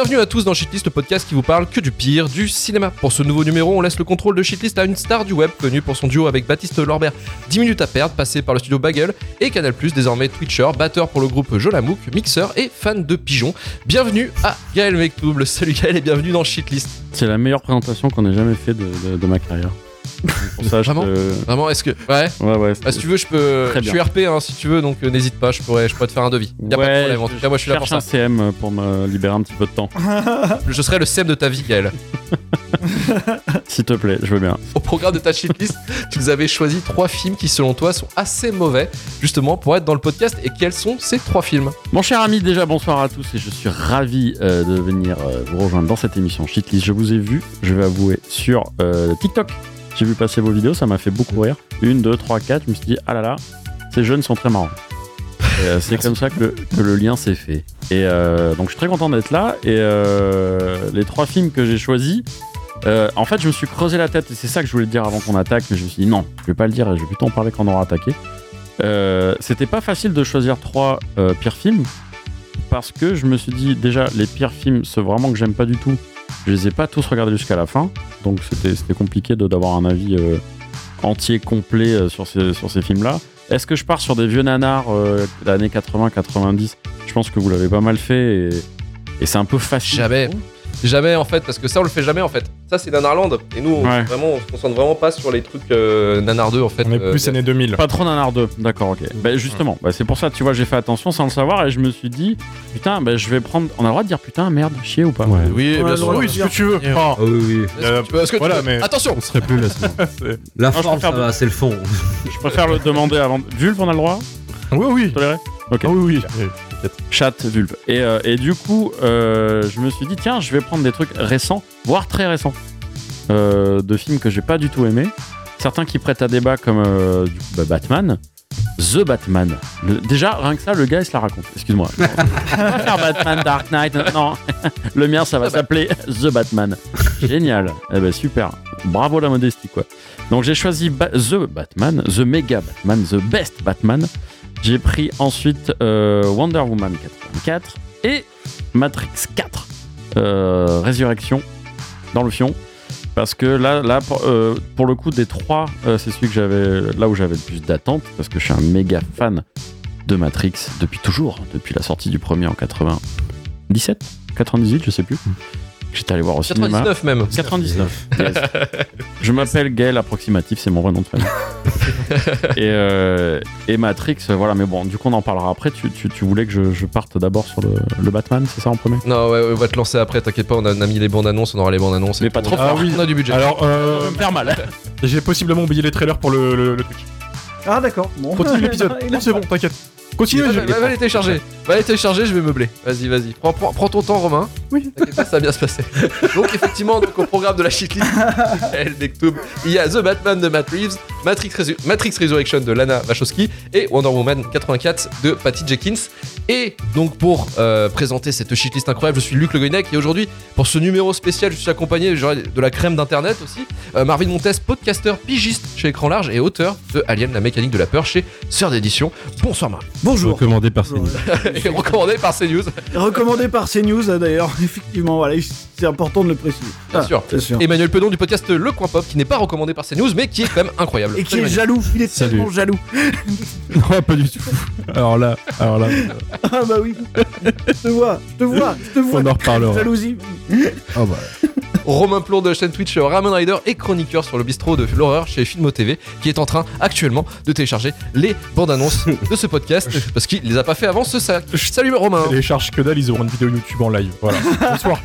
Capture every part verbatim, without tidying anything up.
Bienvenue à tous dans Shitlist, le podcast qui vous parle que du pire du cinéma. Pour ce nouveau numéro, on laisse le contrôle de Shitlist à une star du web connue pour son duo avec Baptiste Lorbert, dix minutes à perdre, passé par le studio Bagel et Canal+, désormais Twitcher, batteur pour le groupe Jolamouk, mixeur et fan de pigeons. Bienvenue à Gaël Mektoub. Salut Gaël et bienvenue dans Shitlist. C'est la meilleure présentation qu'on ait jamais fait de, de, de ma carrière. Pour ça, Vraiment, je te... Vraiment, est-ce que ouais, ouais, ouais. Ah, si tu veux, je peux. Très je bien. suis R P, hein, si tu veux, donc euh, n'hésite pas, je pourrais, je pourrais te faire un devis. Y a ouais, pas de problème. En tout cas, moi, je suis là pour cherche ça. un C M pour me libérer un petit peu de temps. Je serai le C M de ta vie, Gaël. S'il te plaît, je veux bien. Au programme de ta shitlist, tu nous avais choisi trois films qui, selon toi, sont assez mauvais, justement, pour être dans le podcast. Et quels sont ces trois films ? Mon cher ami, déjà bonsoir à tous et je suis ravi euh, de venir euh, vous rejoindre dans cette émission Shitlist. Je vous ai vu, je vais avouer, sur euh, TikTok. J'ai vu passer vos vidéos, ça m'a fait beaucoup rire. Une, deux, trois, quatre, je me suis dit, ah là là, ces jeunes sont très marrants. Et, euh, c'est comme ça que le, que le lien s'est fait. Et euh, donc je suis très content d'être là. Et euh, les trois films que j'ai choisis, euh, en fait, je me suis creusé la tête. Et c'est ça que je voulais te dire avant qu'on attaque. Mais je me suis dit, non, je vais pas le dire et je vais plutôt en parler quand on aura attaqué. Euh, c'était pas facile de choisir trois euh, pires films. Parce que je me suis dit, déjà, les pires films, ceux vraiment que j'aime pas du tout, je les ai pas tous regardés jusqu'à la fin. Donc c'était, c'était compliqué de, d'avoir un avis euh, entier, complet euh, sur ces, sur ces films-là. Est-ce que je pars sur des vieux nanars euh, d'années quatre-vingts quatre-vingt-dix ? Je pense que vous l'avez pas mal fait et, et c'est un peu facile. Jamais. Jamais en fait, parce que ça on le fait jamais en fait. Ça c'est Nanarland et nous on, Ouais. vraiment, on se concentre vraiment pas sur les trucs euh, Nanar deux en fait. On est euh, plus années deux mille. Pas trop nanar deux, d'accord, ok. Bah, justement, bah, c'est pour ça, tu vois, j'ai fait attention sans le savoir et je me suis dit, putain, bah, je vais prendre. On a le droit de dire putain, merde, chier ou pas ? Ouais. Oui, bien Ouais, sûr. ouais, Oui, ce que tu veux. Oh. Ah oui, oui. Est-ce Euh, que tu peux- est-ce que tu voilà, peux- mais- Attention. On serait plus là. sinon. C'est- La Non, je forme, ça préfère va, c'est le fond. Je préfère le demander avant. Vulve, on a le droit ? Oui, oui. Toléré ? Ok. Ah oui, oui. Chat, vulve. Et, euh, et du coup, euh, je me suis dit, tiens, je vais prendre des trucs récents, voire très récents, euh, de films que j'ai pas du tout aimés. Certains qui prêtent à débat, comme euh, du coup, bah, Batman. The Batman. Le- déjà, rien que ça, le gars, il se la raconte. Excuse-moi. On va pas faire Batman Dark Knight. Non. Le mien, ça va s'appeler The Batman. Génial. Eh ben, super. Bravo la modestie, quoi. Donc, j'ai choisi ba- The Batman, The Mega Batman, The Best Batman. J'ai pris ensuite euh, Wonder Woman quatre-vingt-quatre et Matrix quatre, euh, Résurrection, dans le fion. Parce que là, là pour, euh, pour le coup, des trois, euh, c'est celui que j'avais, là où j'avais le plus d'attente, parce que je suis un méga fan de Matrix depuis toujours, depuis la sortie du premier en quatre-vingt-dix-sept, quatre-vingt-dix-huit, je sais plus. J'étais allé voir au cinéma. quatre-vingt-dix-neuf même. quatre-vingt-dix-neuf. Yes. Je m'appelle Gaël Approximatif, c'est mon vrai nom de famille. et, euh, et Matrix, voilà, mais bon, du coup on en parlera après. Tu, tu, tu voulais que je, je parte d'abord sur le, le Batman, c'est ça en premier ? Non, ouais, on va te lancer après, t'inquiète pas, on a, on a mis les bandes annonces, on aura les bandes annonces. et Mais pas tout. trop Ah fort. oui. On a du budget. Alors, Ça euh, va me faire mal. j'ai possiblement oublié les trailers pour le, le, le Twitch. Ah d'accord. Bon. Continue l'épisode. Il Non, a- c'est bon, t'inquiète. Continue. va, je- va, va les télécharger, va les télécharger, je vais meubler. Vas-y, vas-y. Prends, prends, prends ton temps, Romain. Oui. T'inquiète pas, ça va bien se passer. Donc, effectivement, donc, au programme de la shitlist, Gaël Mektoub, il y a The Batman de Matt Reeves, Matrix, Resu- Matrix Resurrection de Lana Wachowski et Wonder Woman quatre-vingt-quatre de Patty Jenkins. Et donc, pour euh, présenter cette shitlist incroyable, je suis Luc Le Goynec et aujourd'hui, pour ce numéro spécial, je suis accompagné genre, de la crème d'internet aussi, euh, Marvin Montes, podcasteur, pigiste chez Écran Large et auteur de Alien, la mécanique de la peur chez Sœur d'édition. Bonsoir Marvin. Bonjour. Recommandé par Bonjour. Et recommandé par CNews, Recommandé par CNews euh, d'ailleurs, effectivement, voilà, c'est important de le préciser. bien Ah, sûr. C'est sûr. Emmanuel Pedon du podcast Le Coin Pop, qui n'est pas recommandé par CNews, mais qui est quand même incroyable. Et qui Salut, est Manu. jaloux, il est Salut. tellement jaloux. Non, pas du tout. Alors là, alors là, Ah bah oui, je te vois, je te vois, je te vois. on en reparlera. Jalousie. Ah bah. Romain Plon de la chaîne Twitch Ramen Rider et chroniqueur sur le bistrot de l'horreur chez Filmo T V, qui est en train actuellement de télécharger les bandes annonces de ce podcast parce qu'il les a pas fait avant ce sac. Salut Romain. Les charges que dalle, ils auront une vidéo YouTube en live. Voilà. Bonsoir.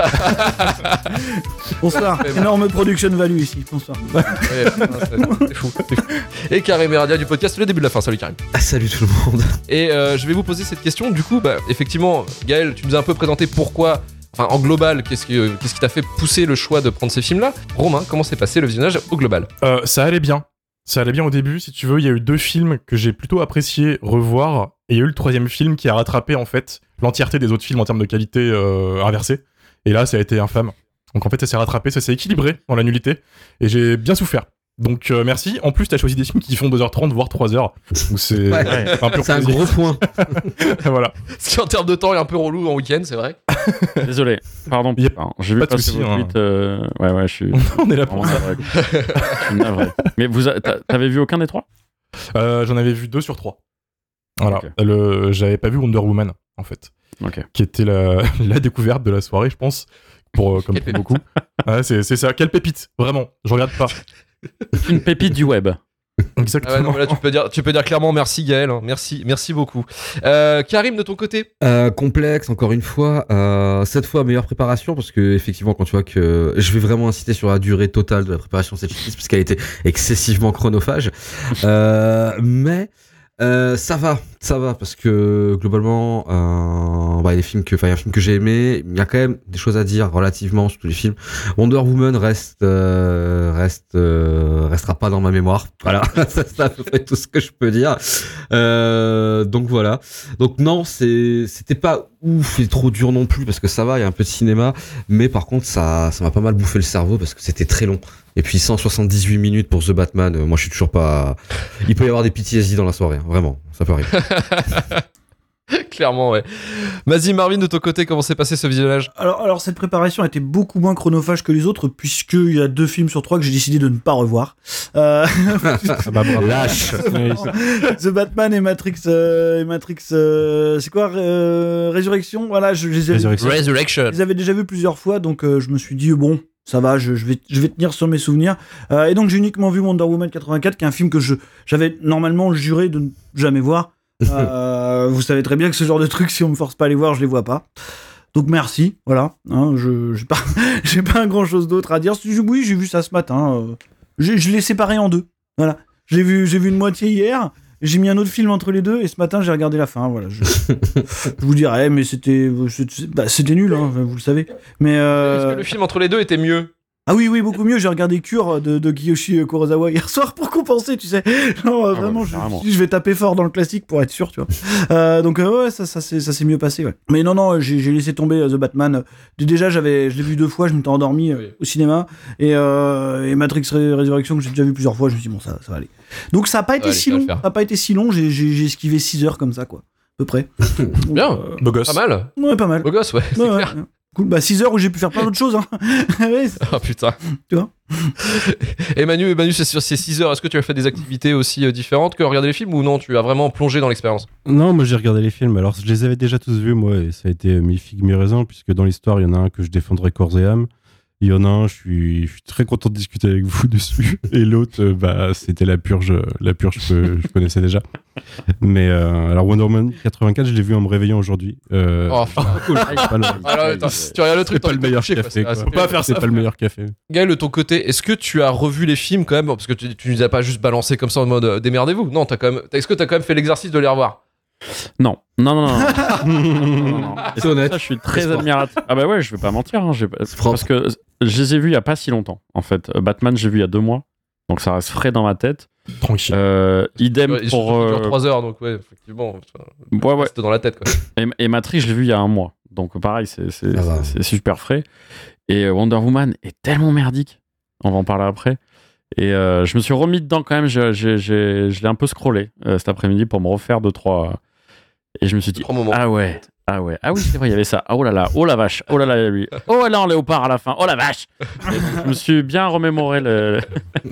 Bonsoir, énorme production value ici, bonsoir. Ouais, putain, c'est- c'est fou, c'est fou. Et Karim Meradia du podcast Le Début de la Fin. Salut Karim. Ah, salut tout le monde. Et euh, je vais vous poser cette question. Du coup, bah, effectivement, Gaël, tu nous as un peu présenté pourquoi. Enfin, en global, qu'est-ce qui, euh, qu'est-ce qui t'a fait pousser le choix de prendre ces films-là ? Romain, comment s'est passé le visionnage au global ? Euh, ça allait bien. Ça allait bien au début, si tu veux. Il y a eu deux films que j'ai plutôt apprécié revoir. Et il y a eu le troisième film qui a rattrapé, en fait, l'entièreté des autres films en termes de qualité euh, inversée. Et là, ça a été infâme. Donc en fait, ça s'est rattrapé, ça s'est équilibré dans la nullité. Et j'ai bien souffert. Donc euh, merci. En plus, t'as choisi des films qui font deux heures trente, voire trois heures. Donc c'est Ouais. c'est un pur C'est un plaisir. gros point. Voilà. Ce qui en termes de temps est un peu relou en week-end, c'est vrai. Désolé, pardon. Y a Pardon. J'ai vu pas de passer souci, vos hein. tweets. euh, Ouais, ouais, je suis. On est là pour vraiment ça. navré. Je suis navré. Mais vous, a- t'a- t'avais vu aucun des trois? Euh, J'en avais vu deux sur trois. Voilà. Ok. Le... J'avais pas vu Wonder Woman, en fait. Ok. Qui était la, la découverte de la soirée, je pense. Pour, euh, comme Quelle pour beaucoup. Ouais, c'est c'est ça. Quelle pépite. Vraiment. Je regarde pas. Une pépite du web. Exactement. Ah ouais, non, mais là, tu peux dire, tu peux dire clairement merci Gaël, hein. merci, merci beaucoup. Euh, Karim, de ton côté. Euh, complexe, encore une fois. Euh, cette fois, meilleure préparation, parce que effectivement, quand tu vois que je vais vraiment insister sur la durée totale de la préparation de cette shitlist, parce qu'elle était excessivement chronophage. Euh, mais euh, ça va, ça va, parce que globalement, euh, bah, il y a des films que, enfin, il y a un film que j'ai aimé. Il y a quand même des choses à dire relativement sur tous les films. Wonder Woman reste, euh, reste, euh, restera pas dans ma mémoire. Voilà, ça, c'est à peu près tout ce que je peux dire. Euh, donc voilà. Donc non, c'est, c'était pas ouf et trop dur non plus parce que ça va, il y a un peu de cinéma, mais par contre ça, ça m'a pas mal bouffé le cerveau parce que c'était très long. Et puis cent soixante-dix-huit minutes pour The Batman, euh, moi je suis toujours pas. Il peut y avoir des P T S D dans la soirée, hein, vraiment, ça peut arriver. Clairement, ouais. Vas-y, Marvin, de ton côté, comment s'est passé ce visionnage? Alors, alors, cette préparation a été beaucoup moins chronophage que les autres, puisqu'il y a deux films sur trois que j'ai décidé de ne pas revoir. Euh... Ah bah bravo. Lâche. The Batman et Matrix, euh, et Matrix, euh, c'est quoi, euh, Résurrection. Voilà, je, je les avais, Résurrection. Resurrection. je les avais déjà vus plusieurs fois, donc euh, je me suis dit bon, ça va, je, je vais, je vais tenir sur mes souvenirs. Euh, et donc j'ai uniquement vu Wonder Woman quatre-vingt-quatre, qui est un film que je, j'avais normalement juré de ne jamais voir. Euh, vous savez très bien que ce genre de truc, si on me force pas à les voir, je les vois pas. Donc merci, voilà. Hein, je j'ai pas, j'ai pas grand chose d'autre à dire. Oui, j'ai vu ça ce matin. Euh, j'ai, je l'ai séparé en deux. Voilà. J'ai vu, j'ai vu une moitié hier. J'ai mis un autre film entre les deux et ce matin j'ai regardé la fin. Voilà. Je, je vous dirais, mais c'était, c'était, bah, c'était nul, hein, vous le savez. Mais euh... Est-ce que le film entre les deux était mieux? Ah oui, oui, beaucoup mieux. J'ai regardé Cure de, de Kiyoshi Kurosawa hier soir pour compenser, tu sais. Non, euh, Ah vraiment, ouais, je, carrément. je vais taper fort dans le classique pour être sûr, tu vois. Euh, donc, euh, ouais, ça, ça, s'est- ça s'est mieux passé, ouais. Mais non, non, j'ai, j'ai laissé tomber euh, The Batman. Déjà, j'avais, je l'ai vu deux fois, je m'étais endormi euh, Oui. au cinéma. Et, euh, et Matrix Ré- Résurrection, que j'ai déjà vu plusieurs fois, je me suis dit, bon, ça, ça va aller. Donc, ça n'a pas été Ouais, si ça va long. le Ça faire. n'a pas été si long. J'ai, j'ai, j'ai esquivé six heures comme ça, quoi. À peu près. Donc, Bien. euh, Beau gosse. Pas mal. ouais, pas mal. Beau gosse, ouais. C'est Ouais, ouais. clair. Cool. Bah, six heures où j'ai pu faire plein d'autres choses, hein. Ouais, c'est- Ah putain. Tu vois. Et Manu, Manu, c'est sur ces six heures. Est-ce que tu as fait des activités aussi euh, différentes que regarder les films ou non? Tu as vraiment plongé dans l'expérience? Non, moi j'ai regardé les films. Alors je les avais déjà tous vus, moi, et ça a été mi figue mi raisin, puisque dans l'histoire, il y en a un que je défendrai corps et âme. Il y en a un, je suis, je suis très content de discuter avec vous dessus. Et l'autre, euh, bah, c'était la purge, la purge que je connaissais déjà. Mais euh, alors Wonder Woman quatre-vingt-quatre, je l'ai vu en me réveillant aujourd'hui. Euh, Oh, putain. c'est pas le- Alors, attends, tu regardes le truc, c'est pas t'as le envie de meilleur coucher, quoi. café. C'est- quoi. c'est Faut pas faire ça. C'est pas le meilleur café. Gaël, de ton côté, est-ce que tu as revu les films quand même? Parce que tu, tu nous as pas juste balancé comme ça en mode euh, démerdez-vous. Non, t'as quand même. Est-ce que t'as quand même fait l'exercice de les revoir? Non, non, non, non. non, non, non. Et C'est honnête. Ça, je suis très admiratif. Ah bah ouais, je vais pas mentir. Hein, j'ai pas- propre. parce que je les ai vus il y a pas si longtemps. En fait, Euh, Batman, j'ai vu il y a deux mois, donc ça reste frais dans ma tête. Tranquille. Euh, idem Ouais, et pour. surtout qu'il dure euh, trois heures, donc ouais, effectivement. ça Ouais, ouais. reste dans la tête, quoi. Et, et Matrix, je l'ai vu il y a un mois. Donc pareil, c'est, c'est, Ça va. c'est- c'est super frais. Et euh, Wonder Woman est tellement merdique. On va en parler après. Et euh, je me suis remis dedans quand même. Je, je, je, je l'ai un peu scrollé euh, cet après-midi pour me refaire deux, trois. Et je me suis dit, Trois moments. ah ouais, ah ouais, ah oui, c'est vrai, il y avait ça. Ah, oh là là, oh la vache, oh là là, lui. Oh là, en léopard à la fin, oh la vache. Et donc, je me suis bien remémoré le-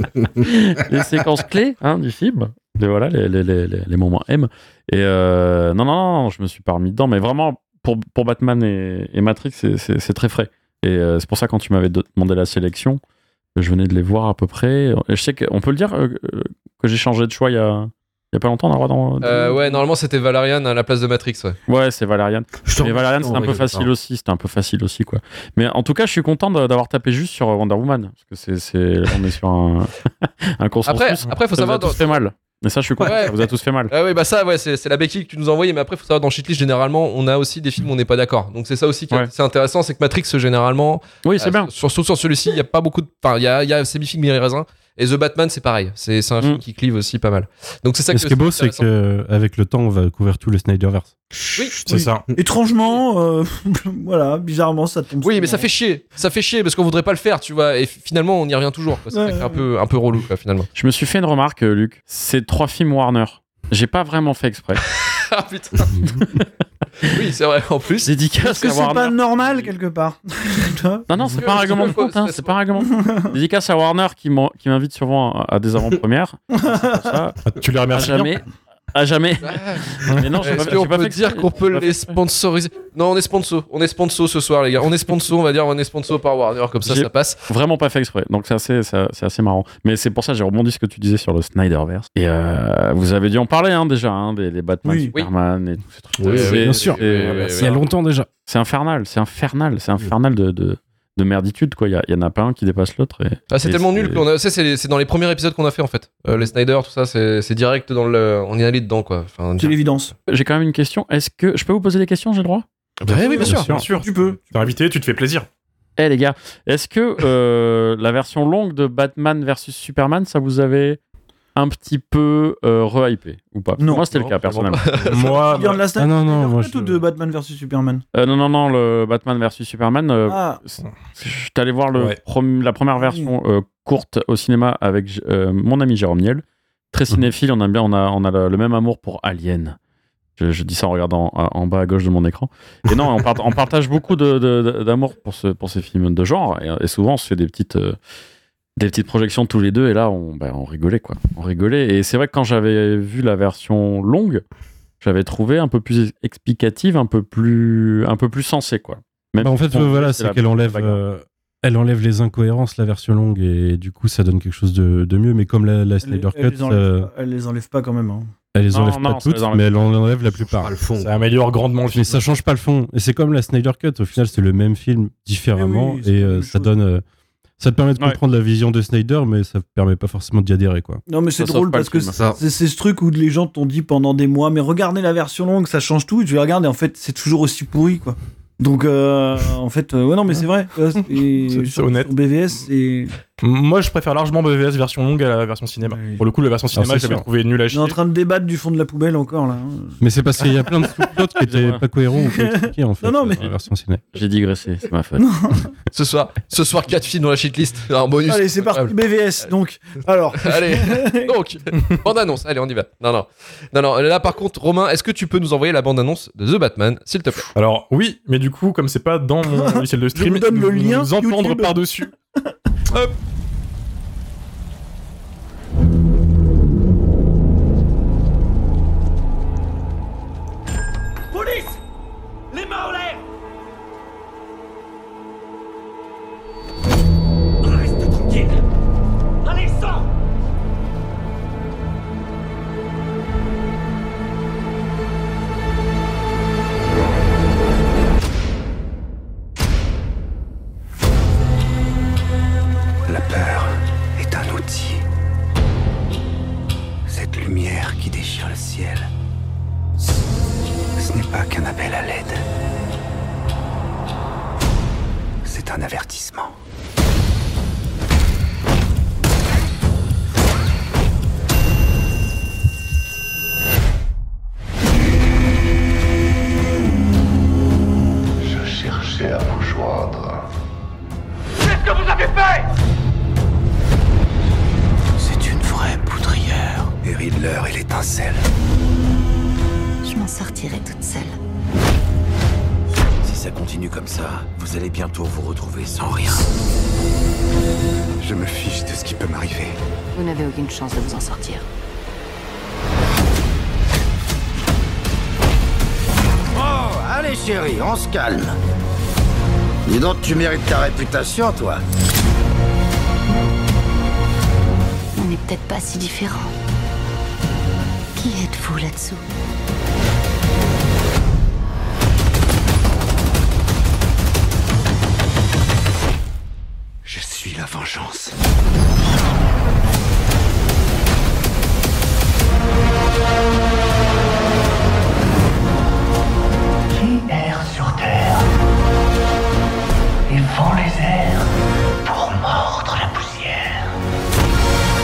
les séquences clés hein, du film. Et voilà, les, les, les, les- les moments M. Et euh, non, non, non, je me suis pas remis dedans, mais vraiment, pour, pour Batman et, et Matrix, c'est, c'est, c'est très frais. Et euh, c'est pour ça, quand tu m'avais de- demandé la sélection, je venais de les voir à peu près. Et je sais qu'on peut le dire euh, que j'ai changé de choix il y a, il y a pas longtemps, on a le droit d'en- Euh, ouais, normalement c'était Valerian à la place de Matrix, ouais. Ouais, c'est Valerian. Je t'en- Mais Valerian, je c'était t'en un peu rigole facile pas. aussi. C'était un peu facile aussi, quoi. Mais en tout cas, je suis content de- d'avoir tapé juste sur Wonder Woman. Parce que c'est, c'est, on est sur un, un consensus. Après, après, faut ça savoir. vous a tous fait mal. Mais ça, je suis content. Ouais. Ça vous a tous fait mal. Ah oui, bah ça, ouais, c'est, c'est la béquille que tu nous as envoyée, mais après, faut savoir, dans Shitlist, généralement, on a aussi des films où on n'est pas d'accord. Donc c'est ça aussi qui est Ouais. c'est intéressant, c'est que Matrix, généralement, Oui, c'est euh, bien. Surtout sur celui-ci, il y a pas beaucoup de. Enfin, il y a, il y a c'est mi-figue, mi-raisin. Et The Batman, c'est pareil. C'est, c'est un film Mm. qui clive aussi pas mal. Donc c'est ça Et que ce qui est beau, c'est intéressant. qu'avec le temps, on va couvrir tout le Snyderverse. Oui, C'est Oui. ça. Étrangement, euh, voilà, bizarrement, ça tombe. Oui, sur mais ça moi. fait chier. Ça fait chier parce qu'on voudrait pas le faire, tu vois. Et finalement, on y revient toujours. Quoi. C'est Ouais, ça qui est un ouais. peu, un peu relou, quoi, finalement. Je me suis fait une remarque, euh, Luc. C'est trois films Warner. J'ai pas vraiment fait exprès. Ah putain. Oui, c'est vrai. En plus. Dédicace Parce que à c'est Warner. pas normal quelque part. Tu vois Non, non, c'est que pas un je règlement de trouve compte, pas- hein, c'est c'est pas- pas un règlement de compte. Dédicace à Warner qui m'en- qui m'invite souvent à, à des avant-premières. C'est pour ça, Ah, tu les à remercies bien. jamais. À jamais. Mais non, j'ai pas, Est-ce j'ai qu'on pas peut fait dire exprès. qu'on peut J'ai pas fait les exprès. sponsoriser? Non, on est sponsor. On est sponsor ce soir, les gars. On est sponsor, on va dire, on est sponsor par Warner, comme ça, J'ai- ça passe. Vraiment pas fait exprès. Donc c'est assez, c'est, c'est assez marrant. Mais c'est pour ça que j'ai rebondi ce que tu disais sur le Snyderverse. Et euh, vous avez dû en parler hein, déjà, hein, des, des Batman, Oui. Superman et tous ces trucs. Oui, C'est- oui, bien sûr. c'est- Oui, oui, oui, Il y a longtemps déjà. C'est infernal, c'est infernal, c'est infernal de, de, de merditude quoi. Il y, a- il y en a pas un qui dépasse l'autre. Et, Ah, c'est et tellement nul qu'on a. Ça, c'est, les- c'est dans les premiers épisodes qu'on a fait en fait. Euh, les Snyder, tout ça, c'est, c'est direct dans le. On est allé dedans quoi. Enfin, C'est direct. l'évidence. J'ai quand même une question. Est-ce que je peux vous poser des questions? J'ai le droit? Bah oui, bien sûr. Bien sûr. Tu peux. T'es invité, tu te fais plaisir. Eh les gars, est-ce que euh, la version longue de Batman versus Superman, ça vous avait un petit peu euh, re-hypé ou pas? Non. Moi c'était Non, le cas personnellement. Moi, Regarde la Ah non, non, moi, Snyder je- ou de Batman versus Superman. Euh, non non non, le Batman versus Superman. euh, Ah, Je suis allé voir le Ouais. prom- la première version euh, courte au cinéma avec euh, mon ami Jérôme Niel. Très cinéphile, on aime bien, on a, on a le, le même amour pour Alien. Je, je dis ça en regardant en, en bas à gauche de mon écran. Et non, on, part- on partage beaucoup de, de- de- d'amour pour, ce, pour ces films de genre. Et, et souvent, on se fait des petites, euh, des petites projections tous les deux. Et là, on, bah, on rigolait, quoi. On rigolait. Et c'est vrai que quand j'avais vu la version longue, j'avais trouvé un peu plus explicative, un peu plus, un peu plus sensée, quoi. Même Bah, en fait, si, euh, bon, voilà, c'est c'est la- qu'elle enlève, la bagarre. euh, elle enlève les incohérences, la version longue, et du coup, ça donne quelque chose de, de mieux. Mais comme la, la elle, Snyder elle Cut, les enlève euh, pas, elle les enlève pas quand même. hein. elle les Non, enlève non, pas ça toutes, les enlève mais pas. elle en enlève la Pas plupart. le fond. ça améliore grandement le film. Mais ça change pas le fond. Et c'est comme la Snyder Cut. Au final, c'est le même film différemment, Oui, oui, c'est et la euh, même ça chose. donne. euh, ça te permet de Ouais. comprendre la vision de Snyder, mais ça permet pas forcément d'y adhérer, quoi. Non, mais c'est Ça drôle sauve pas parce le que film. Ça. c'est, c'est ce truc où les gens t'ont dit pendant des mois, mais regardez la version longue, ça change tout. Et tu les regardes et en fait, c'est toujours aussi pourri, quoi. Donc, euh, en fait, euh, ouais, non, mais c'est vrai. Ouais, et C'est- c'est sur- honnête. sur B V S, et Moi, je préfère largement B V S version longue à la version cinéma. Oui. Pour le coup, la version cinéma, c'est j'avais sûr. trouvé nul à on est chier. en train de débattre du fond de la poubelle encore, là. hein. Mais c'est parce qu'il y a plein de sous-plots qui étaient Excusez-moi. pas cohérents ou pas expliqués, en fait, Non, non, mais- dans la version ciné. J'ai digressé, c'est ma faute. Ce soir, ce soir, quatre films dans la shitlist. Un bonus. Allez, c'est parti, B V S. Donc, alors. Allez, donc, bande-annonce, allez, on y va. Non, non. Non, non, là par contre, Romain, est-ce que tu peux nous envoyer la bande-annonce de The Batman, s'il te plaît? Alors, oui, mais du coup, comme c'est pas dans mon logiciel de stream, vous donne le nous- lien nous entendre YouTube. par-dessus. Hop. Police! Les mains en l'air! Reste tranquille! Allez, sors! La peur est un outil. Cette lumière qui déchire le ciel, ce n'est pas qu'un appel à l'aide. C'est un avertissement. Je cherchais à vous joindre. Qu'est-ce que vous avez fait? C'est une vraie poudrière. Et Riddler et l'étincelle. Je m'en sortirai toute seule. Si ça continue comme ça, vous allez bientôt vous retrouver sans rien. Je me fiche de ce qui peut m'arriver. Vous n'avez aucune chance de vous en sortir. Oh, allez chérie, on se calme. Dis donc, tu mérites ta réputation, toi. On n'est peut-être pas si différents. Qui êtes-vous là-dessous? Je suis la vengeance. Qui erre sur terre et vend les airs pour mordre la poussière?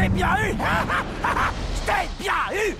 t'ai bien eu. Je t'ai bien eu.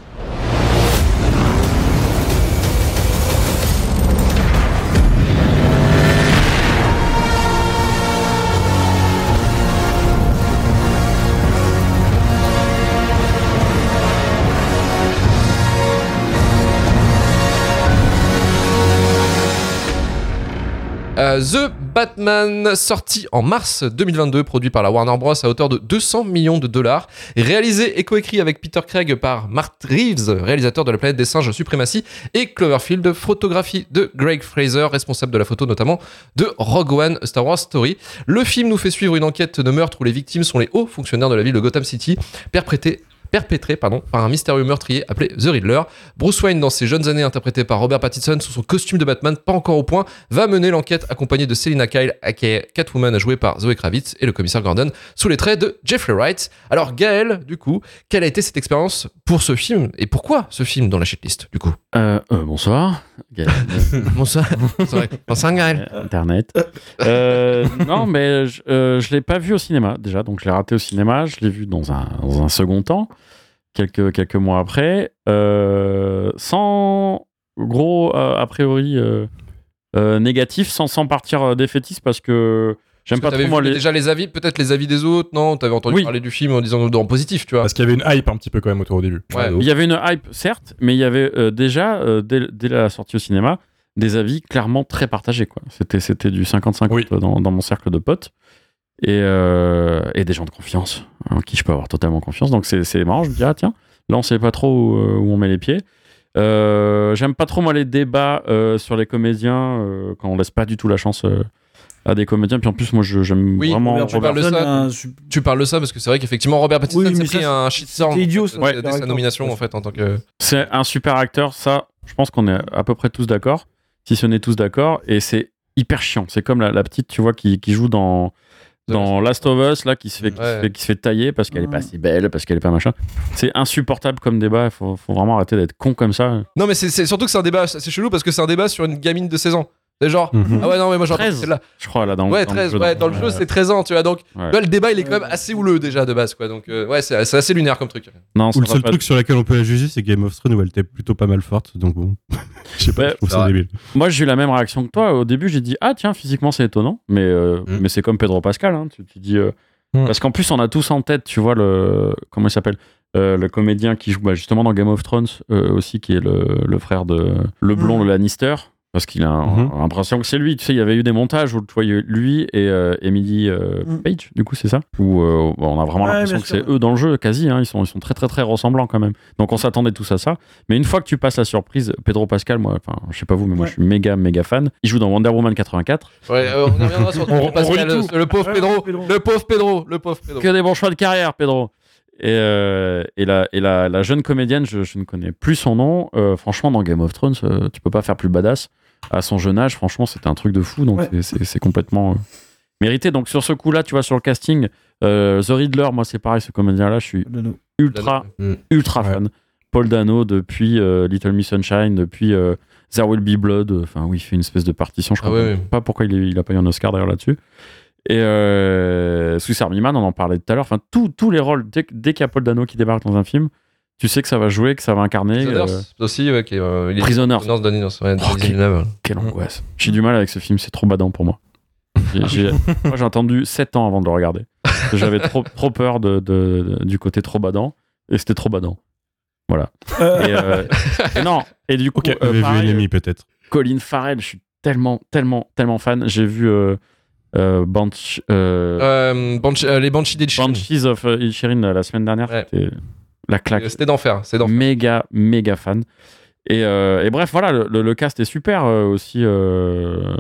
Euh, The Batman, sorti en mars deux mille vingt-deux, produit par la Warner Bros. À hauteur de deux cents millions de dollars, réalisé et coécrit avec Peter Craig par Matt Reeves, réalisateur de La Planète des Singes Suprématie, et Cloverfield, photographie de Greg Fraser, responsable de la photo notamment de Rogue One, A Star Wars Story. Le film nous fait suivre une enquête de meurtre où les victimes sont les hauts fonctionnaires de la ville de Gotham City, perpétrés perpétré pardon, par un mystérieux meurtrier appelé The Riddler. Bruce Wayne, dans ses jeunes années, interprété par Robert Pattinson sous son costume de Batman, pas encore au point, va mener l'enquête accompagné de Selina Kyle, aka Catwoman, jouée par Zoe Kravitz, et le commissaire Gordon, sous les traits de Jeffrey Wright. Alors Gaël, du coup, quelle a été cette expérience pour ce film, et pourquoi ce film dans la shitlist, du coup euh, euh, Bonsoir. Gaël. Bonsoir. Bonsoir. Bonsoir Gaël. Euh, Internet. Euh, non, mais je, euh, je l'ai pas vu au cinéma déjà, donc je l'ai raté au cinéma. Je l'ai vu dans un, dans un second temps. Quelques, quelques mois après, euh, sans gros euh, a priori euh, euh, négatif, sans, sans partir défaitiste parce que j'aime parce pas que trop moi les... les... déjà les avis, peut-être les avis des autres, non, t'avais entendu oui. parler du film en disant en positif, tu vois. Parce qu'il y avait une hype un petit peu quand même autour au début. Ouais, il y avait une hype certes, mais il y avait euh, déjà euh, dès, dès la sortie au cinéma des avis clairement très partagés quoi. C'était c'était du cinquante cinquante oui. dans, dans mon cercle de potes. Et, euh, et des gens de confiance en qui je peux avoir totalement confiance, donc c'est, c'est marrant. Je me dis ah tiens, là on sait pas trop où, où on met les pieds. euh, j'aime pas trop moi les débats euh, sur les comédiens euh, quand on laisse pas du tout la chance euh, à des comédiens, puis en plus moi je, j'aime oui, vraiment Robert, tu, Robert parles de ça, un... tu parles de ça parce que c'est vrai qu'effectivement Robert Pattinson oui, s'est pris ça, un shitstorm c'est idiot, ça, ouais, dès sa nomination en fait en tant que c'est un super acteur, ça je pense qu'on est à peu près tous d'accord, si ce n'est tous d'accord, et c'est hyper chiant. C'est comme la, la petite tu vois qui, qui joue dans dans Last of Us là qui se fait, qui, ouais. se fait, qui se fait tailler parce qu'elle est pas si belle, parce qu'elle est pas machin. C'est insupportable comme débat. Il faut, faut vraiment arrêter d'être con comme ça. Non mais c'est, c'est surtout que c'est un débat, c'est chelou parce que c'est un débat sur une gamine de seize ans. C'est genre mm-hmm. ah ouais non mais moi j'entends treize, là je crois là dans ouais dans treize le jeu, ouais dans le jeu c'est treize ans tu vois, donc ouais. là, le débat il est quand même assez houleux déjà de base quoi, donc euh, ouais c'est, c'est assez lunaire comme truc. Non, ou le seul truc être... sur lequel on peut la juger c'est Game of Thrones où elle était plutôt pas mal forte, donc bon je sais pas, ouais, je trouve ça débile. Moi j'ai eu la même réaction que toi au début, j'ai dit ah tiens physiquement c'est étonnant, mais euh, mm. mais c'est comme Pedro Pascal hein, tu, tu dis euh, mm. parce qu'en plus on a tous en tête tu vois le comment il s'appelle euh, le comédien qui joue bah, justement dans Game of Thrones euh, aussi, qui est le, le frère de le blond mm. le Lannister. Parce qu'il a mm-hmm. l'impression que c'est lui. Tu sais, il y avait eu des montages où tu voyais lui et euh, Emily euh, mm. Page, du coup, c'est ça. Où euh, on a vraiment ouais, l'impression que c'est eux dans le jeu, quasi. Hein, ils, sont, ils sont très, très, très ressemblants quand même. Donc, on s'attendait tous à ça. Mais une fois que tu passes la surprise, Pedro Pascal, moi, enfin, je sais pas vous, mais moi, ouais. je suis méga, méga fan. Il joue dans Wonder Woman quatre-vingt-quatre. Ouais, euh, on reviendra sur Pedro Pascal, le, le pauvre ouais, Pedro, Pedro. Le pauvre Pedro. Le pauvre Pedro. Que des bons choix de carrière, Pedro. Et, euh, et, la, et la, la jeune comédienne, je, je ne connais plus son nom. Euh, franchement, dans Game of Thrones, euh, tu peux pas faire plus badass. À son jeune âge, franchement, c'était un truc de fou. Donc, ouais. c'est, c'est, c'est complètement euh, mérité. Donc, sur ce coup-là, tu vois, sur le casting, euh, The Riddler, moi, c'est pareil, ce comédien-là, je suis Dano. ultra, Dano. ultra ouais. fan. Paul Dano, depuis euh, Little Miss Sunshine, depuis euh, There Will Be Blood. Enfin, oui, il fait une espèce de partition. Je ne ah ouais, pas ouais. pourquoi il, est, il a pas eu un Oscar d'ailleurs là-dessus. Et euh, Swiss Army Man, on en parlait tout à l'heure. Enfin, tous les rôles, dès, dès qu'il y a Paul Dano qui débarque dans un film, tu sais que ça va jouer, que ça va incarner. Prisoners euh... aussi, ouais, qui est, euh, il est Prisoners. Prisoners de Ninos, ouais, oh, quelle, quelle angoisse. J'ai du mal avec ce film, c'est trop badant pour moi. J'ai, j'ai... moi, j'ai attendu sept ans avant de le regarder. J'avais trop, trop peur de, de, de, du côté trop badant, et c'était trop badant. Voilà. Euh... Et, euh... et non, et du coup, okay, euh, vu pareil, Ennemi, peut-être. Colin Farrell, je suis tellement, tellement, tellement fan. J'ai vu euh, euh, Bansh, euh... Euh, Bansh, euh, les Banshees d'Inisherin. Banshees of Inisherin la semaine dernière. Ouais. C'était la claque. C'était d'enfer. C'est d'enfer. Méga, méga fan. Et, euh, et bref, voilà, le, le, le cast est super euh, aussi. Euh,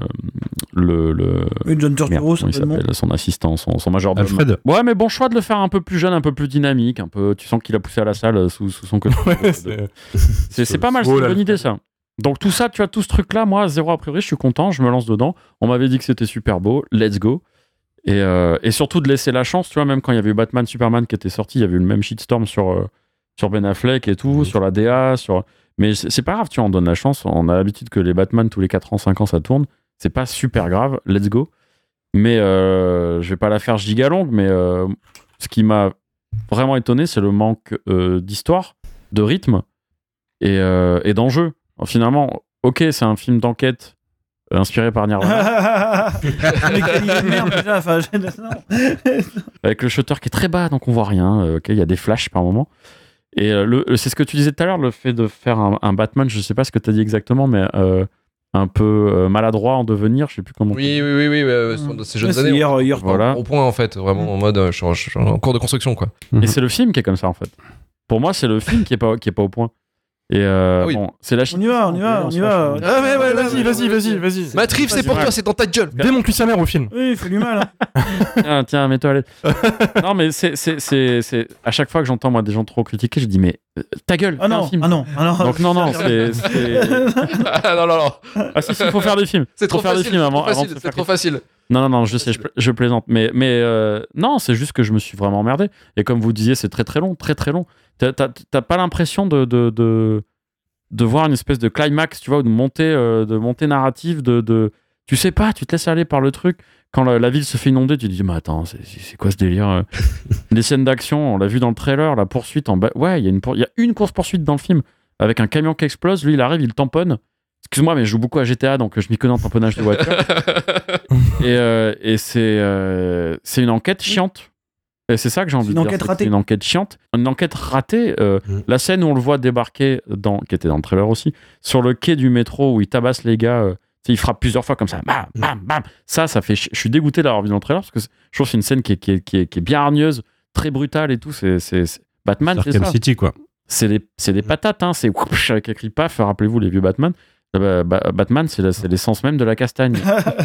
le, le... Oui, John Turturro, il s'appelle son assistant, son, son majordome. Alfred. Ouais, mais bon choix de le faire un peu plus jeune, un peu plus dynamique, un peu. Tu sens qu'il a poussé à la salle sous, sous son côté. Ouais, c'est... C'est, c'est pas mal, c'est une bonne idée ça. Donc tout ça, tu as tout ce truc-là, moi, zéro a priori, je suis content, je me lance dedans. On m'avait dit que c'était super beau, let's go. Et, euh, et surtout de laisser la chance, tu vois, même quand il y avait eu Batman, Superman qui était sorti, il y avait eu le même shitstorm sur, euh, sur Ben Affleck et tout, mmh. sur la D A, sur... Mais c'est, c'est pas grave, tu vois, on donne la chance, on a l'habitude que les Batman, tous les quatre ans, cinq ans, ça tourne. C'est pas super grave, let's go. Mais euh, je vais pas la faire giga longue, mais euh, ce qui m'a vraiment étonné, c'est le manque euh, d'histoire, de rythme et, euh, et d'enjeu. Finalement, ok, c'est un film d'enquête euh, inspiré par Nirvana. Mais quelle idée de merde, déjà. Enfin, je- non. Avec le shutter qui est très bas, donc on voit rien. euh, ok, il y a des flashs par moment. Et euh, le, c'est ce que tu disais tout à l'heure, le fait de faire un, un Batman, je sais pas ce que tu as dit exactement, mais euh, un peu euh, maladroit en devenir, je sais plus comment. Oui, oui, oui, oui, euh, son- de ces jeunes Ouais, c'est années. hier, on- hier, Voilà. Au point, en fait, vraiment en mode, euh, je suis en- je suis en cours de construction, quoi. Et c'est le film qui est comme ça en fait. Pour moi, c'est le film qui est pas qui est pas au point. Et euh, Ah oui. bon, c'est la On y va, on y va, on y va. Ah, mais ouais, Vas-y, vas-y, vas-y, vas-y. Matt Reeves, c'est pour toi, c'est dans ta gueule. Démonte-lui sa mère au film. Oui, il fait du mal. Hein. Tiens, tiens, mets-toi à l'aise. Non, mais c'est, c'est, c'est, c'est... à chaque fois que j'entends moi des gens trop critiquer, je dis mais euh, ta gueule. Ah fais un non, film. ah non, ah non. Donc non, non, c'est, c'est... Ah non, non, non. Ah si, si, il faut faire des films. C'est faut trop faire facile. des films c'est avant, trop avant facile, de se C'est faire trop facile. Non, non, non, je sais, je, pla- je plaisante. Mais, mais euh, non, c'est juste que je me suis vraiment emmerdé. Et comme vous disiez, c'est très très long, très très long. T'as, t'as, t'as pas l'impression de, de, de, de voir une espèce de climax, tu vois, ou de montée, euh, de montée narrative. De, de... Tu sais pas, tu te laisses aller par le truc. Quand la, la ville se fait inonder, tu te dis, mais attends, c'est, c'est c'est quoi ce délire euh Les scènes d'action, on l'a vu dans le trailer, la poursuite en bas. Ouais, il y a une, pour- il y a une course-poursuite dans le film avec un camion qui explose. Lui, il arrive, il tamponne. Excuse-moi, mais je joue beaucoup à G T A, donc je m'y connais en tamponnage de voiture. et euh, et c'est, euh, c'est une enquête chiante. Et c'est ça que j'ai envie Une de dire. enquête c'est que ratée. c'est une enquête chiante. Une enquête ratée. euh, Mm. La scène où on le voit débarquer, dans, qui était dans le trailer aussi, sur le quai du métro où il tabasse les gars. euh, tu sais, il frappe plusieurs fois comme ça. Bam, bam, bam. Ça, ça fait. chi- Je suis dégoûté d'avoir vu dans le trailer parce que c'est- je trouve que c'est une scène qui est, qui est, qui est, qui est bien hargneuse, très brutale et tout. C'est, c'est, c'est- Batman, c'est Arkham ça. City, quoi. C'est des, c'est des patates, hein. C'est whoosh avec écrit paf. Rappelez-vous les vieux Batman. Euh, bah, bah, Batman, c'est, la- c'est l'essence même de la castagne.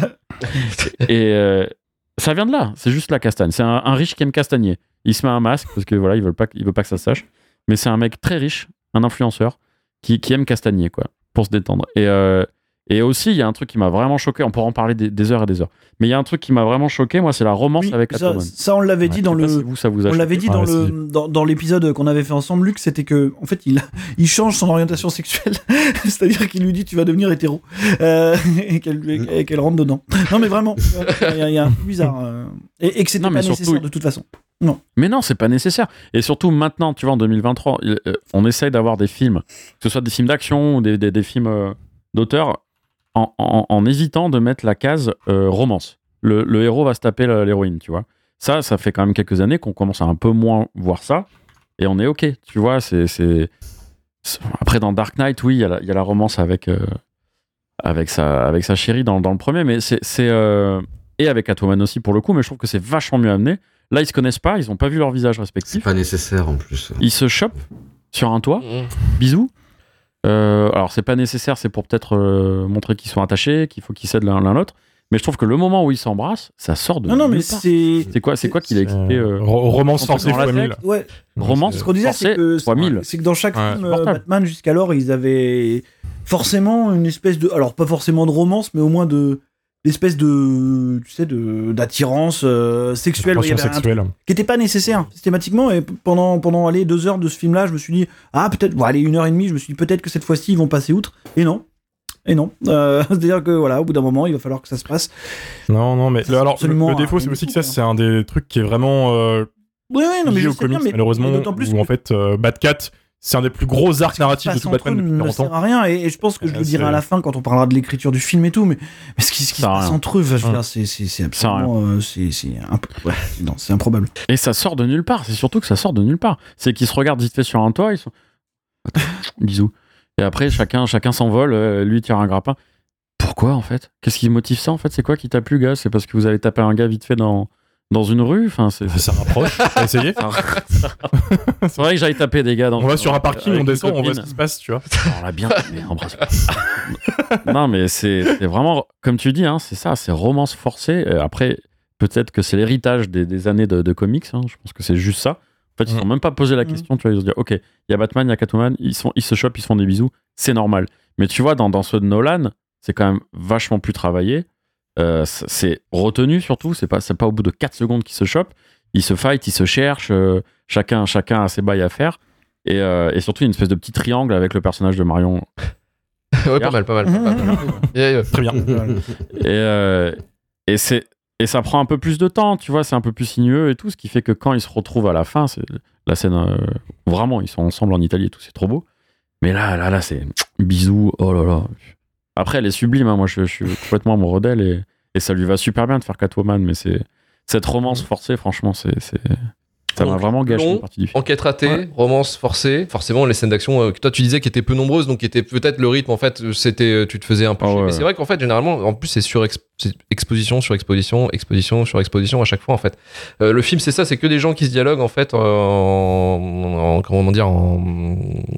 Et euh, ça vient de là. C'est juste la castagne. C'est un, un riche qui aime castagner. Il se met un masque parce que voilà, il veut pas, il veut pas que ça se sache. Mais c'est un mec très riche, un influenceur qui, qui aime castagner, quoi, pour se détendre. Et, euh, et aussi, il y a un truc qui m'a vraiment choqué. On pourra en parler des, des heures et des heures. Mais il y a un truc qui m'a vraiment choqué, moi, c'est la romance Oui, avec ça, Catwoman. ça, on l'avait dit Ouais, dans je sais le. pas si vous, ça vous a On l'avait choqué. dit dans, Ouais, le, dans, dans l'épisode qu'on avait fait ensemble, Luc, c'était que, en fait, il, il change son orientation sexuelle. C'est-à-dire qu'il lui dit, tu vas devenir hétéro. Euh, et, qu'elle, et qu'elle rentre dedans. Non, mais vraiment, il y, a- il y a un truc bizarre. euh, et, et que c'était Non, mais pas surtout- nécessaire de toute façon. Mais non, c'est pas nécessaire. Et surtout maintenant, tu vois, en deux mille vingt-trois, il- euh, on essaye d'avoir des films, que ce soit des films d'action ou des, des, des films euh, d'auteur, en, en, en hésitant de mettre la case euh, romance. Le, le héros va se taper la- l'héroïne, tu vois. Ça, ça fait quand même quelques années qu'on commence à un peu moins voir ça. Et on est OK, tu vois. C'est, c'est... c'est- Après, dans Dark Knight, oui, il y, a la- il y a la romance avec, euh, avec, sa, avec sa chérie dans, dans le premier, mais c'est... c'est euh, Et avec Catwoman aussi, pour le coup, mais je trouve que c'est vachement mieux amené. Là, ils se connaissent pas, ils ont pas vu leur visage C'est respectif. pas nécessaire en plus. Ils se chopent sur un toit, Mmh. bisous. Euh, alors, c'est pas nécessaire, c'est pour peut-être euh, montrer qu'ils sont attachés, qu'il faut qu'ils cèdent l'un l'un l'autre. Mais je trouve que le moment où ils s'embrassent, ça sort de. Non, non, mais nulle part. c'est. C'est quoi, c'est quoi qu'il a expliqué Euh, euh, ro- romance quand on forcée est dans la fois tech, mille. Ouais, ce C'est- qu'on disait, c'est forcé que, fois mille. c'est que dans chaque Ouais, film euh, supportable. Batman, jusqu'alors, ils avaient forcément une espèce de. Alors, pas forcément de romance, mais au moins de. L'espèce de. Tu sais, de, d'attirance euh, sexuelle. Attention Il y avait un sexuelle. qui était pas nécessaire systématiquement, et p- pendant pendant allez, deux heures de ce film là je me suis dit ah peut-être bon, allez une heure et demie je me suis dit peut-être que cette fois-ci ils vont passer outre, et non et non euh, c'est à dire que voilà, au bout d'un moment il va falloir que ça se passe. Non, non, mais Ça, le, c'est alors, le, absolument le défaut, un- c'est aussi que ça, c'est un des trucs qui est vraiment euh, Oui, oui, non mais lié je aux sais bien, comics, mais malheureusement, mais d'autant plus où que en fait, euh, Batcat, c'est un des plus gros arcs narratifs de passe tout entre Batman eux depuis ne longtemps. sert à rien, et, et je pense que je Euh, le dirai c'est- à la fin quand on parlera de l'écriture du film et tout, mais, mais ce qui, ce qui se Ça a passe rien. entre eux, je veux Hum. dire, c'est c'est c'est Ça a rien. absolument euh, c'est c'est imp- ouais, non c'est improbable. Et ça sort de nulle part. C'est surtout que ça sort de nulle part. C'est qu'ils se regardent vite fait sur un toit, ils sont. Bisous. Et après, chacun, chacun s'envole, euh, lui tire un grappin. Pourquoi en fait? Qu'est-ce qui motive ça en fait? C'est quoi qui t'a plu, gars? C'est parce que vous avez tapé un gars vite fait dans, dans une rue? Enfin, c'est. Ça rapproche. T'as essayé? C'est vrai que j'aille taper des gars dans On va sur un parking, avec on une descend, on voit ce copine. qui se passe, tu vois. On l'a bien tapé, embrasse. Non, mais c'est c'est vraiment, comme tu dis, hein, c'est ça, c'est romance forcée. Euh, Après, peut-être que c'est l'héritage des, des années de, de comics. Hein, je pense que c'est juste ça. En fait, ils ne Mm. sont même pas posé la Mm. question. Tu vois, ils se disent, ok, il y a Batman, il y a Catwoman, ils, sont, ils se chopent, ils se font des bisous, c'est normal. Mais tu vois, dans, dans ceux de Nolan, c'est quand même vachement plus travaillé. Euh, c'est- c'est retenu surtout. C'est pas, c'est pas au bout de quatre secondes qu'ils se chopent. Ils se fight, ils se cherchent. euh, chacun, chacun a ses bails à faire. Et, euh, et surtout, une espèce de petit triangle avec le personnage de Marion. Ouais, pas mal, pas mal. Pas mal. Yeah, yeah. Très bien. Et, euh, et c'est, Et ça prend un peu plus de temps, tu vois, c'est un peu plus sinueux et tout, ce qui fait que quand ils se retrouvent à la fin, c'est la scène, euh, vraiment, ils sont ensemble en Italie et tout, c'est trop beau. Mais là, là, là, c'est bisous, oh là là. Après, elle est sublime, hein, moi je, je suis complètement amoureux d'elle et, et ça lui va super bien de faire Catwoman, mais c'est cette romance forcée, franchement, c'est, c'est... ça m'a Donc, vraiment gâché long, une partie du film. Enquête ratée, Ouais. romance forcée. Forcément, les scènes d'action euh, que toi tu disais qui étaient peu nombreuses, donc qui étaient peut-être le rythme en fait, c'était euh, tu te faisais un peu. Ah chier. ouais. Mais c'est vrai qu'en fait, généralement, en plus c'est sur c'est exposition sur exposition, exposition sur exposition à chaque fois en fait. Euh, le film c'est ça, c'est que des gens qui se dialoguent en fait en, en comment dire en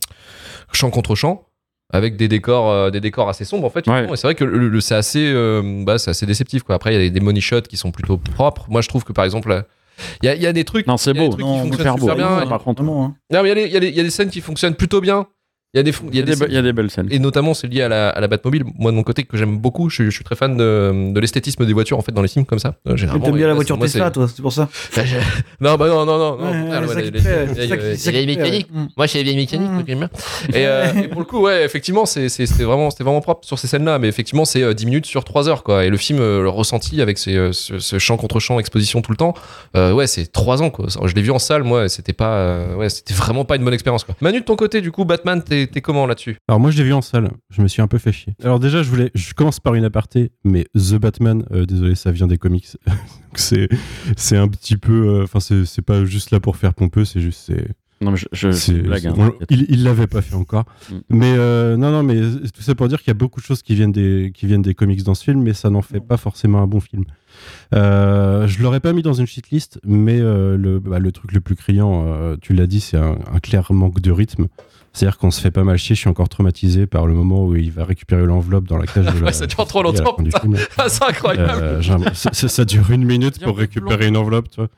champ contre champ. Avec des décors, euh, des décors assez sombres en fait. Ouais. Et c'est vrai que le, le- c'est assez, euh, bah, c'est assez déceptif quoi. Après il y a des, des money shots qui sont plutôt propres. Moi je trouve que par exemple, il y a, il y a des trucs. Non, c'est il y a des beau. trucs Non, qui on fonctionnent faire beau. super bien. Ouais, par contre. Vraiment, hein. Non, mais il y a des- il y, a des- il y a des scènes qui fonctionnent plutôt bien. Il y a des, il Il y a des, scènes- be- il y a des belles scènes. et notamment c'est lié à la, à la Batmobile. Moi de mon côté que j'aime beaucoup, je, suis- je suis très fan de, de l'esthétisme des voitures en fait dans les films comme ça. Euh, Mais généralement, t'aimes bien et la là, voiture c'est- moi, Tesla, c'est- toi, c'est pour ça. Non bah non non non. non. Ouais, Ah, c'est ouais, ça les- qui les- te fait, les- c'est ça qui- les- c'est ça les qui te fait, mécaniques. ouais. Mm. Moi, c'est les vieilles mécaniques, Mm. donc j'aime bien. Et, euh, et pour le coup, ouais, effectivement, c'est, c'est, c'était vraiment, c'était vraiment propre sur ces scènes-là. Mais effectivement, c'est euh, dix minutes sur trois heures, quoi. Et le film, euh, le ressenti avec ces, euh, ce, ce champ contre champ, exposition tout le temps, euh, ouais, c'est trois ans, quoi. Je l'ai vu en salle, moi, c'était pas, euh, ouais, c'était vraiment pas une bonne expérience, quoi. Manu, de ton côté, du coup, Batman, t'es, t'es comment là-dessus? Alors moi je l'ai vu en salle, je me suis un peu fait chier. Alors déjà je voulais, je commence par une aparté, mais The Batman, euh, désolé ça vient des comics, c'est c'est un petit peu, enfin c'est c'est pas juste là pour faire pompeux, c'est juste c'est Non, mais je, je, c'est- c'est une blague. Hein, on- t'inquiète. il il l'avait pas fait encore, Mm. mais euh, non non mais tout ça pour dire qu'il y a beaucoup de choses qui viennent des qui viennent des comics dans ce film, mais ça n'en fait pas forcément un bon film. Euh, je l'aurais pas mis dans une shitlist, mais euh, le bah, le truc le plus criant, euh, tu l'as dit, c'est un, un clair manque de rythme. C'est-à-dire qu'on se fait pas mal chier, je suis encore traumatisé par le moment où il va récupérer l'enveloppe dans la cage de la... Ouais, ça dure trop à la longtemps, fin du putain. film. Ah, c'est incroyable. Euh, j'ai l'impression- ça, ça- ça dure une minute pour récupérer une enveloppe, tu vois.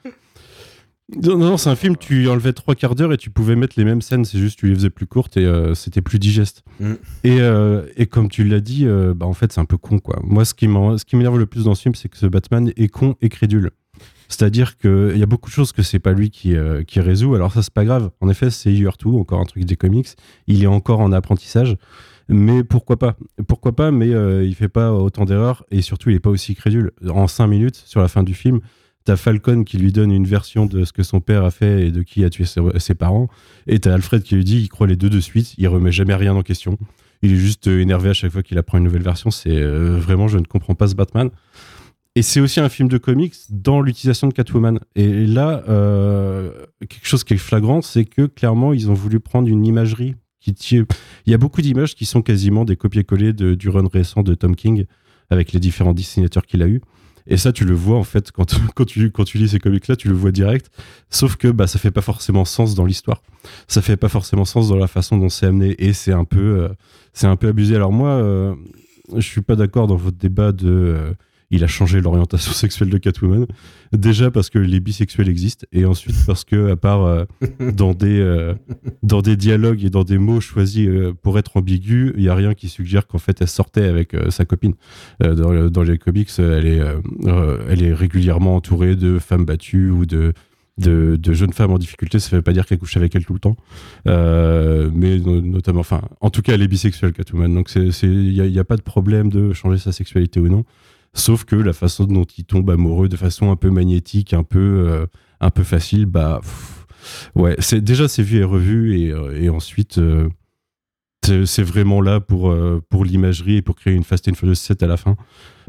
Non, non, c'est un film, tu enlevais trois quarts d'heure et tu pouvais mettre les mêmes scènes, c'est juste tu les faisais plus courtes et euh, c'était plus digeste. Mm. Et, euh, et comme tu l'as dit, euh, bah, en fait, c'est un peu con, quoi. Moi, ce qui m'en- ce qui m'énerve le plus dans ce film, c'est que ce Batman est con et crédule. C'est-à-dire qu'il y a beaucoup de choses que c'est pas lui qui, euh, qui résout. Alors ça, c'est pas grave. En effet, c'est Year Two, encore un truc des comics. Il est encore en apprentissage. Mais pourquoi pas Pourquoi pas, mais euh, il fait pas autant d'erreurs. Et surtout, il est pas aussi crédule. En cinq minutes, sur la fin du film, t'as Falcon qui lui donne une version de ce que son père a fait et de qui a tué ses, ses parents. Et t'as Alfred qui lui dit, il croit les deux de suite. Il remet jamais rien en question. Il est juste euh, énervé à chaque fois qu'il apprend une nouvelle version. C'est euh, vraiment, je ne comprends pas ce Batman. Et c'est aussi un film de comics dans l'utilisation de Catwoman. Et là, euh, quelque chose qui est flagrant, c'est que clairement, ils ont voulu prendre une imagerie qui tient. Il y a beaucoup d'images qui sont quasiment des copier-coller de, du run récent de Tom King, avec les différents dessinateurs qu'il a eu. Et ça, tu le vois en fait quand, quand, tu, quand tu lis ces comics-là, tu le vois direct. Sauf que bah, ça fait pas forcément sens dans l'histoire. Ça fait pas forcément sens dans la façon dont c'est amené. Et c'est un peu, euh, c'est un peu abusé. Alors moi, euh, je suis pas d'accord dans votre débat de. Euh, il a changé l'orientation sexuelle de Catwoman. Déjà parce que les bisexuels existent, et ensuite parce que, à part euh, dans, des, euh, dans des dialogues et dans des mots choisis euh, pour être ambigus, il n'y a rien qui suggère qu'en fait elle sortait avec euh, sa copine. Euh, dans, dans les comics, elle est, euh, euh, elle est régulièrement entourée de femmes battues ou de, de, de jeunes femmes en difficulté. Ça ne veut pas dire qu'elle couche avec elle tout le temps. Euh, mais no- notamment, enfin, en tout cas, elle est bisexuelle, Catwoman. Donc il n'y a, y a pas de problème de changer sa sexualité ou non. Sauf que la façon dont il tombe amoureux de façon un peu magnétique, un peu, euh, un peu facile, bah, pff, ouais, c'est, déjà c'est vu et revu, et, euh, et ensuite, euh, c'est, c'est vraiment là pour, euh, pour l'imagerie et pour créer une Fast and Furious sept à la fin.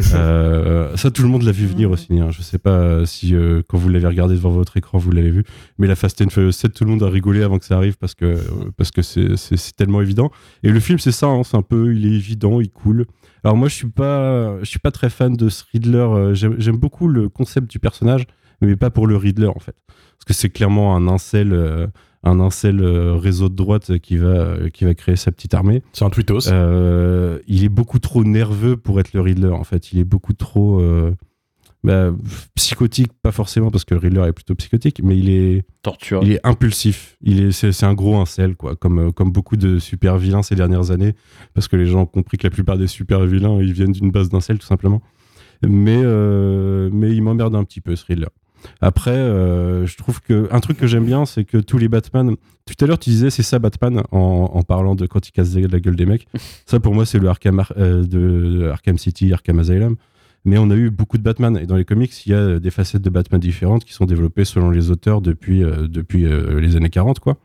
euh, ça, tout le monde l'a vu venir aussi. Hein. Je sais pas si, euh, quand vous l'avez regardé devant votre écran, vous l'avez vu, mais la Fast and Furious sept, tout le monde a rigolé avant que ça arrive parce que, euh, parce que c'est, c'est, c'est tellement évident. Et le film, c'est ça, hein, c'est un peu, il est évident, il coule. Alors moi, je suis pas, je suis pas très fan de ce Riddler. Euh, j'aime, j'aime beaucoup le concept du personnage, mais pas pour le Riddler en fait, parce que c'est clairement un incel, euh, un incel euh, réseau de droite qui va, euh, qui va créer sa petite armée. C'est un tweetos. Euh, il est beaucoup trop nerveux pour être le Riddler en fait. Il est beaucoup trop euh, bah, psychotique, pas forcément parce que le Riddler est plutôt psychotique, mais il est, Torture. il est impulsif. Il est, c'est, c'est un gros incel, quoi, comme, euh, comme beaucoup de super vilains ces dernières années, parce que les gens ont compris que la plupart des super vilains, ils viennent d'une base d'incel, tout simplement. Mais, euh, mais il m'emmerde un petit peu, ce Riddler. Après, euh, je trouve que un truc que j'aime bien, c'est que tous les Batman. Tout à l'heure, tu disais c'est ça Batman en, en parlant de quand il casse la gueule des mecs. Ça, pour moi, c'est le Arkham, euh, de, de Arkham City, Arkham Asylum. Mais on a eu beaucoup de Batman. Et dans les comics, il y a des facettes de Batman différentes qui sont développées selon les auteurs depuis, euh, depuis euh, les années quarante, quoi.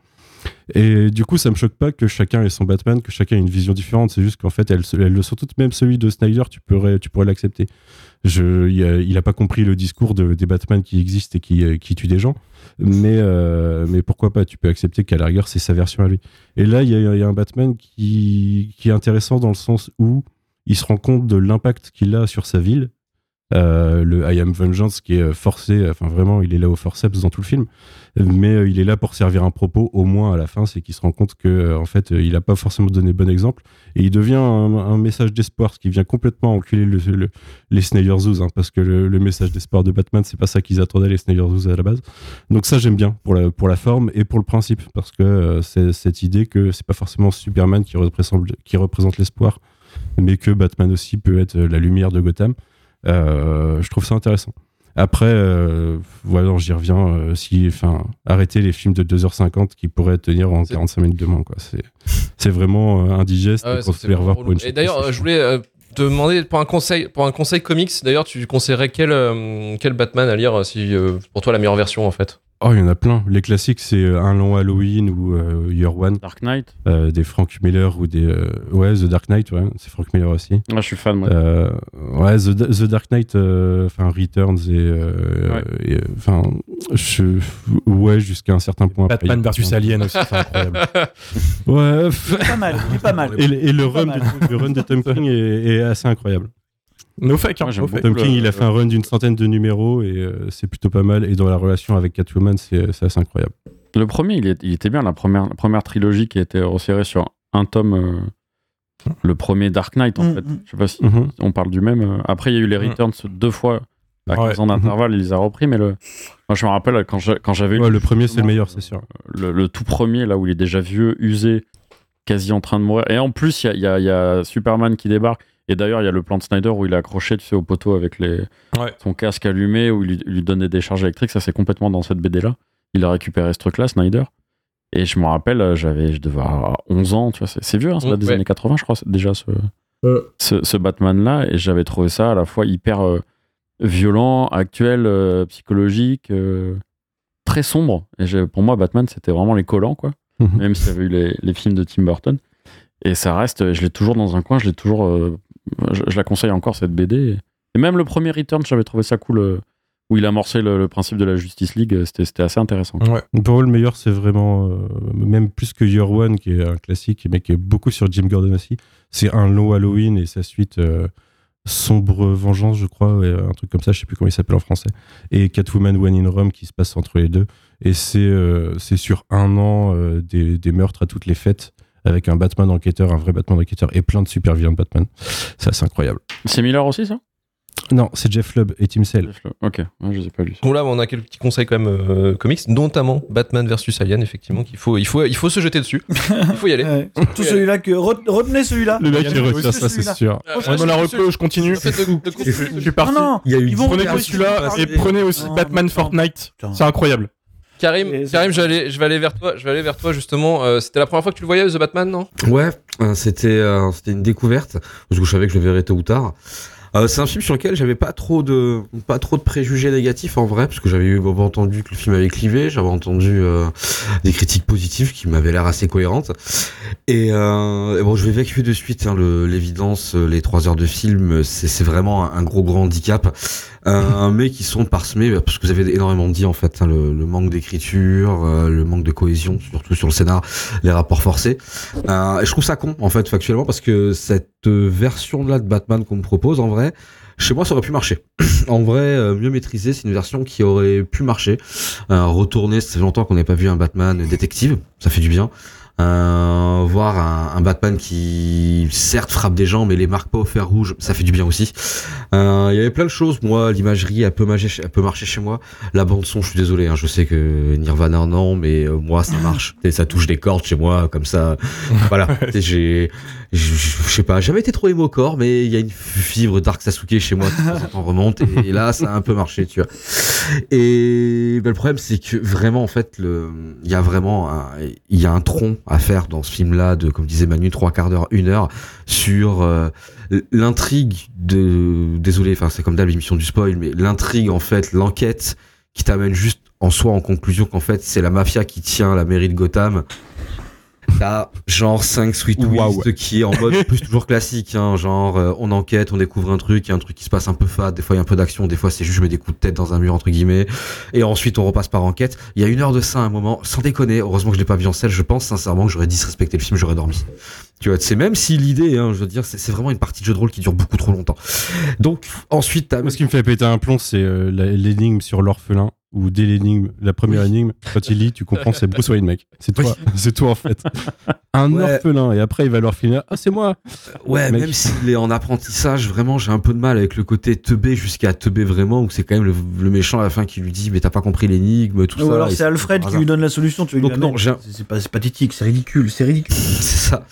Et du coup, ça me choque pas que chacun ait son Batman, que chacun ait une vision différente. C'est juste qu'en fait, elles, elles le sont toutes, même celui de Snyder, tu pourrais, tu pourrais l'accepter. Je, il, a, il a pas compris le discours de, des Batman qui existent et qui, qui tuent des gens. Mais, euh, mais pourquoi pas, tu peux accepter qu'à la rigueur, c'est sa version à lui. Et là, il y a, il y a un Batman qui, qui est intéressant dans le sens où il se rend compte de l'impact qu'il a sur sa ville. Euh, le I Am Vengeance qui est forcé, enfin vraiment, il est là au forceps dans tout le film. Mais euh, il est là pour servir un propos, au moins à la fin, c'est qu'il se rend compte que euh, en fait, euh, il a pas forcément donné bon exemple. Et il devient un, un message d'espoir, ce qui vient complètement enculer le, le, les Snyder Zoos, hein, parce que le, le message d'espoir de Batman, c'est pas ça qu'ils attendaient les Snyder Zoos à la base. Donc ça, j'aime bien pour la, pour la forme et pour le principe, parce que euh, c'est cette idée que c'est pas forcément Superman qui représente, qui représente l'espoir, mais que Batman aussi peut être la lumière de Gotham. Euh, je trouve ça intéressant. Après, euh, voilà, j'y reviens. Euh, si, enfin, arrêter les films de deux heures cinquante qui pourraient tenir en c'est... quarante-cinq minutes de moins, quoi. C'est, c'est vraiment euh, indigeste. Ah ouais, quand tu les revoir pour une. Et d'ailleurs, euh, je voulais euh, te demander pour un conseil, pour un conseil comics. D'ailleurs, tu conseillerais quel, euh, quel Batman à lire si euh, pour toi la meilleure version en fait? Oh, il y en a plein. Les classiques, c'est Un Long Halloween ou euh, Year One. Dark Knight. Euh, des Frank Miller ou des... Euh, ouais, The Dark Knight, ouais. C'est Frank Miller aussi. Ah, je suis fan, moi. Euh, ouais, The, The Dark Knight, enfin, euh, Returns et... Enfin, ouais. ouais, jusqu'à un certain point. Batman versus Alien aussi, c'est incroyable. Ouais. Il est pas mal, il est pas mal. Et, et le, run de, le run de Tom King est, est assez incroyable. No fake, hein. Moi, no fake. Tom King, il a fait un run d'une centaine de numéros et euh, c'est plutôt pas mal. Et dans la relation avec Catwoman, c'est, c'est assez incroyable. Le premier, il, est, il était bien. La première, la première trilogie qui a été resserrée sur un tome. Euh, le premier Dark Knight, en mm-hmm. fait. Je sais pas si mm-hmm. on parle du même. Euh, après, il y a eu les Returns mm-hmm. deux fois à quinze ouais. ans d'intervalle. Mm-hmm. Il les a repris, mais le... moi, je me rappelle quand, je, quand j'avais. Ouais, le premier, c'est le meilleur, c'est sûr. Le, le tout premier, là où il est déjà vieux, usé, quasi en train de mourir. Et en plus, il y, y, y a Superman qui débarque. Et d'ailleurs, il y a le plan de Snyder où il est accroché, tu sais, au poteau avec les... ouais. son casque allumé, où il lui, lui donne des décharges électriques. Ça, c'est complètement dans cette B D-là. Il a récupéré ce truc-là, Snyder. Et je me rappelle, j'avais, je devais avoir onze ans, tu vois, c'est, c'est vieux, hein, c'est mmh, des ouais. années quatre-vingts, je crois, déjà, ce, euh. ce, ce Batman-là. Et j'avais trouvé ça à la fois hyper euh, violent, actuel, euh, psychologique, euh, très sombre. Et j'ai, pour moi, Batman, c'était vraiment les collants, quoi. Mmh. Même s'il y avait eu les, les films de Tim Burton. Et ça reste, je l'ai toujours dans un coin, je l'ai toujours... Euh, Je, je la conseille encore, cette B D. Et même le premier Return, j'avais trouvé ça cool, euh, où il amorçait le, le principe de la Justice League. C'était, c'était assez intéressant. Ouais. Pour eux, le meilleur, c'est vraiment, euh, même plus que Year One, qui est un classique, mais qui est beaucoup sur Jim Gordon aussi. C'est Un Long Halloween et sa suite euh, Sombre Vengeance, je crois, ouais, un truc comme ça, je sais plus comment il s'appelle en français. Et Catwoman When in Rome, qui se passe entre les deux. Et c'est, euh, c'est sur un an euh, des, des meurtres à toutes les fêtes, avec un Batman enquêteur, un vrai Batman enquêteur et plein de super vilains de Batman. Ça, c'est incroyable. C'est Miller aussi, ça? Non, c'est Jeff Lubb et Tim Sale. Jeff Lubb. Ok, ouais, je sais pas lu. Bon, là, on a quelques petits conseils quand même euh, comics, notamment Batman versus Alien, effectivement, qu'il faut, il faut, il faut se jeter dessus. Il faut y aller. Ouais, tout celui-là que retenez celui-là. Le mec qui retient ça, c'est sûr. Euh, dans la reco, je continue. Je suis parti. Non, non, il y a eu prenez que celui-là et prenez aussi Batman Fortnite. C'est incroyable. Karim, Karim, je vais aller, je vais aller vers toi. Je vais aller vers toi justement. Euh, c'était la première fois que tu le voyais, The Batman, non? Ouais, euh, c'était, euh, c'était une découverte parce que je savais que je le verrais tôt ou tard. Euh, c'est un film sur lequel j'avais pas trop de, pas trop de préjugés négatifs en vrai, parce que j'avais eu, j'avais entendu que le film avait clivé, j'avais entendu euh, des critiques positives qui m'avaient l'air assez cohérentes. Et, euh, et bon, je vais évacuer de suite hein, le, l'évidence, les trois heures de film, c'est, c'est vraiment un, un gros gros handicap. Euh, mais qui sont parsemés, parce que vous avez énormément dit en fait, hein, le, le manque d'écriture, euh, le manque de cohésion, surtout sur le scénar, les rapports forcés. Euh, et je trouve ça con en fait factuellement, parce que cette version-là de Batman qu'on me propose, en vrai, chez moi ça aurait pu marcher. En vrai, euh, mieux maîtrisé, c'est une version qui aurait pu marcher. Euh, retourner, ça fait longtemps qu'on n'avait pas vu un Batman détective, ça fait du bien. Euh, voir un, un Batman qui certes frappe des gens mais les marque pas au fer rouge, ça fait du bien aussi. Euh, il y avait plein de choses. Moi, l'imagerie elle peut marcher, elle peut marcher chez moi. La bande son, je suis désolé, hein, je sais que Nirvana non, mais euh, moi ça marche. Et ça touche des cordes chez moi comme ça. Voilà. J'ai, je sais pas, jamais été trop émo-core, mais il y a une fibre Dark Sasuke chez moi qui de temps en temps remonte et, et là ça a un peu marché, tu vois. Et ben, le problème c'est que vraiment en fait le, il y a vraiment, il y a un tronc à faire dans ce film-là de, comme disait Manu, trois quarts d'heure, une heure, sur euh, l'intrigue de, désolé, enfin c'est comme d'hab l'émission du spoil, mais l'intrigue en fait, l'enquête qui t'amène juste en soi en conclusion qu'en fait c'est la mafia qui tient la mairie de Gotham. T'as genre cinq sweet Wow. twists qui est en mode plus toujours classique, hein, genre euh, on enquête, on découvre un truc, il y a un truc qui se passe un peu fade, des fois il y a un peu d'action, des fois c'est juste je mets des coups de tête dans un mur entre guillemets, et ensuite on repasse par enquête. Il y a une heure de ça à un moment, sans déconner, heureusement que je l'ai pas vu en salle, je pense sincèrement que j'aurais disrespecté le film, j'aurais dormi. Tu vois, c'est même si l'idée, hein, je veux dire, c'est, c'est vraiment une partie de jeu de rôle qui dure beaucoup trop longtemps. Donc ensuite t'as... Moi, ce qui me fait péter un plomb, c'est euh, la- l'énigme sur l'orphelin. Ou dès l'énigme, la première Oui. énigme, quand il lit, tu comprends, c'est Bruce Wayne, mec. C'est toi, c'est toi en fait. Un Ouais. orphelin, et après il va l'orphelin. Ah, c'est moi. Ouais, Mec. même s'il est en apprentissage, vraiment, j'ai un peu de mal avec le côté teubé jusqu'à teubé vraiment, où c'est quand même le, le méchant à la fin qui lui dit, mais t'as pas compris l'énigme, tout Ou ça. alors et c'est Alfred par qui lui hasard. donne la solution, tu veux Donc lui non, amener. j'ai un- c'est, c'est pas c'est pathétique, c'est ridicule, c'est ridicule. C'est ça.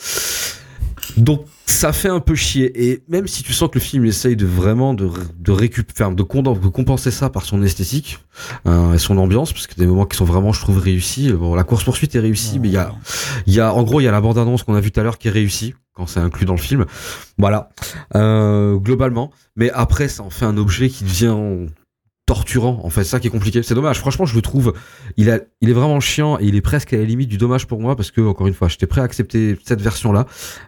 Donc, ça fait un peu chier. Et même si tu sens que le film essaye de vraiment de, de récupérer, de, conden- de compenser ça par son esthétique euh, et son ambiance, parce que des moments qui sont vraiment, je trouve, réussis. Bon, la course-poursuite est réussie, mais il y a, il y a, en gros, il y a la bande-annonce qu'on a vue tout à l'heure qui est réussie, quand c'est inclus dans le film. Voilà. Euh, globalement. Mais après, ça en fait un objet qui devient torturant, en fait, c'est ça qui est compliqué. C'est dommage, franchement, je le trouve, il, a, il est vraiment chiant et il est presque à la limite du dommage pour moi parce que, encore une fois, j'étais prêt à accepter cette version-là.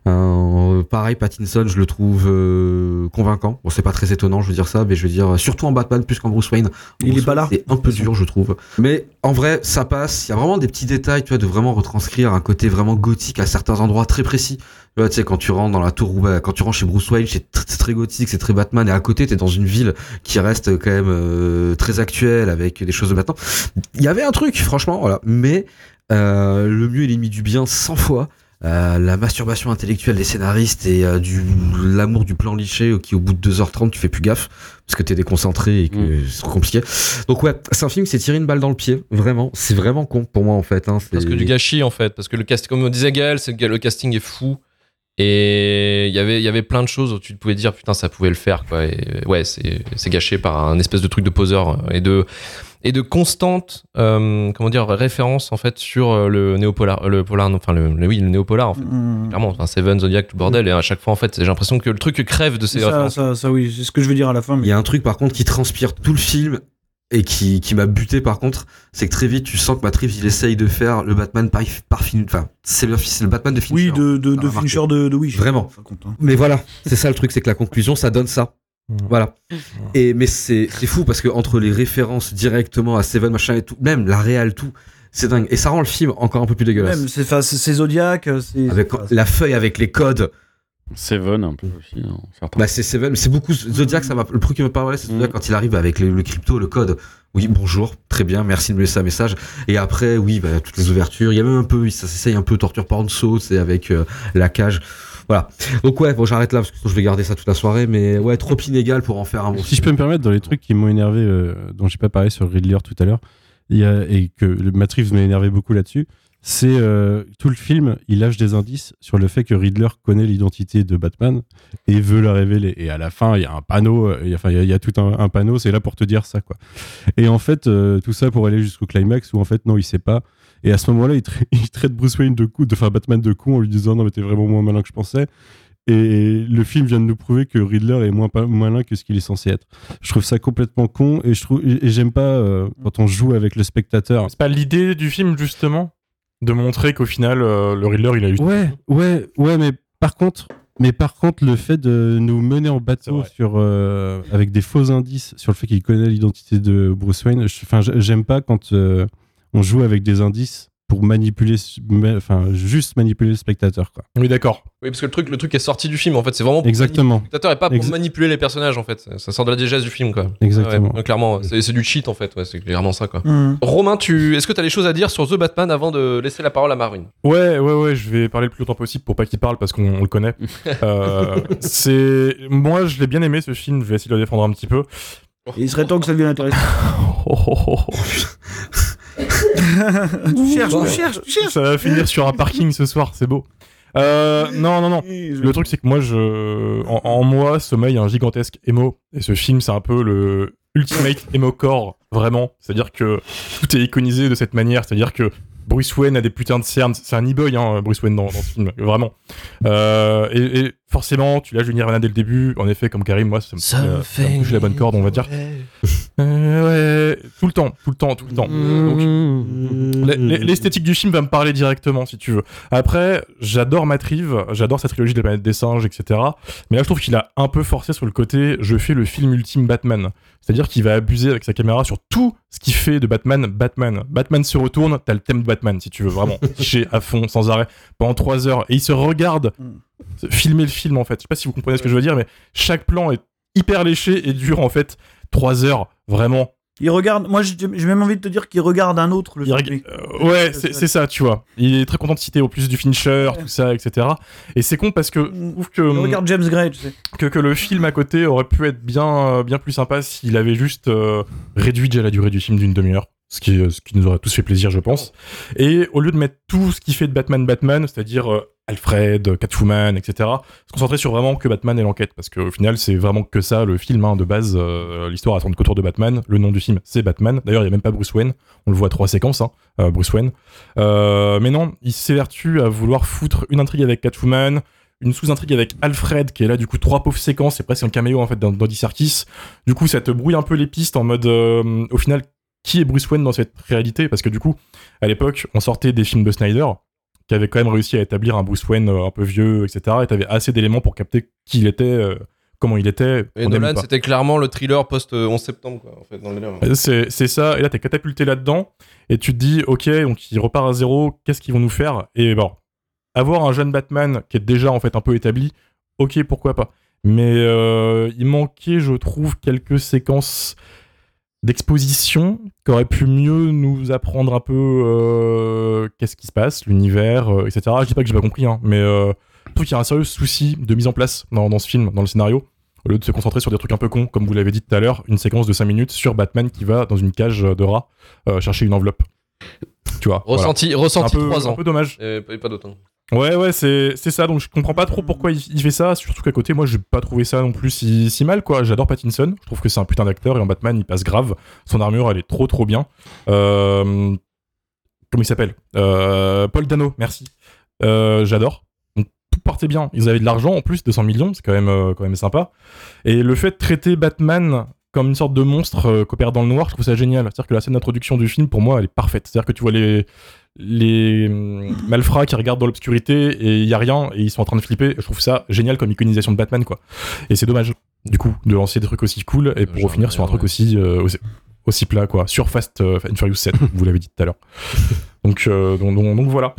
Euh, pareil, Pattinson, je le trouve euh, convaincant. Bon, c'est pas très étonnant, je veux dire ça, mais je veux dire, surtout en Batman plus qu'en Bruce Wayne. Il Bruce est pas là. C'est un peu dur, je trouve. Mais en vrai, ça passe. Il y a vraiment des petits détails, tu vois, de vraiment retranscrire un côté vraiment gothique à certains endroits très précis. Tu vois, tu sais, quand tu rentres dans la tour, bah, quand tu rentres chez Bruce Wayne, c'est très, c'est très gothique, c'est très Batman, et à côté, t'es dans une ville qui reste quand même euh, très actuelle, avec des choses de maintenant. Il y avait un truc, franchement, voilà. Mais euh, le mieux est l'ennemi du bien cent fois. Euh, la masturbation intellectuelle des scénaristes et euh, du l'amour du plan liché qui au bout de deux heures trente tu fais plus gaffe parce que t'es déconcentré et que Mm. c'est trop compliqué. Donc ouais, c'est un film qui s'est tiré une balle dans le pied, vraiment. C'est vraiment con pour moi en fait. Hein. C'est... Parce que du gâchis en fait, parce que le cast, comme disait Gaël, c'est que le casting est fou et il y avait il y avait plein de choses où tu te pouvais dire putain ça pouvait le faire quoi. Et ouais, c'est c'est gâché par un espèce de truc de poseur et de et de constante euh, comment dire référence en fait sur euh, le néopolar le polar enfin le, le oui le néopolar en fait. Mmh. Clairement, enfin Seven, Zodiac, tout le bordel et à chaque fois en fait j'ai l'impression que le truc crève de ces Ça, références. ça, ça, oui, c'est ce que je veux dire à la fin. Il Mais... y a un truc par contre qui transpire tout le film et qui, qui m'a buté par contre, c'est que très vite tu sens que Matt Reeves il essaye de faire le Batman par, par Fin- enfin c'est le, c'est le Batman de Fincher. Oui, de, de, Ça de m'a marqué. Fincher de, de Wish. Vraiment. Ça compte, hein. Mais voilà, c'est ça le truc, c'est que la conclusion ça donne ça. Voilà. Et mais c'est c'est fou parce que entre les références directement à Seven machin et tout, même la réal tout, c'est dingue et ça rend le film encore un peu plus dégueulasse. Même, c'est, enfin, c'est, c'est Zodiac, c'est. Avec c'est- la feuille avec les codes. Seven un peu aussi, hein, certains. Bah c'est Seven, mais c'est beaucoup Zodiac, ça m'a le truc qui me parle c'est Zodiac Mm. quand il arrive avec le, le crypto, le code. Oui, bonjour, très bien, merci de me laisser un message. Et après, oui, bah, toutes les ouvertures, il y a même un peu, ça s'essaye un peu torture porno, c'est avec euh, la cage. Voilà. Donc ouais, bon, j'arrête là parce que sinon je vais garder ça toute la soirée, mais ouais, trop inégal pour en faire un bon Si je peux me permettre, dans les trucs qui m'ont énervé, euh, dont j'ai pas parlé sur Riddler tout à l'heure, il y a, et que le Matt Reeves m'a énervé beaucoup là-dessus, c'est euh, tout le film, il lâche des indices sur le fait que Riddler connaît l'identité de Batman et veut la révéler. Et à la fin, il y a un panneau, euh, il y a- enfin, il y, a- il y a tout un, un panneau, c'est là pour te dire ça, quoi. Et en fait, euh, tout ça pour aller jusqu'au climax où en fait, non, il sait pas. Et à ce moment-là, il, tra- il traite Bruce Wayne de coup, de faire Batman de con en lui disant non, mais t'es vraiment moins malin que je pensais. Et le film vient de nous prouver que Riddler est moins pa- malin que ce qu'il est censé être. Je trouve ça complètement con et je trouve et et j'aime pas euh, quand on joue avec le spectateur. C'est pas l'idée du film, justement, de montrer qu'au final, euh, le Riddler, il a eu. Ouais, ouais, ouais, mais par contre, mais par contre, le fait de nous mener en C'est bateau vrai. sur euh, avec des faux indices sur le fait qu'il connaît l'identité de Bruce Wayne, je- enfin, je- j'aime pas quand euh, on joue avec des indices pour manipuler, enfin, juste manipuler le spectateur, quoi. Oui, d'accord. Oui, parce que le truc, le truc est sorti du film en fait, c'est vraiment pour Exactement. manipuler le spectateur et pas pour Exa- manipuler les personnages en fait. Ça sort de la digeste du film quoi. Exactement. Ouais, ouais, clairement, c'est, c'est du cheat en fait, ouais, c'est clairement ça quoi. Mmh. Romain, tu, est-ce que t'as des choses à dire sur The Batman avant de laisser la parole à Marvin? Ouais, ouais, ouais, je vais parler le plus longtemps possible pour pas qu'il parle parce qu'on on le connaît. euh, c'est... Moi, je l'ai bien aimé ce film, je vais essayer de le défendre un petit peu. Et il serait temps que ça devienne intéressant. Oh, oh, oh, oh. tu cherches, tu cherches, tu cherches. Ça va finir sur un parking ce soir, c'est beau. Euh, non, non, non. Le truc, c'est que moi, je, en, en moi, sommeille un gigantesque émo. Et ce film, c'est un peu le ultimate emo core, vraiment. C'est-à-dire que tout est iconisé de cette manière. C'est-à-dire que Bruce Wayne a des putains de cernes. C'est un e-boy, hein, Bruce Wayne dans, dans ce film, vraiment. Euh, et, et forcément, tu lâches Nirvana dès le début. En effet, comme Karim, moi, ça me, ça me, ça me touche la bonne corde, on va dire. Euh, ouais, tout le temps, tout le temps, tout le temps. Donc, l'esthétique du film va me parler directement, si tu veux. Après, j'adore Matt Reeves, j'adore sa trilogie de la planète des singes, et cetera. Mais là, je trouve qu'il a un peu forcé sur le côté « je fais le film ultime Batman ». C'est-à-dire qu'il va abuser avec sa caméra sur tout ce qui fait de Batman Batman. Batman se retourne, t'as le thème de Batman, si tu veux, vraiment. Cliché à fond, sans arrêt, pendant trois heures. Et il se regarde filmer le film, en fait. Je sais pas si vous comprenez ce que je veux dire, mais chaque plan est hyper léché et dure, en fait, trois heures, vraiment. Il regarde, moi j'ai même envie de te dire qu'il regarde un autre. Le reg... euh, ouais, c'est, c'est ça, tu vois. Il est très content de citer au plus du Fincher, ouais. tout ça, et cetera. Et c'est con parce que je trouve que. Il regarde James Gray, tu sais. Que, que le film à côté aurait pu être bien, bien plus sympa s'il avait juste euh, réduit déjà la durée du film d'une demi-heure. Ce qui, ce qui nous aurait tous fait plaisir, je pense. Et au lieu de mettre tout ce qui fait de Batman Batman, c'est-à-dire euh, Alfred, Catwoman, et cetera, se concentrer sur vraiment que Batman et l'enquête. Parce qu'au final, c'est vraiment que ça, le film, hein, de base. Euh, l'histoire elle tourne qu'autour de Batman. Le nom du film, c'est Batman. D'ailleurs, il n'y a même pas Bruce Wayne. On le voit à trois séquences, hein, euh, Bruce Wayne. Euh, mais non, il s'évertue à vouloir foutre une intrigue avec Catwoman, une sous-intrigue avec Alfred, qui est là, du coup, trois pauvres séquences. C'est presque un caméo, en fait, d'Andy Serkis. Du coup, ça te brouille un peu les pistes en mode, euh, au final, qui est Bruce Wayne dans cette réalité, parce que du coup, à l'époque, on sortait des films de Snyder, qui avaient quand même réussi à établir un Bruce Wayne un peu vieux, et cetera, et t'avais assez d'éléments pour capter qui il était, euh, comment il était. Et Nolan, c'était clairement le thriller post-onze septembre, quoi, en fait, dans le délire. C'est, c'est ça, et là, t'es catapulté là-dedans, et tu te dis, ok, donc il repart à zéro, qu'est-ce qu'ils vont nous faire? Et bon, avoir un jeune Batman qui est déjà, en fait, un peu établi, ok, pourquoi pas. Mais euh, il manquait, je trouve, quelques séquences d'exposition qui aurait pu mieux nous apprendre un peu euh, qu'est-ce qui se passe, l'univers, euh, et cetera. Je dis pas que j'ai pas compris, hein, mais euh, je trouve qu'il y a un sérieux souci de mise en place dans, dans ce film, dans le scénario, au lieu de se concentrer sur des trucs un peu cons, comme vous l'avez dit tout à l'heure, une séquence de cinq minutes sur Batman qui va dans une cage de rats euh, chercher une enveloppe. Tu vois. Ressenti, voilà. ressenti un peu, trois ans. Un peu dommage. Et pas d'autant. Ouais, ouais, c'est, c'est ça, donc je comprends pas trop pourquoi il, il fait ça, surtout qu'à côté, moi, j'ai pas trouvé ça non plus si, si mal, quoi. J'adore Pattinson, je trouve que c'est un putain d'acteur, et en Batman, il passe grave. Son armure, elle est trop, trop bien. Euh... Comment il s'appelle euh... Paul Dano, merci. Euh, j'adore. Donc, tout partait bien. Ils avaient de l'argent, en plus, deux cents millions, c'est quand même, euh, quand même sympa. Et le fait de traiter Batman comme une sorte de monstre euh, qu'opère dans le noir, je trouve ça génial. C'est-à-dire que la scène d'introduction du film, pour moi, elle est parfaite. C'est-à-dire que tu vois les... les malfrats qui regardent dans l'obscurité et il y a rien et ils sont en train de flipper. Je trouve ça génial comme iconisation de Batman, quoi. Et c'est dommage, du coup, de lancer des trucs aussi cool et pour Genre, finir sur un ouais. truc aussi, euh, aussi aussi plat, quoi. Sur Fast euh, and Furious sept, vous l'avez dit tout à l'heure. Donc, euh, donc, donc, donc voilà.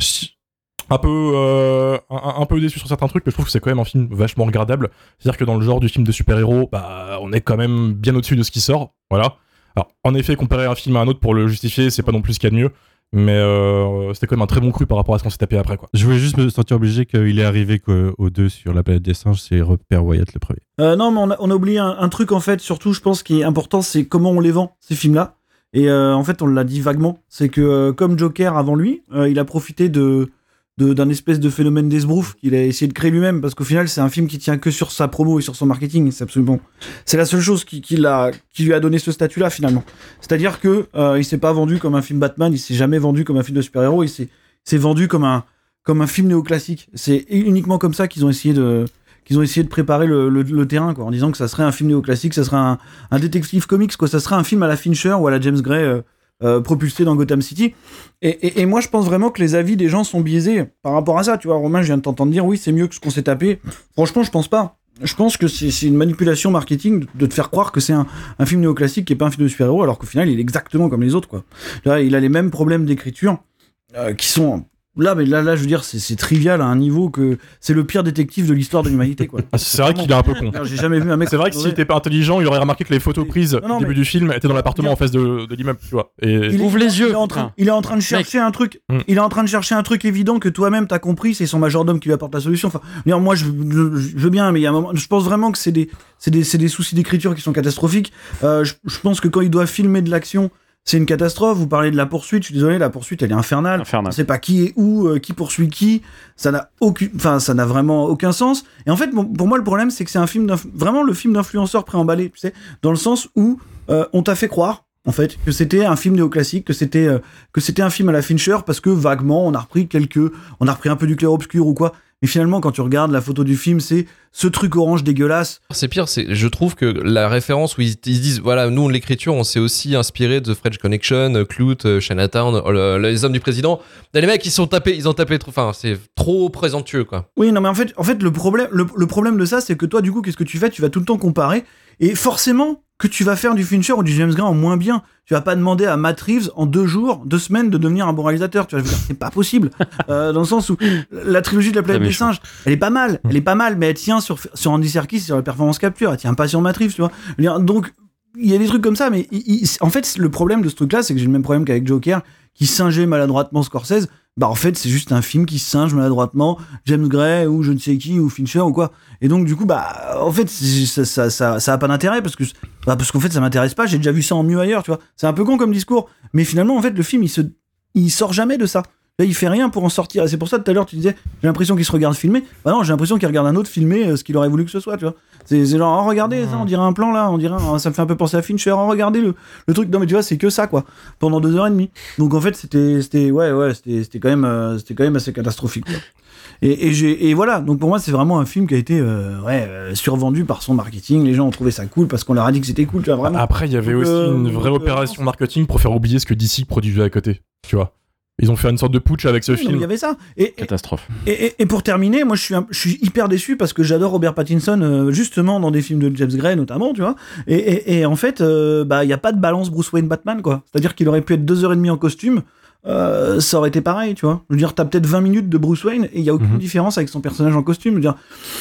Un peu, euh, un, un peu déçu sur certains trucs, mais je trouve que c'est quand même un film vachement regardable. C'est-à-dire que dans le genre du film de super-héros, bah, on est quand même bien au-dessus de ce qui sort. Voilà. Alors, en effet, comparer un film à un autre pour le justifier, c'est pas non plus ce qu'il y a de mieux. Mais euh, c'était quand même un très bon cru par rapport à ce qu'on s'est tapé après, quoi. Je voulais juste me sentir obligé qu'il est arrivé qu'aux deux sur la planète des singes, c'est Robert Wyatt le premier. Euh, non, mais on a, on a oublié un, un truc, en fait, surtout, je pense, qui est important, c'est comment on les vend, ces films-là. Et euh, en fait, on l'a dit vaguement, c'est que euh, comme Joker avant lui, euh, il a profité de, de, d'un espèce de phénomène d'esbrouf qu'il a essayé de créer lui-même, parce qu'au final, c'est un film qui tient que sur sa promo et sur son marketing. C'est absolument, c'est la seule chose qui, qui, l'a, qui lui a donné ce statut-là, finalement. C'est-à-dire que euh, il s'est pas vendu comme un film Batman, il s'est jamais vendu comme un film de super-héros, il s'est, s'est vendu comme un, comme un film néoclassique. C'est uniquement comme ça qu'ils ont essayé de, qu'ils ont essayé de préparer le, le, le terrain, quoi, en disant que ça serait un film néoclassique, ça serait un, un détective comics, quoi, ça serait un film à la Fincher ou à la James Gray, euh, Euh, propulsé dans Gotham City. Et, et, et moi, je pense vraiment que les avis des gens sont biaisés par rapport à ça. Tu vois, Romain, je viens de t'entendre dire, oui, c'est mieux que ce qu'on s'est tapé. Franchement, je pense pas. Je pense que c'est, c'est une manipulation marketing de, de te faire croire que c'est un, un film néoclassique qui est pas un film de super-héros, alors qu'au final, il est exactement comme les autres, quoi. Là, il a les mêmes problèmes d'écriture euh, qui sont... Là, mais là, là, je veux dire, c'est, c'est trivial à un niveau que c'est le pire détective de l'histoire de l'humanité, quoi. Ah, c'est vrai qu'il est un peu con. J'ai jamais vu un mec. C'est vrai que s'il était pas intelligent, il aurait remarqué que les photos prises non, non, au début mais... du film étaient dans l'appartement bien... en face de, de l'immeuble, tu vois. Et... Il ouvre les yeux. Il est en train, il est en train de chercher mec. un truc. Mm. Il est en train de chercher un truc évident que toi-même t'as compris. C'est son majordome qui lui apporte la solution. Enfin, moi, je, je, je veux bien, mais il y a un moment, je pense vraiment que c'est des, c'est des, c'est des soucis d'écriture qui sont catastrophiques. Euh, je, je pense que quand il doit filmer de l'action, c'est une catastrophe. Vous parlez de la poursuite, je suis désolé, la poursuite elle est infernale. Infernal. On sait pas qui est où, euh, qui poursuit qui. Ça n'a aucun, enfin ça n'a vraiment aucun sens. Et en fait, bon, pour moi le problème c'est que c'est un film vraiment le film d'influenceur préemballé, tu sais, dans le sens où euh, on t'a fait croire en fait, que c'était un film néoclassique, que c'était euh, que c'était un film à la Fincher parce que vaguement on a repris quelques, on a repris un peu du clair-obscur ou quoi. Mais finalement, quand tu regardes la photo du film, c'est ce truc orange dégueulasse. C'est pire, c'est, je trouve que la référence où ils, ils se disent, voilà, nous, l'écriture, on s'est aussi inspiré de French Connection, Clout, Chinatown, le, les hommes du président. Les mecs, ils sont tapés, ils ont tapé trop, enfin, c'est trop présomptueux, quoi. Oui, non, mais en fait, en fait le, problème, le, le problème de ça, c'est que toi, du coup, qu'est-ce que tu fais ? Tu vas tout le temps comparer, et forcément, que tu vas faire du Fincher ou du James Gray en moins bien. Tu vas pas demander à Matt Reeves, en deux jours, deux semaines, de devenir un bon réalisateur. Tu vas dire, c'est pas possible. euh, dans le sens où la trilogie de la planète des singes, elle est pas mal, elle est pas mal, mais elle tient sur, sur Andy Serkis, sur la performance capture, elle tient pas sur Matt Reeves, tu vois. Donc, il y a des trucs comme ça, mais il, il, en fait, le problème de ce truc-là, c'est que j'ai le même problème qu'avec Joker, qui singeait maladroitement Scorsese. Bah en fait c'est juste un film qui singe maladroitement James Gray ou je ne sais qui ou Fincher ou quoi, et donc du coup bah en fait ça ça ça, ça a pas d'intérêt parce que bah, parce qu'en fait ça m'intéresse pas, j'ai déjà vu ça en mieux ailleurs, tu vois. C'est un peu con comme discours, mais finalement en fait le film il se il sort jamais de ça. Là, il fait rien pour en sortir, et c'est pour ça tout à l'heure tu disais j'ai l'impression qu'il se regarde filmer. Bah non, j'ai l'impression qu'il regarde un autre filmer euh, ce qu'il aurait voulu que ce soit, tu vois. C'est, c'est genre oh, regardez ça, on dirait un plan là, on dirait un, ça me fait un peu penser à Fincher. Oh, regardez le, le truc. Non mais tu vois, c'est que ça quoi pendant deux heures et demie. Donc en fait c'était c'était ouais ouais c'était c'était quand même euh, c'était quand même assez catastrophique, quoi. Et, et, j'ai, et voilà, donc pour moi c'est vraiment un film qui a été euh, ouais, euh, survendu par son marketing. Les gens ont trouvé ça cool parce qu'on leur a dit que c'était cool, tu vois, vraiment. Après il y avait donc, aussi euh, une vraie donc, opération marketing pour faire oublier ce que D C produisait à côté, tu vois. Ils ont fait une sorte de putsch avec ce oui, film. Il y avait ça. Et, Catastrophe. Et, et, et pour terminer, moi je suis, un, je suis hyper déçu parce que j'adore Robert Pattinson euh, justement dans des films de James Gray notamment, tu vois. Et, et, et en fait, euh, bah il y a pas de balance Bruce Wayne Batman, quoi. C'est-à-dire qu'il aurait pu être deux heures et demie en costume, euh, ça aurait été pareil, tu vois. Je veux dire, t'as peut-être vingt minutes de Bruce Wayne et il y a aucune mm-hmm. différence avec son personnage en costume. Je veux dire,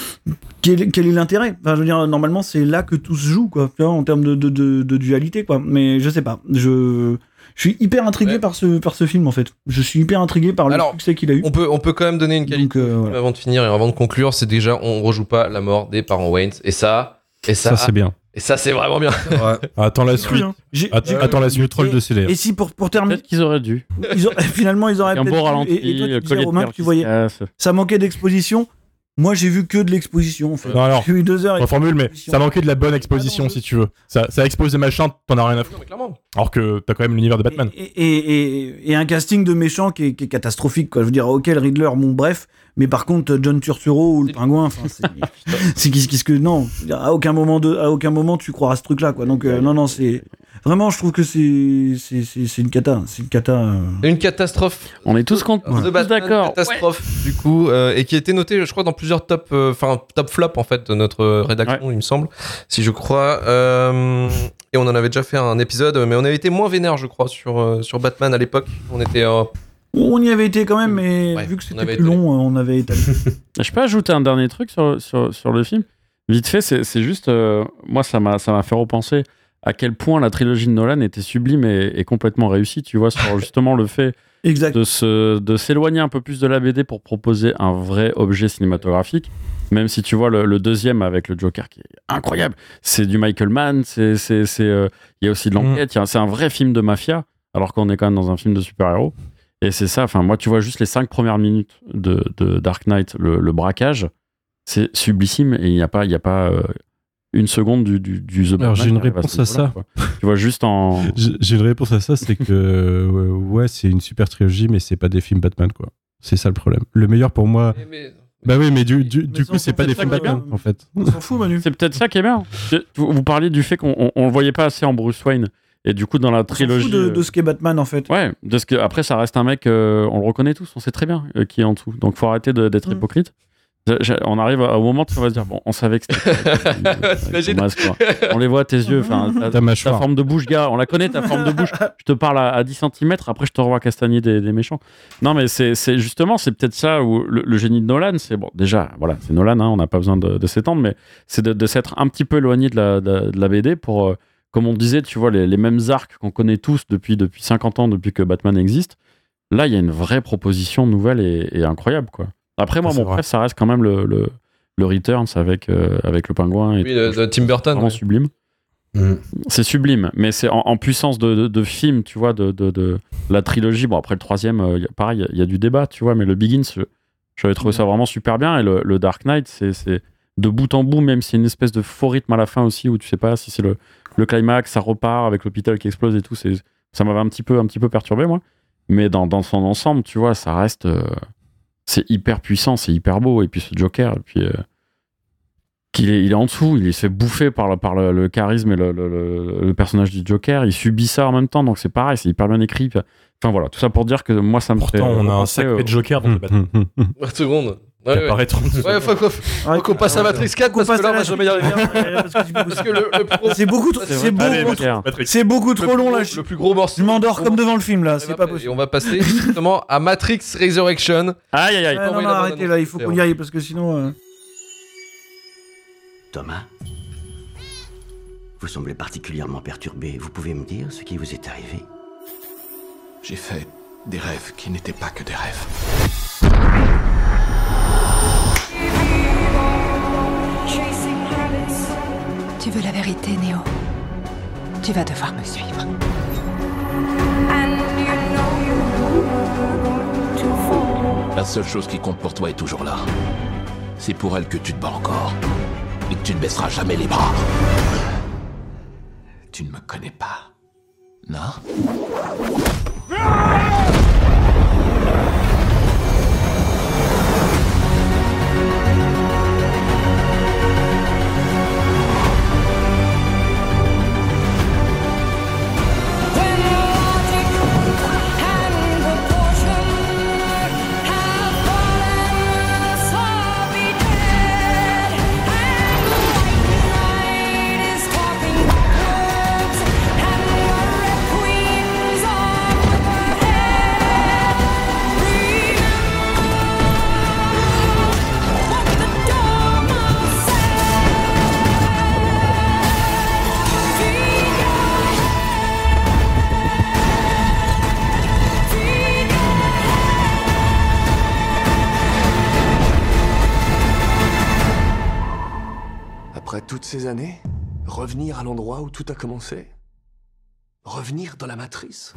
quel, quel est l'intérêt ? Enfin, je veux dire, normalement c'est là que tout se joue, quoi. Tu vois, en termes de, de, de, de dualité, quoi. Mais je sais pas, je Je suis hyper intrigué ouais. par, ce, par ce film en fait. Je suis hyper intrigué par le Alors, succès qu'il a eu. On peut, on peut quand même donner une qualité. Donc, euh, voilà. Avant de finir et avant de conclure, c'est déjà on rejoue pas la mort des parents Wayne. Et ça, et ça, ça c'est bien. Et ça c'est vraiment bien. Ouais. Attends la suite. J'ai, Attends, j'ai, attends la suite. Le troll de C D R. Et si pour, pour terminer. Peut-être qu'ils auraient dû. Ils ont, finalement ils auraient un peut-être beau ralenti, et, et toi, tu disais, Romain, que tu qui voyais. casse. Ça manquait d'exposition. Moi, j'ai vu que de l'exposition, en fait. Non, alors, j'ai eu deux heures. On formule, mais ça manquait de la bonne exposition, ah non, si tu veux. Ça, ça expose des machins, t'en as rien à foutre. Alors que t'as quand même l'univers de Batman. Et, et, et, et un casting de méchants qui est, qui est catastrophique, quoi. Je veux dire, ok, le Riddler, bon, bref. Mais par contre, John Turturro ou le Pingouin, enfin, c'est, c'est qu'est-ce que non. À aucun moment de, à aucun moment tu crois à ce truc-là, quoi. Donc euh, non, non, c'est vraiment, je trouve que c'est, c'est, c'est, c'est une cata, c'est une cata. Euh... Une catastrophe. On est tous contents, ouais. tous d'accord. Catastrophe, ouais. Du coup, euh, et qui a été noté, je crois, dans plusieurs top, enfin euh, top flop en fait de notre rédaction, ouais. il me semble, si je crois. Euh, et on en avait déjà fait un épisode, mais on avait été moins vénère, je crois, sur euh, sur Batman à l'époque. On était euh, On y avait été quand même, mais ouais, vu que c'était plus long, on avait étalé. Je peux ajouter un dernier truc sur, sur, sur le film ? Vite fait, c'est, c'est juste... Euh, moi, ça m'a, ça m'a fait repenser à quel point la trilogie de Nolan était sublime et, et complètement réussie, tu vois, sur justement le fait exact. de, se, de s'éloigner un peu plus de la B D pour proposer un vrai objet cinématographique. Même si tu vois le, le deuxième avec le Joker qui est incroyable. C'est du Michael Mann, c'est, c'est, c'est, euh, y a aussi de l'enquête, mmh. c'est un vrai film de mafia, alors qu'on est quand même dans un film de super-héros. Et c'est ça, enfin, moi, tu vois juste les cinq premières minutes de, de Dark Knight, le, le braquage, c'est sublissime et il n'y a pas, y a pas euh, une seconde du, du, du The Batman. Alors, j'ai une réponse à, à ça. Quoi. Tu vois, juste en. J'ai, j'ai une réponse à ça, c'est que, euh, ouais, c'est une super trilogie, mais c'est pas des films Batman, quoi. C'est ça le problème. Le meilleur pour moi. Mais, mais... Bah oui, mais du, du, mais du coup, c'est pas des films Batman, en fait. On s'en fout, Manu. C'est peut-être ça qui est bien. Vous, vous parliez du fait qu'on on, on le voyait pas assez en Bruce Wayne. Et du coup, dans la trilogie. On s'en fout de, de ce qu'est Batman, en fait. Ouais, de ce que, après, ça reste un mec, euh, on le reconnaît tous, on sait très bien euh, qui est en dessous. Donc, faut arrêter de, d'être mmh. hypocrite. Je, on arrive au moment où on va se dire, bon, on savait que c'était. masque, on les voit, tes yeux, enfin, ta, ta, ta forme de bouche, gars, on la connaît, ta forme de bouche. Je te parle à, à dix centimètres, après, je te revois castagner des, des méchants. Non, mais c'est, c'est justement, c'est peut-être ça où le, le génie de Nolan, c'est bon, déjà, voilà, c'est Nolan, hein, on n'a pas besoin de, de s'étendre, mais c'est de, de s'être un petit peu éloigné de la, de, de la B D pour. Euh, Comme on disait, tu vois, les, les mêmes arcs qu'on connaît tous depuis, depuis cinquante ans, depuis que Batman existe. Là, il y a une vraie proposition nouvelle et, et incroyable, quoi. Après, moi, ça, mon préf, ça reste quand même le, le, le Returns avec, euh, avec le pingouin. Et oui, de, de Tim Burton. Vraiment ouais. sublime. Mmh. C'est sublime, mais c'est en, en puissance de, de, de film, tu vois, de, de, de la trilogie. Bon, après le troisième, euh, y a, pareil, il y, y a du débat, tu vois, mais le Begins, je, j'avais trouvé mmh. ça vraiment super bien. Et le, le Dark Knight, c'est, c'est de bout en bout, même s'il y a une espèce de faux rythme à la fin aussi, où tu sais pas si c'est le, le climax, ça repart avec l'hôpital qui explose et tout. C'est, ça m'avait un petit peu, un petit peu perturbé, moi. Mais dans, dans son ensemble, tu vois, ça reste... Euh, c'est hyper puissant, c'est hyper beau. Et puis ce Joker, et puis... Euh, qu'il est, il est en dessous, il se fait bouffer par, le, par le, le charisme et le, le, le, le personnage du Joker, il subit ça en même temps, donc c'est pareil, c'est hyper bien écrit. Enfin voilà, tout ça pour dire que moi ça me Pourtant, fait... on a un penser, sacré euh, Joker dans le Batman. Une seconde. Qui Ouais, ouais. apparaît trente Ouais, faut, faut, faut Ouais, qu'on passe à Matrix quatre qu'on parce que passe là, à on va la jamais y suite. arriver. Ouais, parce que du coup, Parce que le, le plus gros, c'est beaucoup trop, C'est c'est vrai. Allez, beaucoup, Joker. Matrix. c'est beaucoup trop long là. le plus gros morceau. Je m'endors comme devant le film là, c'est pas Et possible. on va passer justement à Matrix Resurrection. Aïe aïe aïe. Ouais, non, envoyer non, la arrêtez bande-annonce. là, il faut C'est qu'on bon. y aille parce que sinon. euh, Thomas, vous semblez particulièrement perturbé. Vous pouvez me dire ce qui vous est arrivé? J'ai fait des rêves qui n'étaient pas que des rêves. Tu veux la vérité, Néo? Tu vas devoir me suivre. La seule chose qui compte pour toi est toujours là. C'est pour elle que tu te bats encore. Et que tu ne baisseras jamais les bras. Tu ne me connais pas, non? Après toutes ces années, revenir à l'endroit où tout a commencé? Revenir dans la matrice?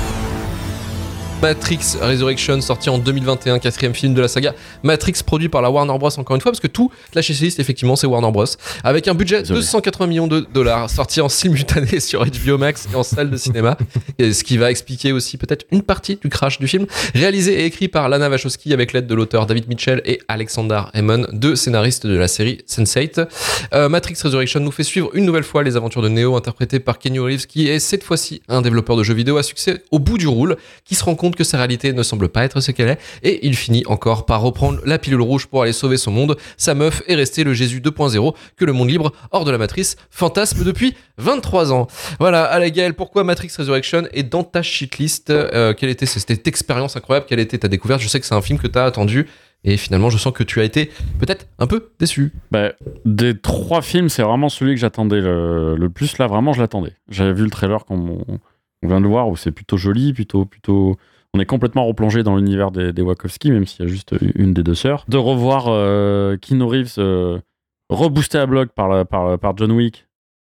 Matrix Resurrection, sorti en deux mille vingt et un, quatrième film de la saga Matrix, produit par la Warner Bros. Encore une fois, parce que tout la checklist, effectivement, c'est Warner Bros. Avec un budget Désolé. de cent quatre-vingts millions de dollars, sorti en simultané sur H B O Max et en salle de cinéma. Et ce qui va expliquer aussi peut-être une partie du crash du film. Réalisé et écrit par Lana Wachowski avec l'aide de l'auteur David Mitchell et Alexander Hammond, deux scénaristes de la série sense eight. Euh, Matrix Resurrection nous fait suivre une nouvelle fois les aventures de Neo, interprété par Keanu Reeves, qui est cette fois-ci un développeur de jeux vidéo à succès au bout du roule, qui se rend compte que sa réalité ne semble pas être ce qu'elle est, et il finit encore par reprendre la pilule rouge pour aller sauver son monde. Sa meuf est restée le Jésus deux point zéro que le monde libre, hors de la matrice, fantasme depuis vingt-trois ans. Voilà, allez Gaël, pourquoi Matrix Resurrection est dans ta shitlist? euh, Quelle était cette expérience incroyable? Quelle était ta découverte? Je sais que c'est un film que tu as attendu, et finalement je sens que tu as été peut-être un peu déçu. Bah, des trois films, c'est vraiment celui que j'attendais le, le plus. Là, vraiment, je l'attendais. J'avais vu le trailer quand on, on vient de le voir, où c'est plutôt joli, plutôt, plutôt. On est complètement replongé dans l'univers des, des Wachowski, même s'il y a juste une des deux sœurs. De revoir euh, Keanu Reeves euh, reboosté à bloc par, la, par, par John Wick.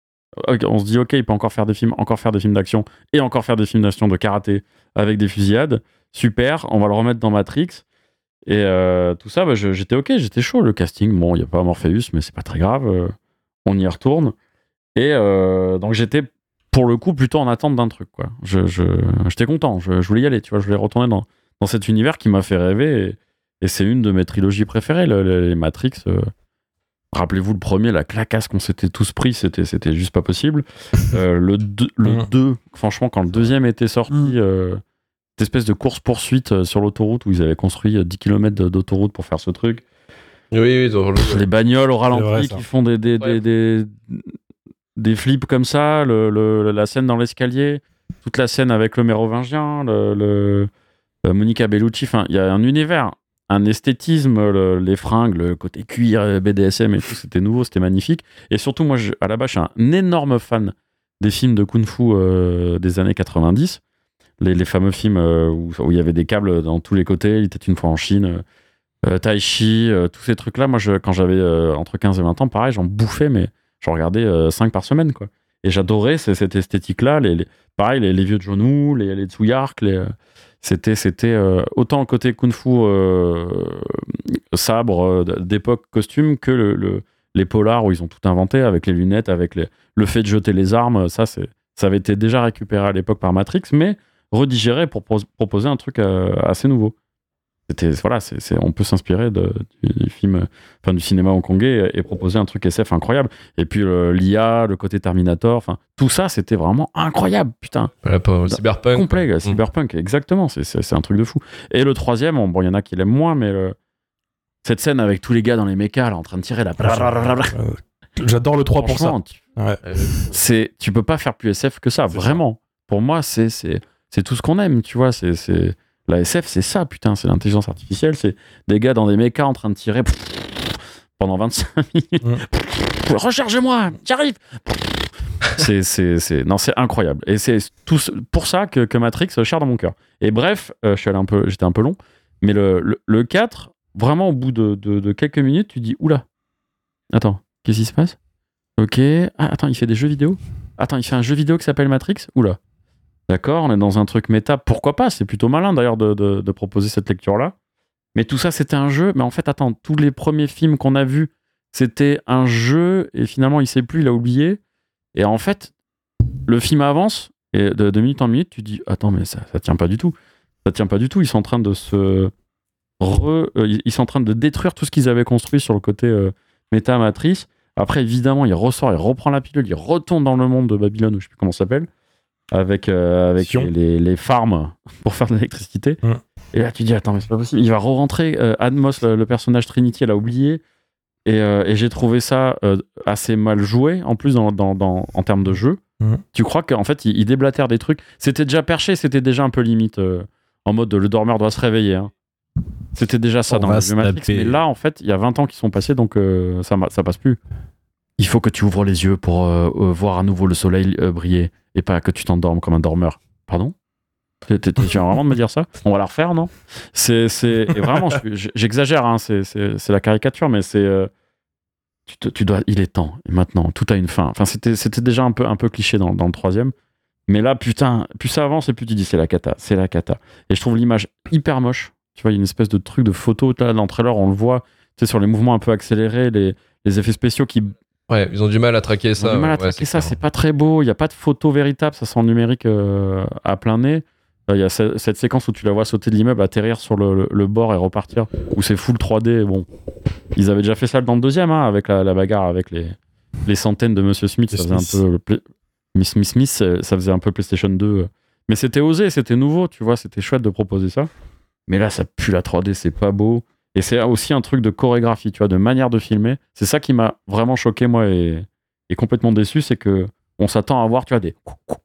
On se dit, ok, il peut encore faire des films, encore faire des films d'action et encore faire des films d'action de karaté avec des fusillades. Super, on va le remettre dans Matrix. Et euh, tout ça, bah, je, j'étais ok, j'étais chaud. Le casting, bon, il n'y a pas Morpheus, mais c'est pas très grave. Euh, on y retourne. Et euh, donc j'étais pour le coup plutôt en attente d'un truc, quoi. Je, je, j'étais content, je, je voulais y aller, tu vois, je voulais retourner dans, dans cet univers qui m'a fait rêver. Et, et c'est une de mes trilogies préférées, le, le, les Matrix. Euh, rappelez-vous le premier, la clacasse qu'on s'était tous pris, c'était, c'était juste pas possible. Euh, le deux, le deux, franchement, quand le deuxième était sorti, euh, cette espèce de course-poursuite sur l'autoroute où ils avaient construit dix kilomètres d'autoroute pour faire ce truc. Oui, oui, dans le... Les bagnoles au ralenti vrai, qui font des, des, ouais. des, des, des flips comme ça, le, le, la scène dans l'escalier, toute la scène avec le mérovingien, le, le, le Monica Bellucci, enfin, il y a un univers, un esthétisme, le, les fringues, le côté cuir, B D S M et tout, c'était nouveau, c'était magnifique. Et surtout, moi, je, à la base, je suis un énorme fan des films de Kung Fu euh, des années quatre-vingt-dix. Les, les fameux films euh, où, où il y avait des câbles dans tous les côtés, il était une fois en Chine, euh, Tai Chi, euh, tous ces trucs-là. Moi, je, quand j'avais euh, entre quinze et vingt ans, pareil, j'en bouffais, mais j'en regardais euh, cinq par semaine, quoi. Et j'adorais c- cette esthétique-là. Les, les, pareil, les, les vieux John Woo, les, les Tsuyark, les, euh, c'était, c'était euh, autant le côté Kung Fu euh, sabre euh, d'époque costume que le, le, les polars où ils ont tout inventé avec les lunettes, avec les, le fait de jeter les armes. Ça, c'est, ça avait été déjà récupéré à l'époque par Matrix, mais redigéré pour pos- proposer un truc euh, assez nouveau. C'était, voilà, c'est, c'est, on peut s'inspirer de, du, film, enfin, du cinéma hongkongais et, et proposer un truc S F incroyable. Et puis euh, l'I A, le côté Terminator, enfin tout ça, c'était vraiment incroyable, putain. Voilà, pas, le cyberpunk. Complet, le cyberpunk, exactement. C'est, c'est, c'est un truc de fou. Et le troisième, bon, il y en a qui l'aiment moins, mais le, cette scène avec tous les gars dans les mécas là, en train de tirer la. J'adore le trois pour ça. Tu, ouais. c'est, tu peux pas faire plus S F que ça, c'est vraiment. Ça. Pour moi, c'est, c'est, c'est tout ce qu'on aime, tu vois. C'est, c'est... La S F, c'est ça, putain, c'est l'intelligence artificielle, c'est des gars dans des mécas en train de tirer pendant vingt-cinq minutes. Mmh. Recharge-moi, j'arrive. c'est, c'est, c'est, non, c'est incroyable. Et c'est tout pour ça que, que Matrix cher dans mon cœur. Et bref, euh, je suis allé un peu, j'étais un peu long, mais le, le, le quatre, vraiment au bout de, de, de quelques minutes, tu dis, oula, attends, qu'est-ce qui se passe? Ok, ah, attends, il fait des jeux vidéo? Attends, il fait un jeu vidéo qui s'appelle Matrix? Oula. D'accord, on est dans un truc méta, pourquoi pas, c'est plutôt malin d'ailleurs de, de, de proposer cette lecture-là. Mais tout ça, c'était un jeu, mais en fait, attends, tous les premiers films qu'on a vus, c'était un jeu, et finalement, il sait plus, il a oublié. Et en fait, le film avance, et de, de minute en minute, tu dis, attends, mais ça, ça tient pas du tout. Ça tient pas du tout, ils sont en train de se... Re, euh, ils sont en train de détruire tout ce qu'ils avaient construit sur le côté euh, méta matrice. Après, évidemment, il ressort, il reprend la pilule, il retourne dans le monde de Babylone, ou je sais plus comment ça s'appelle, avec, euh, avec les, les farms pour faire de l'électricité. Mmh. Et là, tu dis, attends, mais c'est pas possible. Il va re-rentrer. Euh, Atmos, le, le personnage Trinity, elle a oublié. Et, euh, et j'ai trouvé ça euh, assez mal joué, en plus, dans, dans, dans, en termes de jeu. Mmh. Tu crois qu'en fait, il, il déblatère des trucs. C'était déjà perché, c'était déjà un peu limite. Euh, en mode, le dormeur doit se réveiller. Hein. C'était déjà ça On dans le jeu Matrix. Mais là, en fait, il y a vingt ans qui sont passés, donc euh, ça, ça passe plus. Il faut que tu ouvres les yeux pour euh, euh, voir à nouveau le soleil euh, briller. Et pas que tu t'endormes comme un dormeur. Pardon ? Tu viens vraiment de me dire ça ? On va la refaire, non ? C'est, c'est... Et vraiment, je, j'exagère, hein, c'est, c'est, c'est la caricature, mais c'est... Euh... Tu, te, tu dois... Il est temps, et maintenant, tout a une fin. Enfin, c'était, c'était déjà un peu, un peu cliché dans, dans le troisième. Mais là, putain, plus ça avance, et plus tu dis c'est la cata, c'est la cata. Et je trouve l'image hyper moche. Tu vois, il y a une espèce de truc de photo, là, dans le trailer, on le voit, tu sais, sur les mouvements un peu accélérés, les, les effets spéciaux qui... Ouais, ils ont du mal à traquer ça. Ils ont du mal à ouais, traquer c'est ça, clair. C'est pas très beau, il n'y a pas de photo véritable, ça sent le numérique euh, à plein nez. Il y a ce, cette séquence où tu la vois sauter de l'immeuble, atterrir sur le, le, le bord et repartir, où c'est full trois D. Bon, ils avaient déjà fait ça dans le deuxième, hein, avec la, la bagarre avec les, les centaines de Monsieur Smith, ça faisait Smith. un peu... Le play... Miss Smith, Smith, ça faisait un peu PlayStation deux. Mais c'était osé, c'était nouveau, tu vois, c'était chouette de proposer ça. Mais là, ça pue la trois D, c'est pas beau. Et c'est aussi un truc de chorégraphie, tu vois, de manière de filmer. C'est ça qui m'a vraiment choqué, moi, et, et complètement déçu, c'est que on s'attend à voir, tu vois, des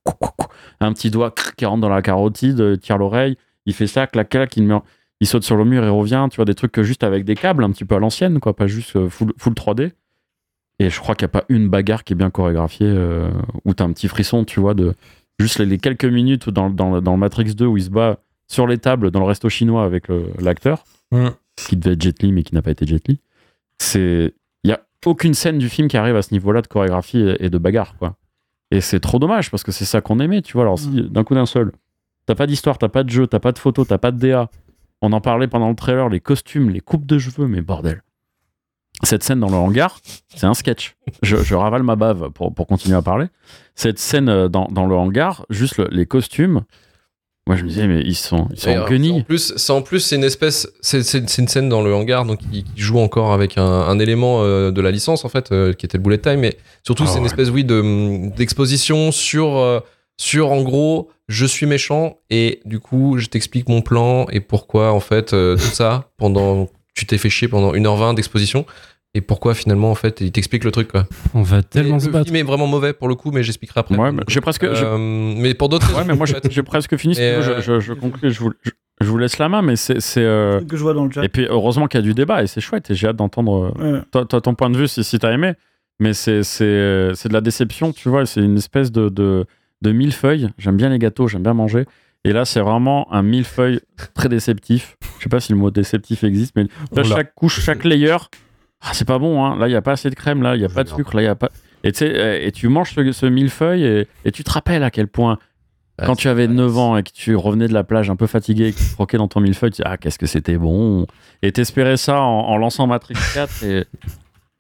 un petit doigt qui rentre dans la carotide, tire l'oreille, il fait ça, clac, clac, il, met, il saute sur le mur et revient, tu vois, des trucs que juste avec des câbles, un petit peu à l'ancienne, quoi, pas juste full, full trois D. Et je crois qu'il n'y a pas une bagarre qui est bien chorégraphiée, euh, où t'as un petit frisson, tu vois, de juste les, les quelques minutes dans, dans, dans le Matrix deux où il se bat sur les tables dans le resto chinois avec le, l'acteur. Mmh. Qui devait être Jet Li mais qui n'a pas été Jet Li. C'est, il y a aucune scène du film qui arrive à ce niveau-là de chorégraphie et, et de bagarre, quoi. Et c'est trop dommage parce que c'est ça qu'on aimait, tu vois. Alors si d'un coup d'un seul, t'as pas d'histoire, t'as pas de jeu, t'as pas de photo, t'as pas de D A. On en parlait pendant le trailer, les costumes, les coupes de cheveux, mais bordel. Cette scène dans le hangar, c'est un sketch. Je, je ravale ma bave pour, pour continuer à parler. Cette scène dans, dans le hangar, juste le, les costumes. Moi, je me disais, mais ils sont, ils sont en guenilles. En plus, c'est en plus, c'est une espèce, c'est, c'est, c'est une scène dans le hangar, donc qui, qui joue encore avec un, un élément euh, de la licence en fait, euh, qui était le bullet time, mais surtout, oh, c'est ouais. une espèce, oui, de d'exposition sur, euh, sur en gros, je suis méchant et du coup, je t'explique mon plan et pourquoi en fait euh, tout ça pendant, tu t'es fait chier pendant une heure vingt d'exposition. Et pourquoi finalement en fait il t'explique le truc quoi. On va tellement et se le battre. film est vraiment mauvais pour le coup mais j'expliquerai après. Ouais, mais j'ai presque. Euh, je... Mais pour d'autres. Ouais mais moi j'ai, j'ai presque fini. Euh... Je, je, je conclue. Je vous, je, je vous laisse la main mais c'est. c'est euh... que je vois dans le chat. Et puis heureusement qu'il y a du débat et c'est chouette et j'ai hâte d'entendre ouais. toi, toi, ton point de vue si, si t'as aimé. Mais c'est c'est c'est de la déception tu vois. C'est une espèce de de de millefeuille. J'aime bien les gâteaux, j'aime bien manger. Et là, c'est vraiment un millefeuille très déceptif. Je sais pas si le mot déceptif existe, mais là, chaque couche, chaque layer. Ah, c'est pas bon, hein. Là, il n'y a pas assez de crème, là, il n'y a pas de sucre, là, il n'y a pas. Et, et tu manges ce, ce millefeuille et, et tu te rappelles à quel point, ah, quand tu avais neuf ans et que tu revenais de la plage un peu fatigué et que tu croquais dans ton millefeuille, tu dis, ah, qu'est-ce que c'était bon. Et t'espérais ça en, en lançant Matrix quatre et.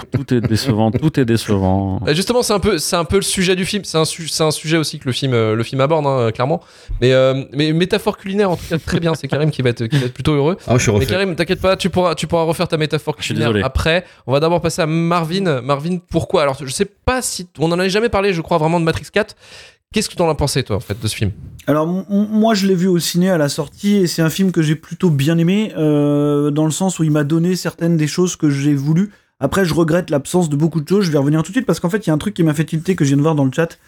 Tout est décevant, tout est décevant. Euh, Justement, c'est un peu, c'est un peu le sujet du film. C'est un, su- c'est un sujet aussi que le film, euh, le film aborde, hein, clairement. Mais, euh, mais métaphore culinaire, en tout cas, très bien. C'est Karim qui va être, qui va être plutôt heureux. Ah, je suis Mais refait. Karim, t'inquiète pas, tu pourras, tu pourras refaire ta métaphore Je suis culinaire désolé. après. On va d'abord passer à Marvin. Marvin, pourquoi? Alors, je sais pas si on en avait jamais parlé, je crois vraiment de Matrix quatre. Qu'est-ce que t'en as pensé, toi, en fait, de ce film? Alors m- m- moi je l'ai vu au ciné à la sortie et c'est un film que j'ai plutôt bien aimé euh, dans le sens où il m'a donné certaines des choses que j'ai voulu. Après je regrette l'absence de beaucoup de choses, je vais revenir tout de suite parce qu'en fait il y a un truc qui m'a fait tilter que je viens de voir dans le chat.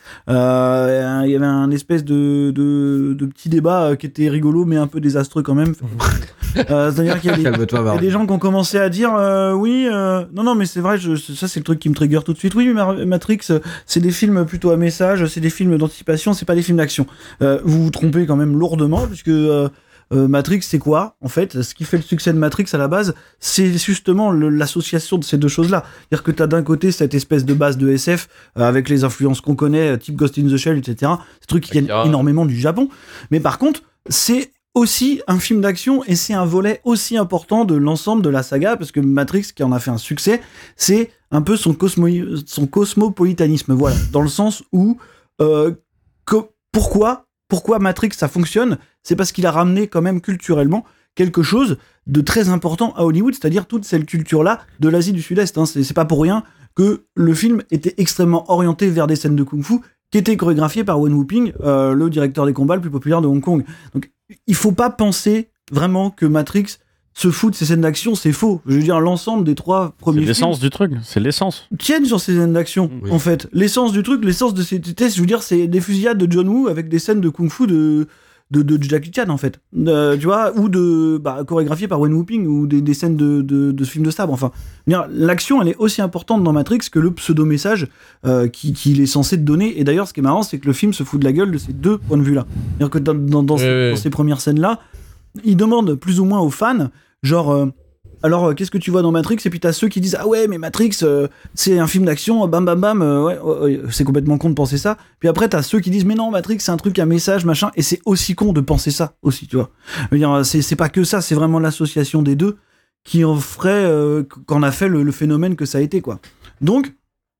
Euh, il y avait un espèce de, de, de petit débat euh, qui était rigolo mais un peu désastreux quand même. Euh, c'est-à-dire qu'il y a des, Calme-toi, il y a Marvin. des gens qui ont commencé à dire euh, oui, euh, non, non, mais c'est vrai, je, ça c'est le truc qui me trigger tout de suite. Oui, mais Mar- Matrix, euh, c'est des films plutôt à message, c'est des films d'anticipation, c'est pas des films d'action. Euh, vous vous trompez quand même lourdement, puisque euh, euh, Matrix, c'est quoi en fait? Ce qui fait le succès de Matrix à la base, c'est justement le- l'association de ces deux choses-là. C'est-à-dire que t'as d'un côté cette espèce de base de S F euh, avec les influences qu'on connaît, euh, type Ghost in the Shell, et cetera. Ces trucs qui viennent Akira. énormément du Japon. Mais par contre, c'est aussi un film d'action et c'est un volet aussi important de l'ensemble de la saga parce que Matrix qui en a fait un succès, c'est un peu son, cosmo- son cosmopolitanisme, voilà, dans le sens où euh, que- pourquoi pourquoi Matrix ça fonctionne, c'est parce qu'il a ramené quand même culturellement quelque chose de très important à Hollywood, c'est-à-dire toute cette culture-là de l'Asie du Sud-Est, hein. c'est, c'est pas pour rien que le film était extrêmement orienté vers des scènes de kung-fu qui étaient chorégraphiées par Wen Wuping, euh, le directeur des combats le plus populaire de Hong Kong. Donc il faut pas penser vraiment que Matrix se fout de ces scènes d'action, c'est faux. Je veux dire, l'ensemble des trois C'est premiers films l'essence du truc, c'est l'essence. tiennent sur ces scènes d'action, Oui. en fait. L'essence du truc, l'essence de ces tests, je veux dire, c'est des fusillades de John Woo avec des scènes de kung-fu de, de, de Jackie Chan, en fait. Euh, tu vois, ou de bah, chorégraphiées par Wen Wuping, ou des, des scènes de, de, de films de sabre. Enfin, je veux dire, l'action, elle est aussi importante dans Matrix que le pseudo-message euh, qui- qu'il est censé te donner. Et d'ailleurs, ce qui est marrant, c'est que le film se fout de la gueule de ces deux points de vue-là. C'est-à-dire que dans, dans, dans, Oui, ces, oui. dans ces premières scènes-là, il demande plus ou moins aux fans, genre... euh, alors, euh, qu'est-ce que tu vois dans Matrix? Et puis t'as ceux qui disent ah ouais, mais Matrix, euh, c'est un film d'action, bam bam bam, euh, ouais, ouais, ouais, c'est complètement con de penser ça. Puis après t'as ceux qui disent mais non, Matrix, c'est un truc à message, machin, et c'est aussi con de penser ça aussi, tu vois. Je veux dire, c'est, c'est pas que ça, c'est vraiment l'association des deux qui en ferait, euh, qu'en a fait le, le phénomène que ça a été, quoi. Donc,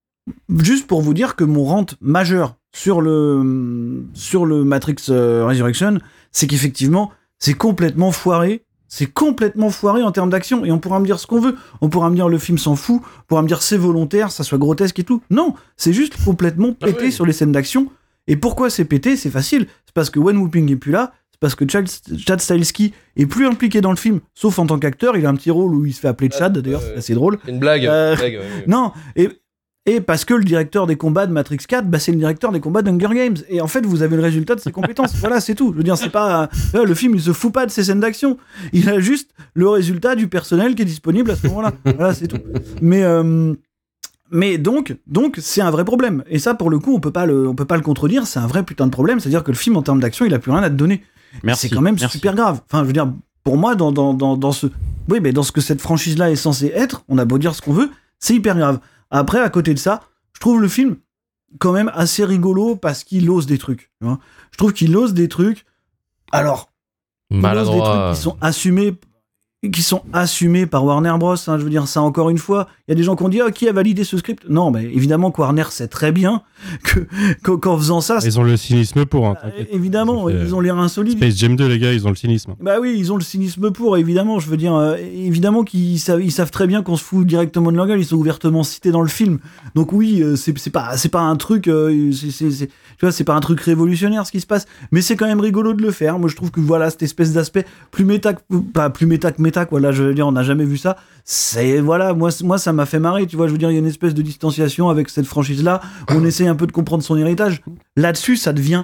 juste pour vous dire que mon rant majeur sur le, sur le Matrix euh, Resurrection, c'est qu'effectivement, c'est complètement foiré. C'est complètement foiré en termes d'action. Et on pourra me dire ce qu'on veut. On pourra me dire le film s'en fout. On pourra me dire c'est volontaire, ça soit grotesque et tout. Non, c'est juste complètement pété Ah ouais. sur les scènes d'action. Et pourquoi c'est pété? C'est facile. C'est parce que Wen Wuping est plus là. C'est parce que Chad, Chad Stahelski est plus impliqué dans le film, sauf en tant qu'acteur. Il a un petit rôle où il se fait appeler Chad, d'ailleurs, c'est assez drôle. C'est une blague. Euh, une blague, ouais, ouais. Non, et, et parce que le directeur des combats de Matrix quatre, bah, c'est le directeur des combats d'Hunger Games. Et en fait, vous avez le résultat de ses compétences. Voilà, c'est tout. Je veux dire, c'est pas. Là, le film, il se fout pas de ses scènes d'action. Il a juste le résultat du personnel qui est disponible à ce moment-là. Voilà, c'est tout. Mais. euh, Mais donc, donc c'est un vrai problème. Et ça, pour le coup, on peut pas le, on peut pas le contredire. C'est un vrai putain de problème. C'est-à-dire que le film, en termes d'action, il a plus rien à te donner. Merci. C'est quand même merci. super grave. Enfin, je veux dire, pour moi, dans, dans, dans, dans ce, oui, mais dans ce que cette franchise-là est censée être, on a beau dire ce qu'on veut, c'est hyper grave. Après, à côté de ça, je trouve le film quand même assez rigolo parce qu'il ose des trucs. Tu vois, je trouve qu'il ose des trucs. Alors, il ose des Maladroit. trucs qui sont assumés, qui sont assumés par Warner Bros. Hein, je veux dire ça encore une fois. Il y a des gens qui ont dit ah, qui a validé ce script. Non, mais évidemment que Warner sait très bien que qu'en qu'en faisant ça, Ils ont le cynisme pour, hein, euh, t'inquiète. évidemment, Ils ont fait- ils ont l'air insolites. Space Jam deux, les gars, ils ont le cynisme. Bah oui, ils ont le cynisme pour, évidemment. Je veux dire, euh, évidemment qu'ils savent, ils savent très bien qu'on se fout directement de leur gueule. Ils sont ouvertement cités dans le film. Donc oui, euh, c'est, c'est pas, c'est pas un truc, euh, c'est, c'est, c'est- tu vois, c'est pas un truc révolutionnaire ce qui se passe. Mais c'est quand même rigolo de le faire. Moi, je trouve que voilà, cette espèce d'aspect plus méta, que- pas plus méta que méta, quoi. Là, je veux dire, on n'a jamais vu ça. C'est voilà, moi, c- moi, ça m'a fait marrer. Tu vois, je veux dire, il y a une espèce de distanciation avec cette franchise-là. Où on essaye un peu de comprendre son héritage. Là-dessus, ça devient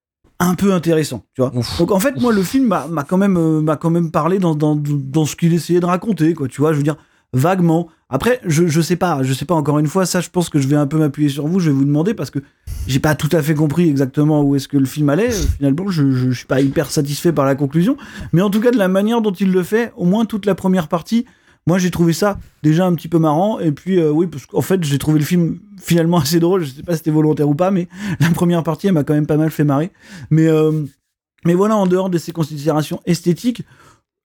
un peu intéressant, tu vois. Ouf. Donc en fait, moi, le film m'a, m'a quand même, euh, m'a quand même parlé dans, dans, dans ce qu'il essayait de raconter, quoi. Tu vois, je veux dire vaguement. Après, je, je sais pas, je sais pas. Encore une fois, ça, je pense que je vais un peu m'appuyer sur vous. Je vais vous demander parce que j'ai pas tout à fait compris exactement où est-ce que le film allait. Euh, Finalement, je, je, je suis pas hyper satisfait par la conclusion, mais en tout cas de la manière dont il le fait, au moins toute la première partie. Moi, j'ai trouvé ça déjà un petit peu marrant. Et puis, euh, oui, parce qu'en fait, j'ai trouvé le film finalement assez drôle. Je sais pas si c'était volontaire ou pas, mais la première partie, elle m'a quand même pas mal fait marrer. Mais, euh, mais voilà, en dehors de ces considérations esthétiques,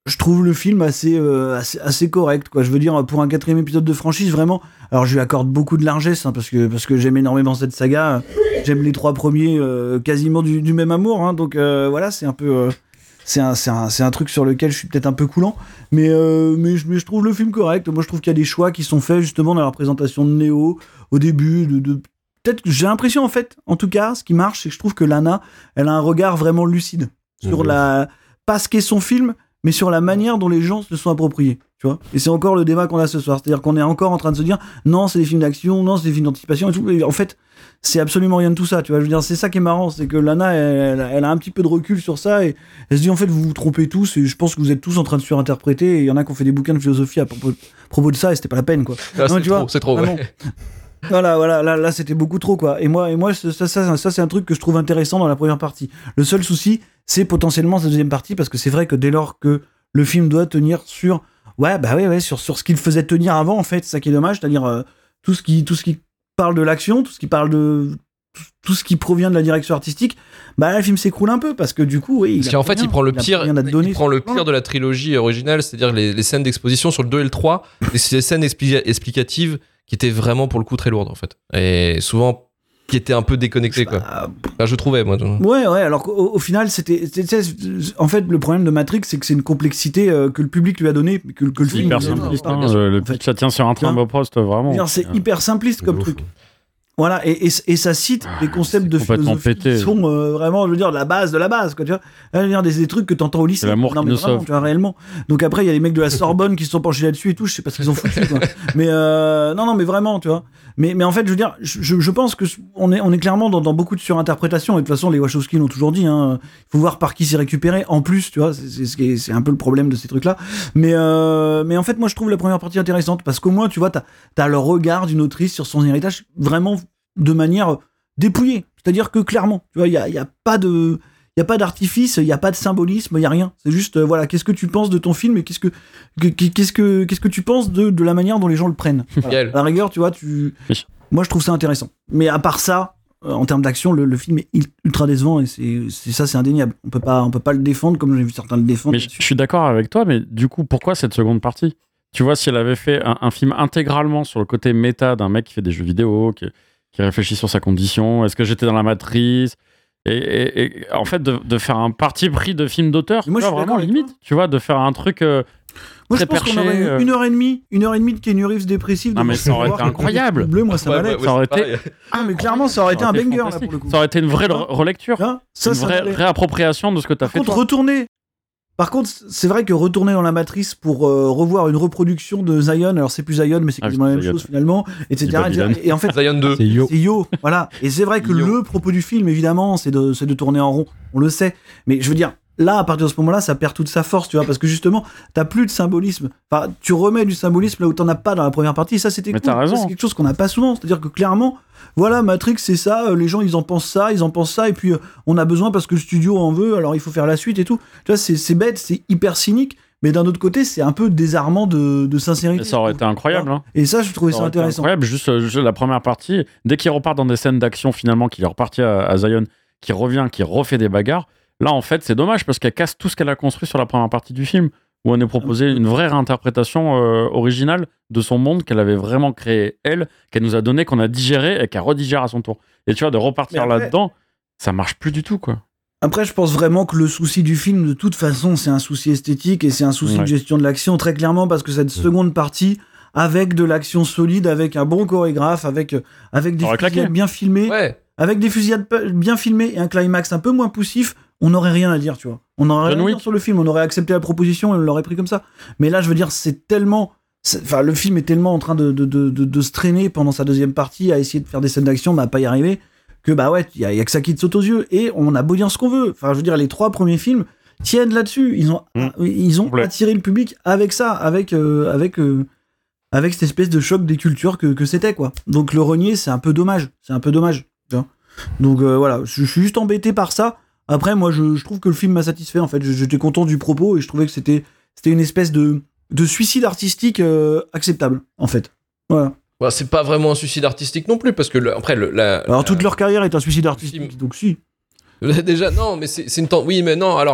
je trouve le film assez, euh, assez, assez correct, quoi. Je veux dire, pour un quatrième épisode de franchise, vraiment. Alors, je lui accorde beaucoup de largesse, hein, parce que, parce que j'aime énormément cette saga. J'aime les trois premiers euh, quasiment du, du même amour, hein, donc euh, voilà, c'est un peu. Euh, c'est, un, c'est, un, c'est un truc sur lequel je suis peut-être un peu coulant, mais, euh, mais, je, mais je trouve le film correct. Moi, je trouve qu'il y a des choix qui sont faits justement dans la présentation de Neo, au début, de. de peut-être que j'ai l'impression, en fait, en tout cas, ce qui marche, c'est que je trouve que Lana, elle a un regard vraiment lucide sur mmh. la. Pas ce qu'est son film, mais sur la manière dont les gens se sont appropriés, tu vois. Et c'est encore le débat qu'on a ce soir, c'est-à-dire qu'on est encore en train de se dire non, c'est des films d'action, non, c'est des films d'anticipation et tout. Et en fait, c'est absolument rien de tout ça, tu vois. Je veux dire, c'est ça qui est marrant, c'est que Lana, elle, elle, elle a un petit peu de recul sur ça et elle se dit en fait, vous vous trompez tous et je pense que vous êtes tous en train de surinterpréter. Et il y en a qui ont fait des bouquins de philosophie à propos, à propos de ça et c'était pas la peine, quoi. Ah, non, c'est, tu trop, vois, c'est trop, vraiment. ouais. Voilà, voilà, là, là c'était beaucoup trop, quoi. Et moi, et moi ça, ça, ça, ça, c'est un truc que je trouve intéressant dans la première partie. Le seul souci, c'est potentiellement cette deuxième partie, parce que c'est vrai que dès lors que le film doit tenir sur, ouais, bah ouais, ouais, sur, sur ce qu'il faisait tenir avant, en fait, c'est ça qui est dommage, c'est-à-dire euh, tout ce qui, tout ce qui parle de l'action, tout ce qui parle de, tout, tout ce qui provient de la direction artistique, bah là, le film s'écroule un peu, parce que du coup, oui. Parce qu'en fait, rien, il prend le pire, il, il prend le pire de la trilogie originale, c'est-à-dire les, les scènes d'exposition sur le deux et le trois, et c'est des scènes expli- explicatives qui étaient vraiment pour le coup très lourdes en fait, et souvent qui étaient un peu déconnectées, quoi. Enfin, je trouvais, moi. Ouais, ouais, alors qu'au au final, c'était, c'était. En fait, le problème de Matrix, c'est que c'est une complexité euh, que le public lui a donnée, que, que le c'est film. hyper simpliste, hein, euh, le pitch, ça tient sur un train Post, vraiment. Dire, c'est hyper simpliste comme truc. Voilà, et, et, et ça cite ah, des concepts de philosophie pété. qui sont euh, vraiment, je veux dire, de la base de la base, quoi, tu vois. Je veux dire, des, des trucs que t'entends au lycée. C'est l'amour non, qui mais nous vraiment, sauve. tu vois, réellement. Donc après, il y a les mecs de la Sorbonne qui se sont penchés là-dessus et tout, je sais pas ce qu'ils ont foutu, quoi. Mais euh, non, non, mais vraiment, tu vois. Mais, mais en fait, je veux dire, je, je pense que on est, on est clairement dans, dans beaucoup de surinterprétations. Et de toute façon, les Wachowski l'ont toujours dit, hein. Il faut voir par qui c'est récupéré. En plus, tu vois, c'est, c'est, c'est un peu le problème de ces trucs-là. Mais, euh, mais en fait, moi, je trouve la première partie intéressante parce qu'au moins, tu vois, t'as, t'as le regard d'une autrice sur son héritage vraiment de manière dépouillée. C'est-à-dire que clairement, tu vois, il y a, y a pas de, il y a pas d'artifice, il y a pas de symbolisme, il y a rien. C'est juste, euh, voilà, qu'est-ce que tu penses de ton film et qu'est-ce que, qu'est-ce que, qu'est-ce que tu penses de, de la manière dont les gens le prennent. Voilà. À la rigueur, tu vois, tu, moi, je trouve ça intéressant. Mais à part ça, euh, en termes d'action, le, le film est ultra décevant et c'est, c'est ça, c'est indéniable. On peut pas, on peut pas le défendre comme j'ai vu certains le défendre. Mais je, je suis d'accord avec toi, mais du coup, pourquoi cette seconde partie ? Tu vois, si elle avait fait un, un film intégralement sur le côté méta d'un mec qui fait des jeux vidéo, qui, qui réfléchit sur sa condition, est-ce que j'étais dans la matrice ? Et, et, et en fait, de, de faire un parti pris de film d'auteur, moi, tu vois, vraiment limite, tu vois, de faire un truc euh, moi, très je pense perché. qu'on aurait euh... une heure et demie, une heure et demie de Keanu Reeves dépressif. Non, mais ça aurait été incroyable. Bleu, moi, ça ouais, m'allait. ouais, ça aurait été. Ah, mais clairement, ça aurait été un banger là pour le coup. Ça aurait été une vraie re- relecture, hein ça, une ça vraie réappropriation de ce que t'as Par fait. Contre, toi. retourner. Par contre, c'est vrai que retourner dans la matrice pour euh, revoir une reproduction de Zion, alors c'est plus Zion, mais c'est quasiment ah, la même Zion. chose finalement, et cetera. Et, et en fait, Zion deux. C'est Yo. C'est Yo, voilà. Et c'est vrai que Yo. Le propos du film, évidemment, c'est de, c'est de tourner en rond. On le sait. Mais je veux dire, là, à partir de ce moment-là, ça perd toute sa force, tu vois, parce que justement, t'as plus de symbolisme. Enfin, tu remets du symbolisme là où t'en as pas dans la première partie. Et ça, c'était mais cool. T'as raison. Ça, c'est quelque chose qu'on n'a pas souvent. C'est-à-dire que clairement, voilà, Matrix, c'est ça. Les gens, ils en pensent ça, ils en pensent ça, et puis euh, on a besoin parce que le studio en veut. Alors il faut faire la suite et tout. Tu vois, c'est, c'est bête, c'est hyper cynique. Mais d'un autre côté, c'est un peu désarmant de, de sincérité. Et ça aurait été incroyable. Hein. Et ça, je trouvais ça, ça intéressant. Incroyable, juste, juste la première partie. Dès qu'il repart dans des scènes d'action, finalement, qu'il est reparti à, à Zion, qui revient, qui refait des bagarres. Là, en fait, c'est dommage parce qu'elle casse tout ce qu'elle a construit sur la première partie du film, où on est proposé une vraie réinterprétation euh, originale de son monde qu'elle avait vraiment créé, elle, qu'elle nous a donné, qu'on a digéré et qu'elle redigère à son tour. Et tu vois, de repartir après, là-dedans, ça marche plus du tout, quoi. Après, je pense vraiment que le souci du film, de toute façon, c'est un souci esthétique et c'est un souci ouais. de gestion de l'action, très clairement, parce que cette seconde partie, avec de l'action solide, avec un bon chorégraphe, avec, avec des fusillades claqué. bien filmées, ouais. avec des fusillades bien filmées et un climax un peu moins poussif, on n'aurait rien à dire, tu vois. On n'aurait rien à dire sur le film, on aurait accepté la proposition et on l'aurait pris comme ça. Mais là, je veux dire, c'est tellement... Enfin, le film est tellement en train de, de, de, de, de se traîner pendant sa deuxième partie à essayer de faire des scènes d'action, bah, à pas y arriver, que bah ouais, il y, y a que ça qui te saute aux yeux. Et on a beau dire ce qu'on veut. Enfin, je veux dire, les trois premiers films tiennent là-dessus. Ils ont, mmh. ils ont attiré le public avec ça, avec, euh, avec, euh, avec cette espèce de choc des cultures que, que c'était, quoi. Donc le renier, c'est un peu dommage. C'est un peu dommage. Tu vois. Donc euh, voilà, je, je suis juste embêté par ça. Après, moi, je, je trouve que le film m'a satisfait, en fait. J'étais content du propos et je trouvais que c'était, c'était une espèce de, de suicide artistique euh, acceptable, en fait. Voilà. Bah, c'est pas vraiment un suicide artistique non plus, parce que le, après... Le, la, alors, la, toute leur carrière est un suicide artistique, film... donc si. Déjà, non, mais c'est, c'est une... Ten... Oui, mais non, alors...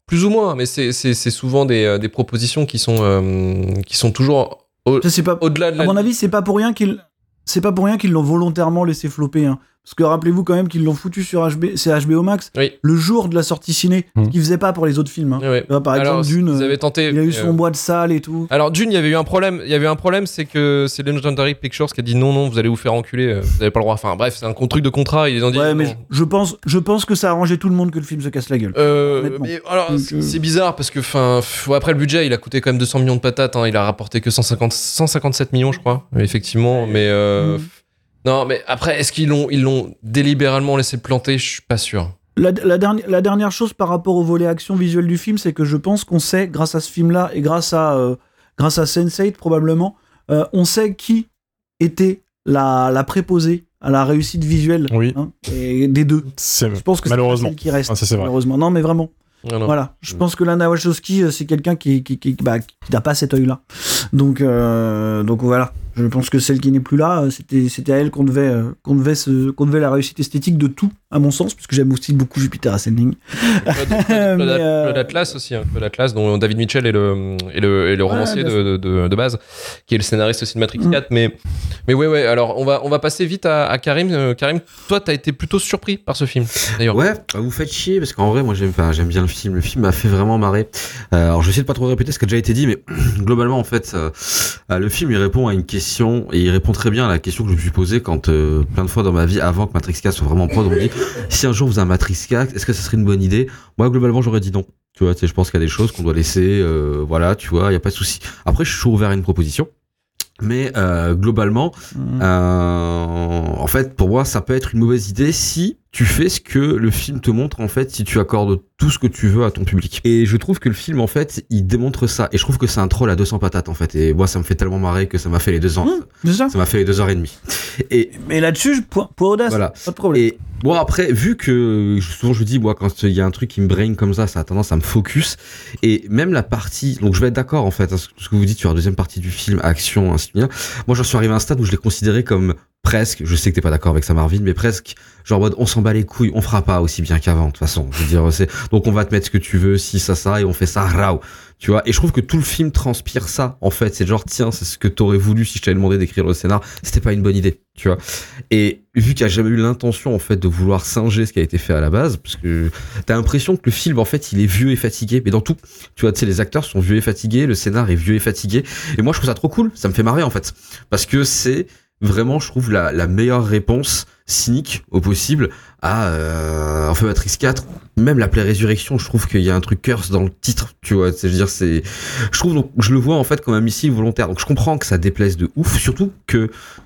Plus ou moins, mais c'est, c'est, c'est souvent des, euh, des propositions qui sont, euh, qui sont toujours au, Ça, c'est pas, au-delà de la... À mon avis, c'est pas pour rien qu'ils, c'est pas pour rien qu'ils l'ont volontairement laissé flopper. Hein. Parce que rappelez-vous quand même qu'ils l'ont foutu sur H B, c'est H B O Max Oui. le jour de la sortie ciné, Mmh. ce qu'ils faisaient pas pour les autres films. Hein. Oui, oui. Tu vois, par Alors, exemple, Dune, ils avaient tenté, il a eu son euh, bois de salle et tout. Alors Dune, il y avait eu un problème. Il y avait un problème, c'est que c'est Legendary Pictures qui a dit non, non, vous allez vous faire enculer, euh, vous n'avez pas le droit. Enfin bref, c'est un truc de contrat. Ils ont dit. Ouais, non. mais je, je pense, je pense que ça a arrangé tout le monde que le film se casse la gueule. Euh, Honnêtement. mais alors, Donc, c'est, euh, c'est bizarre parce que, enfin, après le budget, il a coûté quand même deux cents millions de patates. Hein, il a rapporté que cent cinquante, cent cinquante-sept millions, je crois. Mais effectivement, mais euh, Mm. non, mais après, est-ce qu'ils l'ont, ils l'ont délibérément laissé planter? Je suis pas sûr. La, la, dernière, la dernière chose par rapport au volet action visuelle du film, c'est que je pense qu'on sait, grâce à ce film-là et grâce à, euh, grâce à sense eight probablement, euh, on sait qui était la, la préposée à la réussite visuelle Oui. hein, et des deux. C'est... Je pense que Malheureusement. c'est celle qui reste. Ah, ça, c'est vrai. Malheureusement. Non, mais vraiment. Non, non. Voilà. Je pense que Lana Wachowski, euh, c'est quelqu'un qui, qui, qui, bah, qui n'a pas cet œil-là. Donc, euh, donc voilà. Je pense que celle qui n'est plus là, euh, c'était, c'était à elle qu'on devait, euh, qu'on devait, se, qu'on devait la réussite esthétique de tout, à mon sens, puisque j'aime aussi beaucoup Jupiter Ascending. Claude, Claude, Mais, Claude, euh, Claude Atlas aussi, hein, Claude Atlas, dont David Mitchell est le, est le, est le Ouais, romancier bien de, de, de base, qui est le scénariste aussi de Matrix Mm. quatre. Mais, mais ouais, ouais, alors on va, on va passer vite à, à Karim. Euh, Karim, toi, t'as été plutôt surpris par ce film, d'ailleurs. Ouais, vous faites chier parce qu'en vrai, moi j'aime, enfin, j'aime bien le film. Le film m'a fait vraiment marrer. Euh, alors je vais essayer de pas trop répéter ce qui a déjà été dit, mais globalement en fait, euh, euh, le film il répond à une question et il répond très bien à la question que je me suis posée quand euh, plein de fois dans ma vie avant que Matrix quatre soit vraiment prod, on me dit si un jour vous avez un Matrix quatre, est-ce que ça serait une bonne idée? Moi globalement j'aurais dit non. Tu vois, tu sais, je pense qu'il y a des choses qu'on doit laisser, euh, voilà, tu vois, il y a pas de souci. Après je suis toujours ouvert à une proposition. Mais euh, globalement, Mm. euh, en fait, pour moi, ça peut être une mauvaise idée si tu fais ce que le film te montre, en fait, si tu accordes tout ce que tu veux à ton public. Et je trouve que le film, en fait, il démontre ça. Et je trouve que c'est un troll à deux cents patates, en fait. Et moi, ça me fait tellement marrer que ça m'a fait les deux ans. Mmh, c'est ça. Ça m'a fait les deux heures et demie. Et Mais là-dessus, je- point, point audace, voilà. pas de problème. Et bon, après, vu que souvent je dis, moi, quand il y a un truc qui me brain comme ça, ça a tendance à me focus. Et même la partie, donc je vais être d'accord, en fait, hein, ce que vous dites sur la deuxième partie du film, action, ainsi de suite. Moi, j'en suis arrivé à un stade où je l'ai considéré comme presque, je sais que t'es pas d'accord avec ça, Marvin, mais presque, genre, en mode, on s'en bat les couilles, on fera pas aussi bien qu'avant, de toute façon. Je veux dire, c'est, donc on va te mettre ce que tu veux, si, ça, ça, et on fait ça, rao. Tu vois, et je trouve que tout le film transpire ça, en fait. C'est genre, tiens, c'est ce que t'aurais voulu si je t'avais demandé d'écrire le scénar. C'était pas une bonne idée, tu vois. Et vu qu'il n'y a jamais eu l'intention, en fait, de vouloir singer ce qui a été fait à la base, parce que t'as l'impression que le film, en fait, il est vieux et fatigué. Mais dans tout, tu vois, tu sais, les acteurs sont vieux et fatigués, le scénar est vieux et fatigué. Et moi, je trouve ça trop cool. Ça me fait marrer, en fait. Parce que c'est vraiment, je trouve, la, la meilleure réponse cynique au possible à euh, enfin Matrix quatre, même l'appeler Résurrection, je trouve qu'il y a un truc curse dans le titre, tu vois, c'est, je veux dire, c'est, je trouve, donc, je le vois en fait comme un missile volontaire, donc je comprends que ça déplaise de ouf, surtout que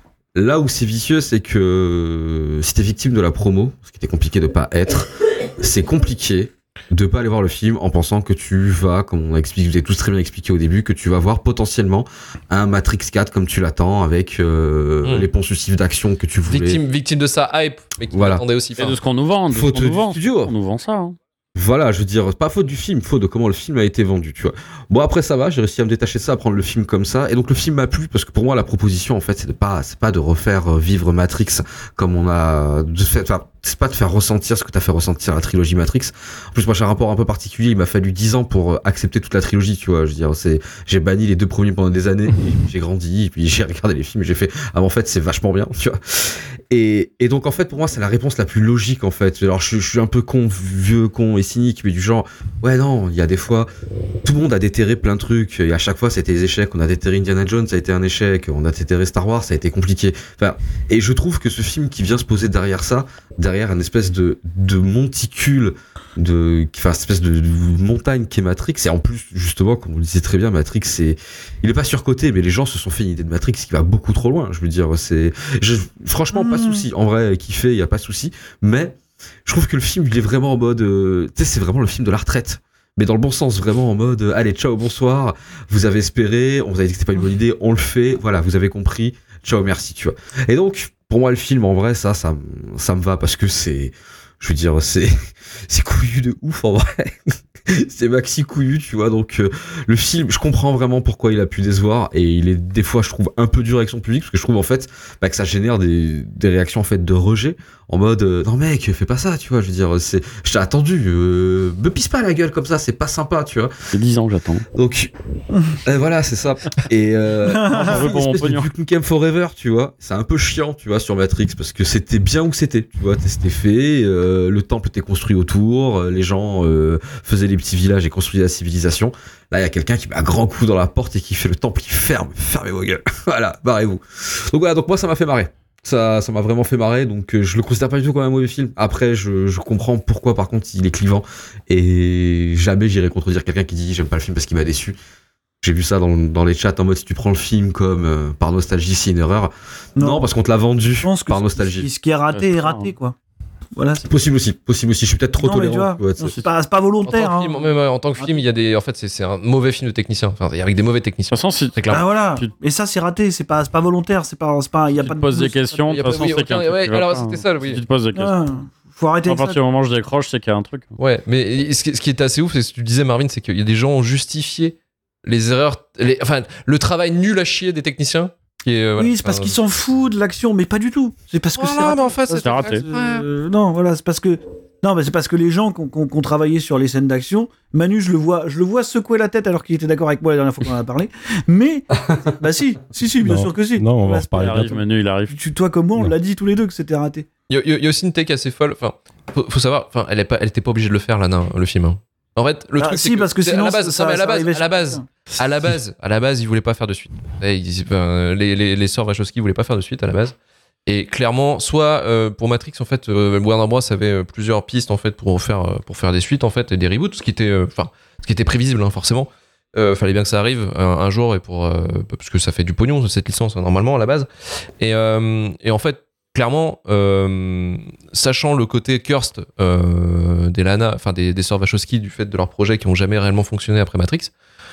là où c'est vicieux, c'est que si t'es victime de la promo, ce qui était compliqué de pas être, c'est compliqué de pas aller voir le film en pensant que tu vas, comme on a expliqué, vous avez tous très bien expliqué au début, que tu vas voir potentiellement un Matrix quatre comme tu l'attends, avec euh, Mm. les ponts successifs d'action que tu voulais. Victime, victime de sa hype, mais qui Voilà. attendait aussi. Et Enfin, de ce qu'on nous vend, de ce Faute qu'on nous du vend. studio. On nous vend ça. Hein. Voilà, je veux dire, pas faute du film, faute de comment le film a été vendu, tu vois. Bon, après ça va, j'ai réussi à me détacher de ça, à prendre le film comme ça, et donc le film m'a plu parce que pour moi la proposition en fait, c'est de pas, c'est pas de refaire euh, vivre Matrix comme on a de fait, enfin, c'est pas de faire ressentir ce que t'as fait ressentir la trilogie Matrix. En plus, moi j'ai un rapport un peu particulier, il m'a fallu dix ans pour euh, accepter toute la trilogie, tu vois. Je veux dire, c'est, j'ai banni les deux premiers pendant des années, et puis j'ai grandi, et puis j'ai regardé les films, et j'ai fait, ah mais en fait c'est vachement bien, tu vois. Et, et donc en fait pour moi c'est la réponse la plus logique en fait. Alors je, je suis un peu con, vieux con et cynique, mais du genre ouais non, il y a des fois tout le monde a déterré plein de trucs et à chaque fois c'était des échecs. On a déterré Indiana Jones, ça a été un échec. On a déterré Star Wars, ça a été compliqué. Enfin, et je trouve que ce film qui vient se poser derrière ça, derrière une espèce de de monticule, de enfin une espèce de, de montagne qu'est Matrix, et en plus justement comme on le disait très bien, Matrix c'est il est pas surcoté, mais les gens se sont fait une idée de Matrix qui va beaucoup trop loin. Je veux dire, c'est je, franchement pas de souci. En vrai, kiffer, il y a pas de souci, mais je trouve que le film il est vraiment en mode euh, tu sais, c'est vraiment le film de la retraite, mais dans le bon sens, vraiment en mode euh, allez ciao bonsoir, vous avez espéré, on vous a dit que c'était pas une bonne idée, on le fait, voilà, vous avez compris, ciao merci, tu vois. Et donc pour moi le film en vrai ça ça ça me va parce que c'est, je veux dire, c'est c'est couillu de ouf en vrai. c'est Maxi Couillu, tu vois. Donc euh, le film, je comprends vraiment pourquoi il a pu décevoir et il est des fois, je trouve, un peu dur avec son public parce que je trouve en fait bah, que ça génère des, des réactions en fait de rejet en mode euh, non mec, fais pas ça, tu vois. Je veux dire, c'est, je t'ai attendu, euh, me pisse pas la gueule comme ça, c'est pas sympa, tu vois. C'est dix ans que j'attends. Donc euh, voilà, c'est ça. Et euh, J'en veux pour mon pognon. Duke Nukem Forever, tu vois, c'est un peu chiant, tu vois, sur Matrix parce que c'était bien où c'était, tu vois, c'était fait, euh, le temple était construit autour, euh, les gens euh, faisaient des petits villages et construisaient la civilisation. Là, il y a quelqu'un qui met un grand coup dans la porte et qui fait le temple qui ferme, fermez vos gueules. Voilà, barrez-vous. Donc voilà, donc moi ça m'a fait marrer. Ça, ça m'a vraiment fait marrer, donc euh, je le considère pas du tout comme un mauvais film. Après, je, je comprends pourquoi, par contre, il est clivant et jamais j'irai contredire quelqu'un qui dit j'aime pas le film parce qu'il m'a déçu. J'ai vu ça dans, dans les chats en mode si tu prends le film comme euh, par nostalgie, c'est une erreur. Non, non parce qu'on te l'a vendu par nostalgie. Ce qui est raté est raté, quoi. Voilà, c'est possible aussi, possible aussi. Je suis peut-être trop non, tolérant. Ouais, c'est, c'est, pas, c'est pas volontaire. En tant que film, hein. même, en tant que film, il y a des, en fait, c'est, c'est un mauvais film de technicien. Enfin, avec des mauvais techniciens. De toute façon, c'est clair. Ah voilà. Tu... Et ça, c'est raté. C'est pas, c'est pas volontaire. C'est pas, c'est pas. Il y a tu pas te de. poses des questions. De toute façon, c'est qu'un. Ouais, alors c'était ça, oui. Tu te poses des questions. Faut arrêter. À partir du moment où je décroche, c'est qu'il y a un truc. Ouais, mais ce qui, ce qui était assez ouf, c'est ce que tu disais, Marvin, c'est qu'il y a des gens ont justifié les erreurs, les, enfin, le travail nul à chier des techniciens. Qui est, euh, oui, voilà, c'est parce enfin, qu'ils s'en foutent de l'action, mais pas du tout. C'est parce que voilà, c'est raté. Mais en fait, c'est, c'est raté. Euh, non, voilà, c'est parce que non, mais c'est parce que les gens qui ont, qui ont, qui ont travaillé sur les scènes d'action, Manu, je le vois, je le vois secouer la tête alors qu'il était d'accord avec moi la dernière fois qu'on en a parlé. Mais bah si, si, si, bien non, sûr que si. Non, on va voilà, en reparler. Il arrive, Manu, il arrive. Tu, toi comme moi, on non. l'a dit tous les deux que c'était raté. Il y, y, y a aussi une take assez folle. Enfin, faut, faut savoir, enfin, elle est pas, elle était pas obligée de le faire là, non, le film. Hein. En fait, le ah, truc si, c'est parce que, que sinon, à la base, ça, ça, à la base, ça à la base, à la base, à la base, ils voulaient pas faire de suite. Ils, ben, les, les, les sœurs Wachowski voulaient pas faire de suite à la base. Et clairement, soit euh, pour Matrix, en fait, euh, Warner Bros avait plusieurs pistes en fait pour faire pour faire des suites en fait et des reboots, ce qui était, enfin, euh, ce qui était prévisible hein, forcément. Euh, fallait bien que ça arrive un, un jour et pour euh, parce que ça fait du pognon cette licence hein, normalement à la base. Et, euh, et en fait. Clairement, euh, sachant le côté cursed euh, des Lana, enfin des, des sœurs Wachowski du fait de leurs projets qui n'ont jamais réellement fonctionné après Matrix,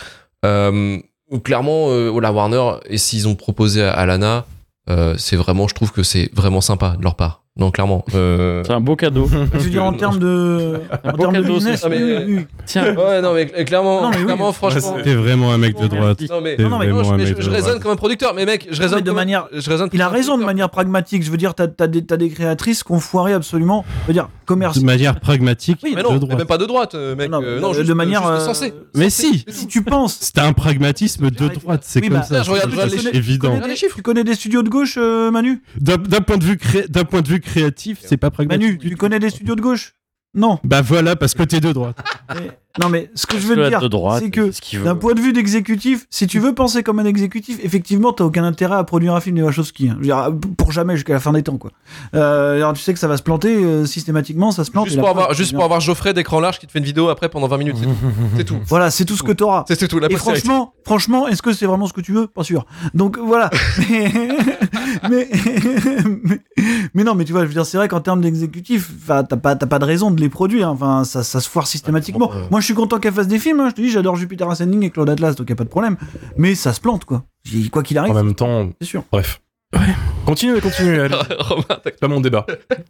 euh, clairement, euh, la Warner, et s'ils ont proposé à, à Lana, euh, c'est vraiment, je trouve que c'est vraiment sympa de leur part. Non, clairement. Euh... C'est un beau cadeau. Je veux dire, en termes de, en termes de business, mais, oui, oui. Tiens. Ouais, non, mais clairement, non, mais clairement oui. franchement. T'es vraiment un mec de droite. Non, mais, T'es non, mais vraiment non, un je, mec je, de je raisonne droite. comme un producteur, mais mec, je raisonne de comme manière. Je raisonne il a raison de manière pragmatique. Je veux dire, t'as, t'as, des, t'as des créatrices qui ont foiré absolument. Je veux dire, commerce. De manière pragmatique. Oui, mais non, de droite. même pas de droite, mec. Non, euh, non de, juste, de manière. juste euh, sensée. Mais si. Si tu penses. C'est un pragmatisme de droite. C'est oui, comme bah, ça. Je regarde, je regarde les c'est chiffres. évident. Tu connais, des, tu connais des studios de gauche, euh, Manu? D'un, d'un point de vue cré... d'un point de vue créatif, c'est pas pragmatique. Manu, tu connais des studios de gauche? Non. Bah voilà, parce que t'es de droite. Mais, non mais ce que je veux te dire, droite, c'est que d'un point de vue d'exécutif, si tu veux penser comme un exécutif, effectivement, t'as aucun intérêt à produire un film des Wachowski. Hein. Je veux dire, pour jamais jusqu'à la fin des temps, quoi. Euh, alors tu sais que ça va se planter euh, systématiquement, ça se plante. Juste pour avoir, juste pour avoir Geoffrey d'écran large qui te fait une vidéo après pendant vingt minutes, c'est tout. C'est tout. Voilà, c'est tout ce que t'auras. C'est, c'est tout. La Et franchement, franchement, est-ce que c'est vraiment ce que tu veux? Pas sûr. Donc voilà. mais, mais, mais, mais non, mais tu vois, je veux dire, c'est vrai qu'en termes d'exécutif, t'as pas, t'as pas de raison de les produire. Enfin, ça, ça se foire systématiquement. Ouais, bon, euh... Moi, je suis content qu'elle fasse des films. Hein. Je te dis, j'adore Jupiter Ascending et Claude Atlas, donc y a pas de problème. Mais ça se plante, quoi. Quoi qu'il arrive. En même temps, c'est sûr. Bref. Ouais. Continue, continue. Romain, c'est pas mon débat.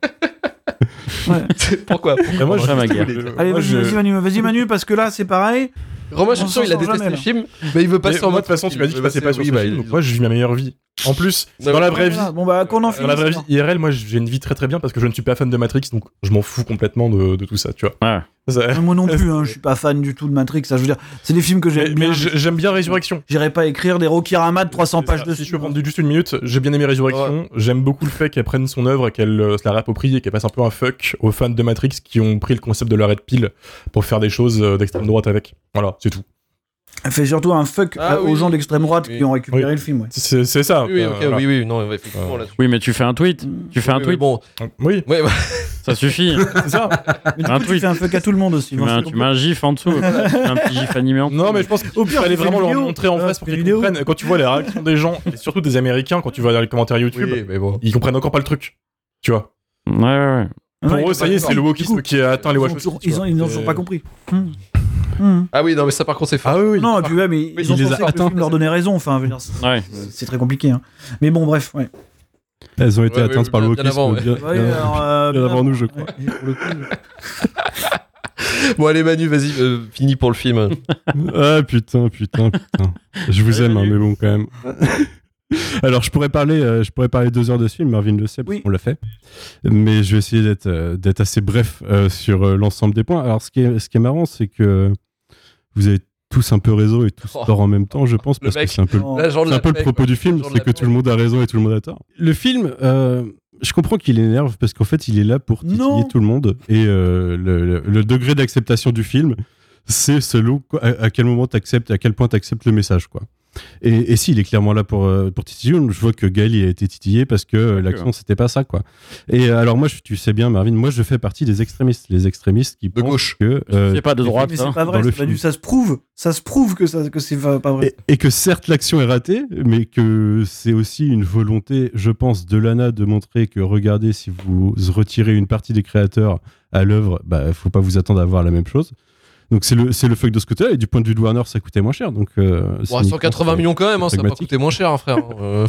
Ouais. Pourquoi, Pourquoi moi, je ma guerre. Allez, vas-y, je... vas-y, Manu, vas-y, Manu, parce que là, c'est pareil. Romain, je suis sûr, il a détesté le film, mais il veut passer en mode. De toute façon, tu m'as dit que tu passais pas sur ce bah, film. Moi, je vis ma meilleure vie. En plus, dans la vraie vie. Bon, bah, qu'on en finisse. Dans la vraie vie, I R L, moi, j'ai une vie très très bien parce que je ne suis pas fan de Matrix, donc je m'en fous complètement de, de tout ça, tu vois. Ouais. Ça... Moi non plus, hein, je suis pas fan du tout de Matrix. Ça, je veux dire, c'est des films que j'aime mais, bien. Mais j'aime bien Résurrection. J'irais pas écrire des Rocky Rama de trois cents pages dessus. Si je peux prendre juste une minute, j'ai bien aimé Résurrection. Ouais. J'aime beaucoup le fait qu'elle prenne son œuvre et qu'elle euh, se la réapproprie et qu'elle fasse un peu un fuck aux fans de Matrix qui ont pris le concept de la red pill pour faire des choses euh, d'extrême droite avec. Voilà, c'est tout. Elle fait surtout un fuck ah, aux oui. gens d'extrême droite oui. qui ont récupéré oui. le film. Ouais. C'est, c'est ça. Oui, oui, okay, euh, oui, oui, non, effectivement. Là, oui, mais tu fais un tweet. Tu fais oui, un oui, tweet. Bon, oui. oui, ça suffit. C'est ça. Mais du un coup, tweet. tu fais un fuck à tout le monde aussi. Tu, mets un, tu mets un gif en dessous. un petit gif animé en dessous. Non, mais je pense qu'il fallait vraiment leur montrer en face pour qu'ils comprennent. Quand tu vois les réactions des gens, et surtout des Américains, quand tu vois dans les commentaires YouTube, oui, mais bon. ils comprennent encore pas le truc. Tu vois. Ouais, ouais, ouais. Pour ouais, eux, ça y est, c'est le wokisme qui a atteint les Wachowski. Ils ont, ils n'ont toujours pas compris. Hum. Hum. Ah oui, non, mais ça par contre c'est fort. Ah oui, oui. Non, et puis ouais, mais ils, ils ont les pensé a que le film leur donnait raison. Enfin, je veux dire, c'est, ouais. c'est très compliqué. Hein. Mais bon, bref, ouais. Elles ont été ouais, atteintes ouais, par le bien wokisme avant, ouais. bien, Ouais, bien, alors, euh, bien bien avant nous, je crois. Ouais, pour le coup, je... Bon, allez, Manu, vas-y, euh, finis pour le film. Ah putain, putain, putain. Je vous aime, hein, mais bon, quand même. Alors, je pourrais parler, euh, je pourrais parler deux heures de ce film, Marvin le sait, parce Oui. qu'on l'a fait. Mais je vais essayer d'être, euh, d'être assez bref euh, sur euh, l'ensemble des points. Alors, ce qui est, ce qui est marrant, c'est que vous avez tous un peu raison et tous Oh. tort en même temps, je pense, Le parce mec, que c'est un peu, Oh. là, genre de c'est un la peu le paix, propos quoi. du film, Genre de c'est la que paix. tout le monde a raison et tout le monde a tort. Le film, euh, je comprends qu'il énerve parce qu'en fait, il est là pour titiller Non. tout le monde et euh, le, le- le degré d'acceptation du film, c'est selon quoi- à, à quel moment t'acceptes, à quel point t'acceptes le message, quoi. Et, et si, il est clairement là pour, euh, pour titiller. Je vois que Gaël il a été titillé parce que euh, l'action, c'était pas ça, quoi. Et euh, alors, moi, je- tu sais bien, Marvin, moi, je fais partie des extrémistes. Les extrémistes qui De pensent gauche. que. euh, C'est pas de droite, Mais ça. c'est pas dans vrai, le c'est pas film. du- ça se prouve. Ça se prouve que, ça, que c'est pas pas vrai. Et, et que certes l'action est ratée, mais que c'est aussi une volonté, je pense, de Lana de montrer que regardez, si vous retirez une partie des créateurs à l'œuvre, bah faut pas vous attendre à voir la même chose. Donc c'est le c'est le fuck de ce côté-là, et du point de vue de Warner, ça coûtait moins cher. Donc euh, Bon, cyniquement, cent quatre-vingts c'est- millions quand même, hein, ça va pas pragmatique. coûter moins cher, hein, frère. Euh,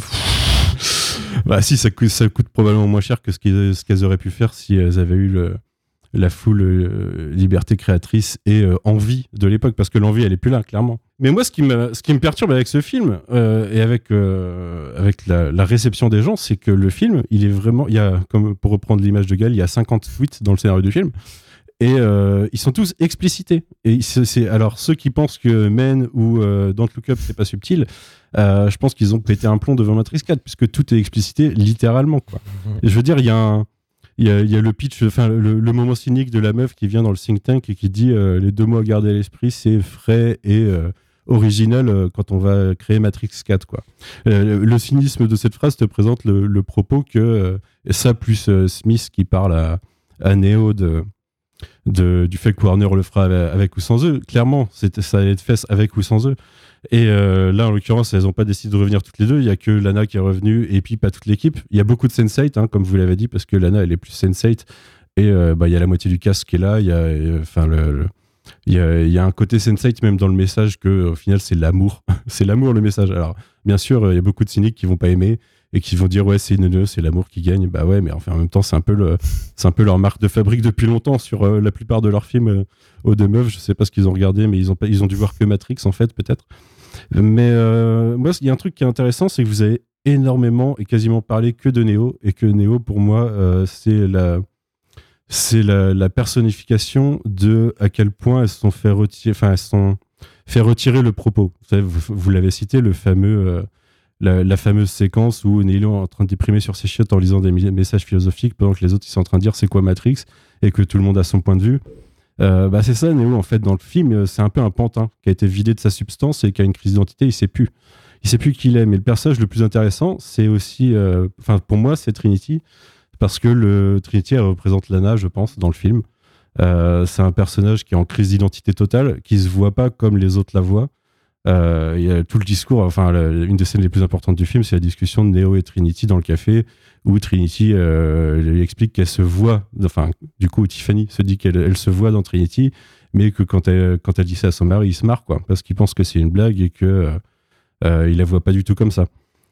Bah si, ça coûte, ça coûte probablement moins cher que ce qu'elles, ce qu'elles auraient pu faire si elles avaient eu le, la full euh, liberté créatrice et euh, envie de l'époque, parce que l'envie, elle est plus là, clairement. Mais moi, ce qui me, ce qui me perturbe avec ce film euh, et avec, euh, avec la, la réception des gens, c'est que le film, il est vraiment... Il y a, comme pour reprendre l'image de Gal, il y a cinquante tweets dans le scénario du film. Et euh, ils sont tous explicités. Et c'est, c'est- alors, ceux qui pensent que Men ou euh, Don't Look Up, c'est pas subtil, euh, je pense qu'ils ont pété un plomb devant Matrix quatre, puisque tout est explicité littéralement, quoi. Et je veux dire, il y a un... Il y, a, il y a le pitch, enfin le, le moment cynique de la meuf qui vient dans le think tank et qui dit euh, les deux mots à garder à l'esprit, c'est frais et euh, original euh, quand on va créer Matrix quatre, quoi. Euh, le cynisme de cette phrase te présente le, le propos que euh, ça plus euh, Smith qui parle à, à Neo de, de, du fait que Warner le fera avec, avec ou sans eux. Clairement, c'était, ça allait être fait avec ou sans eux. Et euh, là, en l'occurrence, elles n'ont pas décidé de revenir toutes les deux. Il n'y a que Lana qui est revenue et puis pas toute l'équipe. Il y a beaucoup de Sense eight, hein, comme vous l'avez dit, parce que Lana, elle est plus Sense eight. Et euh, bah, il y a la moitié du cast qui est là. Il y a, euh, enfin, le, le- il y a, il y a un côté Sense eight même dans le message que, au final, c'est l'amour. C'est l'amour, le message. Alors, bien sûr, il y a beaucoup de cyniques qui vont pas aimer et qui vont dire ouais, c'est une c'est l'amour qui gagne. Bah ouais, mais enfin, en même temps, c'est un peu le, c'est un peu leur marque de fabrique depuis longtemps sur euh, la plupart de leurs films euh, aux deux meufs. Je sais pas ce qu'ils ont regardé, mais ils ont pas, ils ont dû voir que Matrix en fait, peut-être. Mais euh, moi, il y a un truc qui est intéressant, c'est que vous avez énormément et quasiment parlé que de Neo, et que Neo, pour moi, euh, c'est la, c'est la, la personnification de à quel point elles se sont fait retirer, enfin, elles se sont fait retirer le propos. Vous savez, vous, vous l'avez cité, le fameux, euh, la, la fameuse séquence où Neo est en train de déprimer sur ses chiottes en lisant des mi- messages philosophiques pendant que les autres ils sont en train de dire c'est quoi Matrix et que tout le monde a son point de vue. Euh, bah c'est ça, Neo, en fait, dans le film, c'est un peu un pantin qui a été vidé de sa substance et qui a une crise d'identité, il sait plus. Il sait plus qui il est. Mais le personnage le plus intéressant, c'est aussi, euh, enfin, pour moi, c'est Trinity, parce que le Trinity, elle représente Lana, je pense, dans le film. Euh, c'est un personnage qui est en crise d'identité totale, qui se voit pas comme les autres la voient. Euh, il y a tout le discours, enfin, la- une des scènes les plus importantes du film, c'est la discussion de Neo et Trinity dans le café, où Trinity euh, lui explique qu'elle se voit, enfin, du coup, Tiffany se dit qu'elle elle se voit dans Trinity, mais que quand elle, quand elle dit ça à son mari, il se marre, quoi, parce qu'il pense que c'est une blague et que euh, euh, il la voit pas du tout comme ça.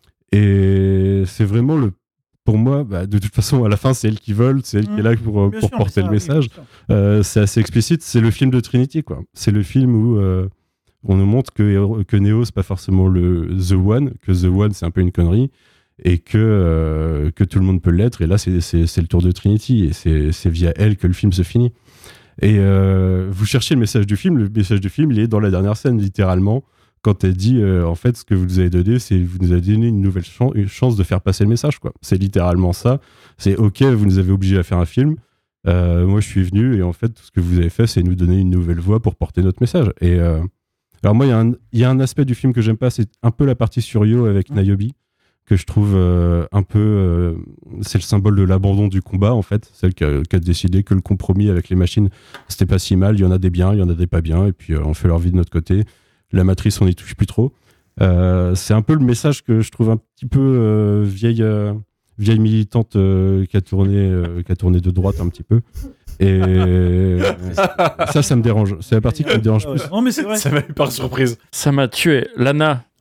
Et c'est vraiment le, pour moi, bah, de toute façon, à la fin, c'est elle qui vole, c'est elle qui est là pour, Bien pour sûr, porter ça, le oui, message. bien sûr. Euh, c'est assez explicite, c'est le film de Trinity, quoi. C'est le film où euh, on nous montre que, que Neo, c'est pas forcément le The One, que The One, c'est un peu une connerie, et que, euh, que tout le monde peut l'être. Et là, c'est, c'est, c'est le tour de Trinity, et c'est, c'est via elle que le film se finit. Et euh, vous cherchez le message du film, le message du film, il est dans la dernière scène, littéralement, quand elle dit, euh, en fait, ce que vous nous avez donné, c'est vous nous avez donné une nouvelle chan- une chance de faire passer le message, quoi. C'est littéralement ça. C'est OK, vous nous avez obligés à faire un film. Euh, moi, je suis venu, et en fait, tout ce que vous avez fait, c'est nous donner une nouvelle voix pour porter notre message. Et euh, alors, moi, il y a un- il y a un aspect du film que j'aime pas, c'est un peu la partie sur Yo avec Niobe, que je trouve euh, un peu... euh, c'est le symbole de l'abandon du combat, en fait. Celle qui a, qui a décidé que le compromis avec les machines, c'était pas si mal. Il y en a des biens, il y en a des pas bien, et puis euh, on fait leur vie de notre côté. La matrice, on n'y touche plus trop. Euh, c'est un peu le message que je trouve un petit peu euh, vieille, euh, vieille militante euh, qui, a tourné, euh, qui a tourné de droite un petit peu. Et ça, ça me dérange. C'est la partie qui me dérange plus. Non, mais c'est vrai. Ça m'a eu par surprise. Ça m'a tué. Lana,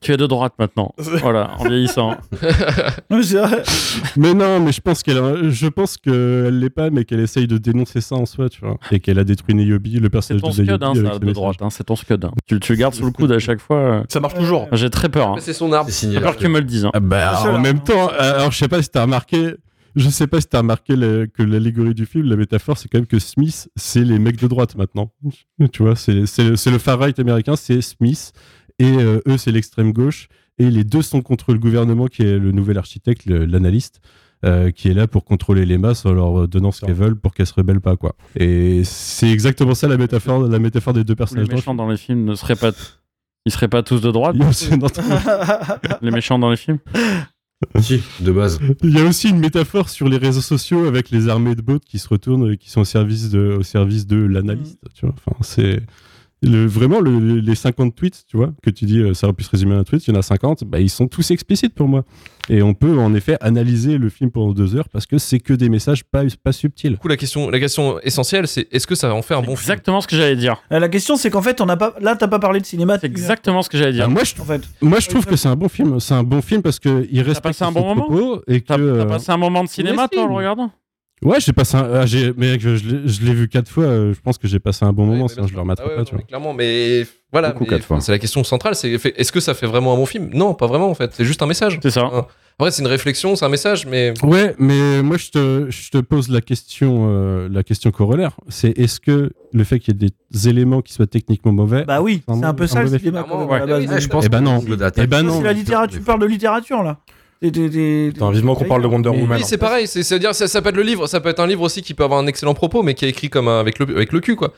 Tu es de droite maintenant. Voilà, en vieillissant. Oui, c'est vrai. Mais non, mais je pense qu'elle, a- je pense qu'elle l'est pas, mais qu'elle essaye de dénoncer ça en soi, tu vois, et qu'elle a détruit Niobe, le C'est personnage ton de scud, Niobe hein, avec ça, ce de message. droite. Hein, c'est ton scud. Hein. Tu, tu le gardes sous le coude à chaque fois. euh. Ça marche toujours. J'ai très peur. Hein. C'est son arbre. C'est signé J'ai peur que tu me le dises. Hein. Ah bah, C'est en là, même hein. temps, euh, alors je sais pas si t'as remarqué, je sais pas si t'as remarqué le- que l'allégorie du film, la métaphore, c'est quand même que Smith, c'est les mecs de droite maintenant. Tu vois, c'est c'est le, c'est le far-right américain, c'est Smith, et euh, eux, c'est l'extrême gauche, et les deux sont contre le gouvernement qui est le nouvel architecte, le- l'analyste, euh, qui est là pour contrôler les masses en leur donnant ce qu'elles veulent pour qu'elles se rebellent pas, quoi. Et c'est exactement ça la métaphore, la métaphore des deux Les personnages. méchants dans les films ne seraient pas. Ils seraient pas tous de droite. Il y a aussi une autre- Les méchants dans les films. Si, de base. Il y a aussi une métaphore sur les réseaux sociaux avec les armées de bots qui se retournent et qui sont au service de, au service de l'analyste. Tu vois, enfin, c'est le, vraiment le- les cinquante tweets, tu vois, que tu dis euh, ça aurait pu se résumer à un tweet. Il y en a cinquante, bah, ils sont tous explicites pour moi. Et on peut en effet analyser le film pendant deux heures parce que c'est que des messages pas, pas subtils. Du coup, la question, la question essentielle, c'est est-ce que ça en fait un bon film? Exactement ce que j'allais dire. Euh, La question, c'est qu'en fait, on n'a pas. Là, t'as pas parlé de cinéma. C'est exactement ce que j'allais dire. Bah, moi, je, En fait. moi, je trouve que c'est un bon film. C'est un bon film parce que il respecte passé un son bon moment propos et que. T'as t'as euh, passé un moment de cinéma, toi, en le estime. regardant? Ouais, j'ai passé un. ah, j'ai- mais je, je l'ai- je l'ai vu quatre fois. euh, Je pense que j'ai passé un bon moment. Ouais, Sinon, je le remettrai Ah ouais, pas. non, Tu vois. mais clairement, mais voilà, Beaucoup, mais, quatre fois. enfin, c'est la question centrale. C'est fait- est-ce que ça fait vraiment un bon film? Non, pas vraiment en fait. C'est juste un message. C'est ça. Hein. Après, c'est une réflexion, c'est un message, mais Ouais, mais moi je te, je te pose la question, euh, la question corollaire. C'est est-ce que le fait qu'il y ait des éléments qui soient techniquement mauvais, Bah oui, un c'est un peu un ça le mauvais cinéma. film. quand même, à la Ouais, base. Ouais, je pense Eh ben que non. l'angle d'attaque- Eh ben non. C'est la littérature. Tu parles de littérature là. T'es- t'es- t'es- Attends, vivement qu'on parle de Wonder Mais- Woman. oui, c'est pareil. C'est, c'est-à-dire, ça, ça peut être le livre, ça peut être un livre aussi qui peut avoir un excellent propos, mais qui est écrit comme un- avec le avec le cul, quoi.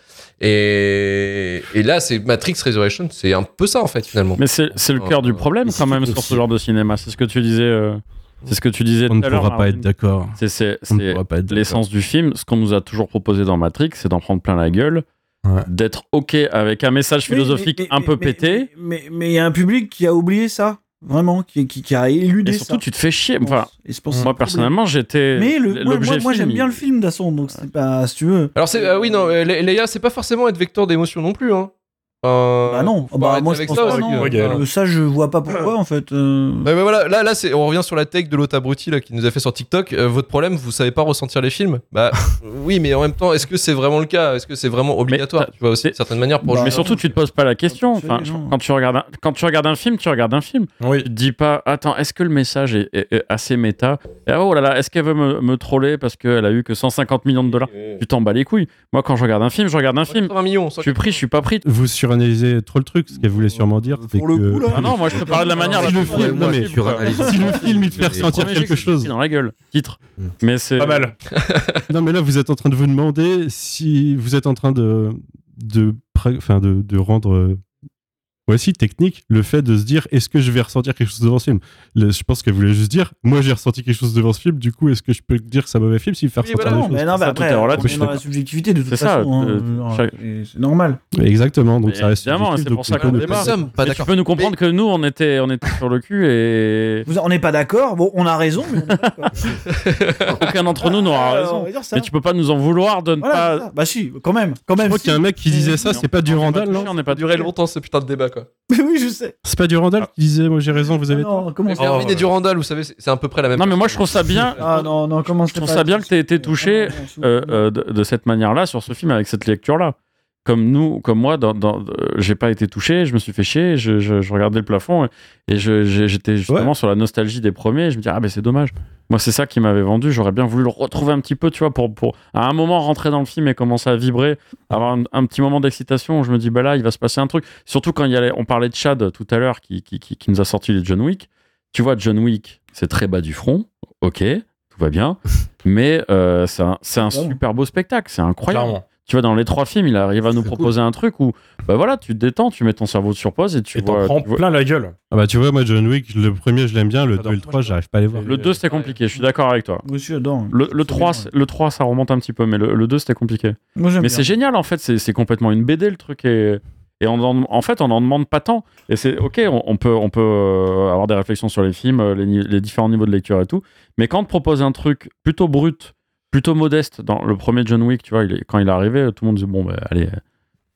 Et, et là, c'est Matrix Resurrection, c'est un peu ça en fait finalement. Mais c'est c'est le cœur du problème, Mais si quand tu même, peux sur ce aussi- genre de cinéma. C'est ce que tu disais. euh, C'est ce que tu disais on ne tout à l'heure. pourra pas Marvin. être d'accord. C'est c'est- On ne c'est pourra pas être d'accord. l'essence du film. Ce qu'on nous a toujours proposé dans Matrix, c'est d'en prendre plein la gueule, Ouais. d'être OK avec un message Oui, philosophique mais- un mais- peu mais- pété. Mais mais il y a un public qui a oublié ça, vraiment, qui, qui, qui a éludé Et ça. surtout, tu te fais chier. Enfin, Et c'est pour ça moi, le problème. personnellement, j'étais. Mais le, moi, l'objet moi, moi, film, j'aime bien il- le film d'Asson, donc c'est pas si tu veux. Alors c'est euh, oui non, euh, Lé- Léa, c'est pas forcément être vecteur d'émotion non plus, hein. Euh, Bah non, faut bah, arrêter moi je avec pense ça pas aussi, non. euh, Ouais, Gaël. Euh, ça je vois pas pourquoi en fait. euh. Ouais, mais voilà, là, là c'est, on revient sur la tech de l'autre abruti là, qui nous a fait sur TikTok. Euh, votre problème, vous savez pas ressentir les films. Bah oui, mais en même temps, est-ce que c'est vraiment le cas? Est-ce que c'est vraiment obligatoire? t'as- Tu vois aussi de certaines manières pour Bah, Mais jouer. surtout, tu te poses pas la question. c'est- Enfin, non. quand tu regardes un, quand tu regardes un film, tu regardes un film. Oui. Tu te dis pas, attends, est-ce que le message est, est- est assez méta? Et, ah, oh là là, est-ce qu'elle veut me, me troller parce qu'elle a eu que cent cinquante millions de dollars? Tu t'en bats les couilles. Moi, quand je regarde un film, je regarde un film. vingt millions. Je suis pris, je suis pas pris. Vous suranalysez trop le truc. Ce qu'elle voulait sûrement dire, c'est Pour le que coup, là. Ah non, moi je te parlais de la manière Si la le plus film- non, mais possible, quoi. suranalyse. si le film il te fait ressentir Premier quelque jet que je chose. suis dans la gueule, titre. Mm. Mais c'est Pas mal. Non, mais là, vous êtes en train de vous demander si vous êtes en train de, de, pra- enfin, de, de rendre. euh, Ouais, si, technique, le fait de se dire est-ce que je vais ressentir quelque chose devant ce film. Le- je pense qu'elle voulait juste dire moi j'ai ressenti quelque chose devant ce film, du coup, est-ce que je peux dire que c'est un mauvais film s'il me fait Oui, ressentir voilà, des Non, choses mais non, mais Ça, après, tout est on relatif. est dans la subjectivité de toute C'est ça, façon. hein. euh, Alors, chaque- et c'est normal. Exactement, donc Mais ça reste évidemment, subjectif, c'est pour donc ça on qu'on peut ne débat. pas- Nous sommes pas Mais tu d'accord. peux nous comprendre que nous, on était, on était sur le cul et Vous- On n'est pas d'accord. Bon, on a raison, mais on est pas d'accord. aucun d'entre nous n'aura Ah, on raison. va dire ça. Mais tu peux pas nous en vouloir de ne Voilà, c'est pas. ça. Bah si, quand même, quand Je même. crois si. qu'il y a un mec qui disait ça, c'est pas Durandal, non On n'est pas Durer longtemps ce putain de débat quoi. oui, je sais. C'est pas Durandal qui disait moi j'ai raison, vous avez tort. Non, comment Mais ça Erwin Oh, et Durandal, vous savez, c'est c'est à peu près la même. Non, mais moi je trouve ça bien. Ah non, non, comment Je trouve ça bien que tu aies été touché euh, euh, de, de cette manière-là sur ce film avec cette lecture-là. Comme nous, comme moi, dans, dans, euh, j'ai pas été touché, je me suis fait chier, je, je, je regardais le plafond et, et je, j'ai- j'étais justement Ouais. sur la nostalgie des premiers. Et je me dis ah ben c'est dommage. Moi c'est ça qui m'avait vendu. J'aurais bien voulu le retrouver un petit peu, tu vois, pour, pour à un moment rentrer dans le film et commencer à vibrer, avoir un, un petit moment d'excitation où je me dis bah là il va se passer un truc. Surtout quand il y a, les- on parlait de Chad tout à l'heure qui, qui, qui, qui nous a sorti les John Wick. Tu vois John Wick, c'est très bas du front, ok, tout va bien, mais euh, c'est un, c'est un Clairement. super beau spectacle, c'est incroyable. Clairement. Tu vois, dans les trois films, il arrive à nous proposer un truc où, bah voilà, tu te détends, tu mets ton cerveau sur pause et tu Et t'en vois. prends tu vois- plein la gueule. Ah bah tu vois, moi John Wick, le premier je l'aime bien, le J'adore. deux et le trois j'arrive pas à les voir. Le deux, c'était compliqué, je suis d'accord avec toi. Moi aussi, j'adore. Le, le, C'est trois, bien, c'est- le trois, ça remonte un petit peu, mais le, le deux, c'était compliqué. Moi, j'aime Mais bien. c'est génial, en fait, c'est c'est complètement une B D, le truc. Et, et on en, en fait, on n'en demande pas tant. Et c'est ok, on, on peut, on peut euh, avoir des réflexions sur les films, euh, les, ni- les différents niveaux de lecture et tout. Mais quand on te propose un truc plutôt brut, plutôt modeste, dans le premier John Wick, tu vois, il est- quand il est arrivé, tout le monde dit bon, bah, allez,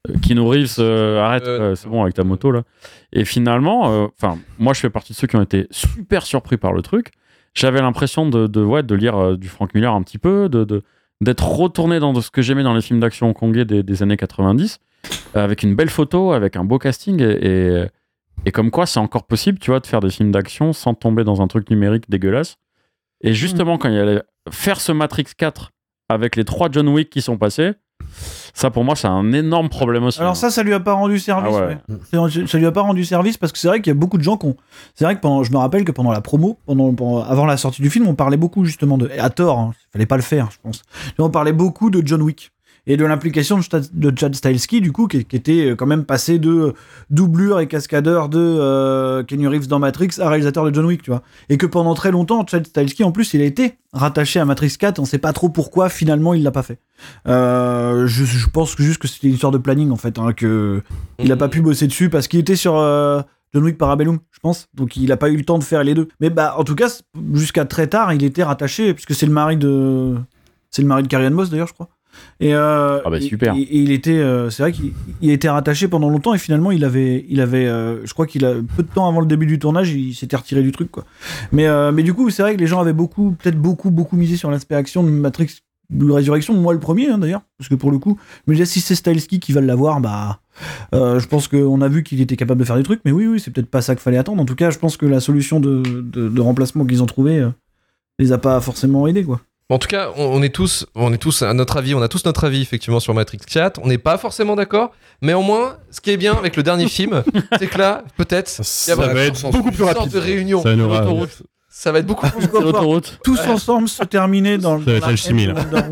Keanu Reeves, euh, arrête, Euh, euh, c'est bon avec ta moto là. Et finalement, enfin, euh, moi je fais partie de ceux qui ont été super surpris par le truc. J'avais l'impression de, de, ouais, de lire euh, du Frank Miller un petit peu, de, de, d'être retourné dans ce que j'aimais dans les films d'action hongkongais des, des années quatre-vingt-dix, euh, avec une belle photo, avec un beau casting, et, et, et comme quoi c'est encore possible, tu vois, de faire des films d'action sans tomber dans un truc numérique dégueulasse. Et justement, mmh. quand il allait faire ce Matrix quatre avec les trois John Wick qui sont passés, ça pour moi c'est un énorme problème aussi. Alors ça ça lui a pas rendu service ah ouais. Ouais. Ça lui a pas rendu service parce que c'est vrai qu'il y a beaucoup de gens qui ont c'est vrai que pendant je me rappelle que pendant la promo pendant, pendant avant la sortie du film on parlait beaucoup justement de à tort hein, fallait pas le faire je pense on parlait beaucoup de John Wick et de l'implication de, de Chad Stahelski du coup qui, qui était quand même passé de doublure et cascadeur de euh, Keanu Reeves dans Matrix à réalisateur de John Wick, tu vois, et que pendant très longtemps Chad Stahelski en plus il a été rattaché à Matrix quatre, on sait pas trop pourquoi finalement il l'a pas fait. Euh, je, je pense que juste que c'était une histoire de planning en fait, hein, que il a pas pu bosser dessus parce qu'il était sur euh, John Wick Parabellum, je pense, donc il a pas eu le temps de faire les deux. Mais bah en tout cas jusqu'à très tard il était rattaché puisque c'est le mari de c'est le mari de Carrie Ann Moss d'ailleurs je crois. Et, euh, ah bah super. Et, et il était, euh, c'est vrai qu'il il était rattaché pendant longtemps et finalement il avait, il avait, euh, je crois qu'il a peu de temps avant le début du tournage, il s'était retiré du truc quoi. Mais, euh, mais du coup c'est vrai que les gens avaient beaucoup, peut-être beaucoup, beaucoup misé sur l'aspect action de Matrix de Résurrection, moi le premier hein, d'ailleurs, parce que pour le coup, mais déjà si c'est Stahelski qui va l'avoir, bah, euh, je pense qu'on a vu qu'il était capable de faire des trucs, mais oui, oui, c'est peut-être pas ça qu'il fallait attendre. En tout cas, je pense que la solution de, de, de remplacement qu'ils ont trouvé euh, les a pas forcément aidés quoi. En tout cas, on, on est tous, on est tous à notre avis, on a tous notre avis effectivement sur Matrix quatre. On n'est pas forcément d'accord, mais au moins, ce qui est bien avec le dernier film, c'est que là, peut-être, ça va être beaucoup plus rapide. Sorte de réunion. Ça, aura... ça va être beaucoup plus rapide. L'autoroute. Tous ensemble se terminer dans, dans la chimie,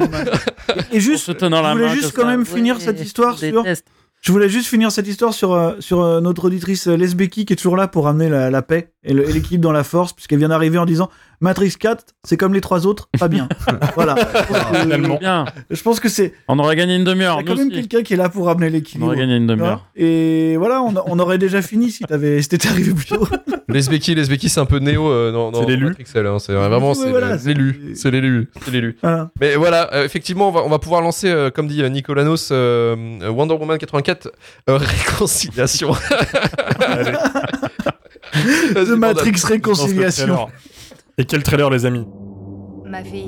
Et juste, je voulais juste quand même finir cette histoire sur. Je voulais juste finir cette histoire sur, euh, sur euh, notre auditrice euh, Les Becky qui est toujours là pour ramener la, la paix et, le, et l'équilibre dans la force, puisqu'elle vient d'arriver en disant Matrix quatre, c'est comme les trois autres, pas bien. Voilà. Finalement. Bien. Je pense que c'est. On aurait gagné une demi-heure. Il y a quand même quelqu'un qui est là pour ramener l'équilibre. On aurait gagné une demi-heure. Et voilà, on, a, on aurait déjà fini si t'avais, si t'étais arrivé plus tôt. Les Becky, les Becky, c'est un peu Néo euh, dans, dans c'est l'élu. Matrix. Hein, c'est vraiment ouais, c'est voilà, l'élu. C'est l'élu. C'est l'élu. Voilà. Mais voilà, euh, effectivement, on va, on va pouvoir lancer, euh, comme dit Nicolanos, euh, Wonder Woman quatre-vingt-quatre, euh, réconciliation. The Matrix réconciliation. Et quel trailer, les amis. Ma vie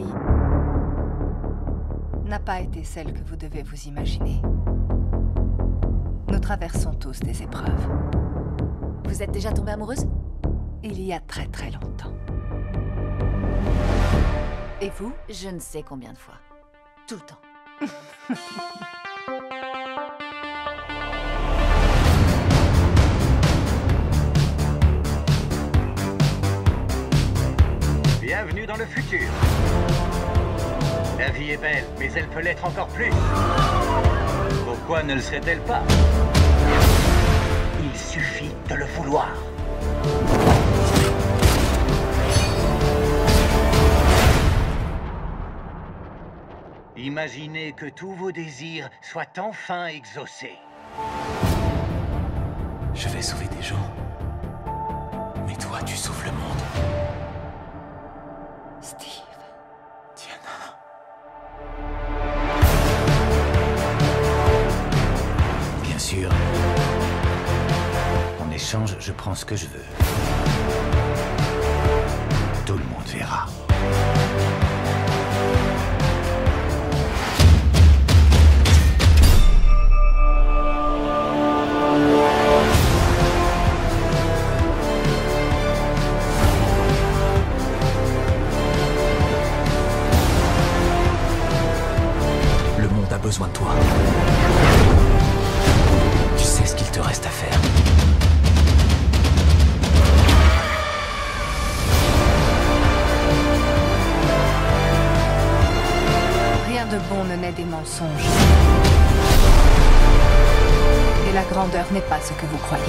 n'a pas été celle que vous devez vous imaginer. Nous traversons tous des épreuves. Vous êtes déjà tombée amoureuse ? Il y a très très longtemps. Et vous ? Je ne sais combien de fois. Tout le temps. Bienvenue dans le futur. La vie est belle, mais elle peut l'être encore plus. Pourquoi ne le serait-elle pas ? Il suffit de le vouloir. Imaginez que tous vos désirs soient enfin exaucés. Je vais sauver des gens. Mais toi, tu sauves le monde. Steve. Diana. Bien sûr. En échange, je prends ce que je veux. Tout le monde verra. Besoin de toi. Tu sais ce qu'il te reste à faire. Rien de bon ne naît des mensonges. Et la grandeur n'est pas ce que vous croyez.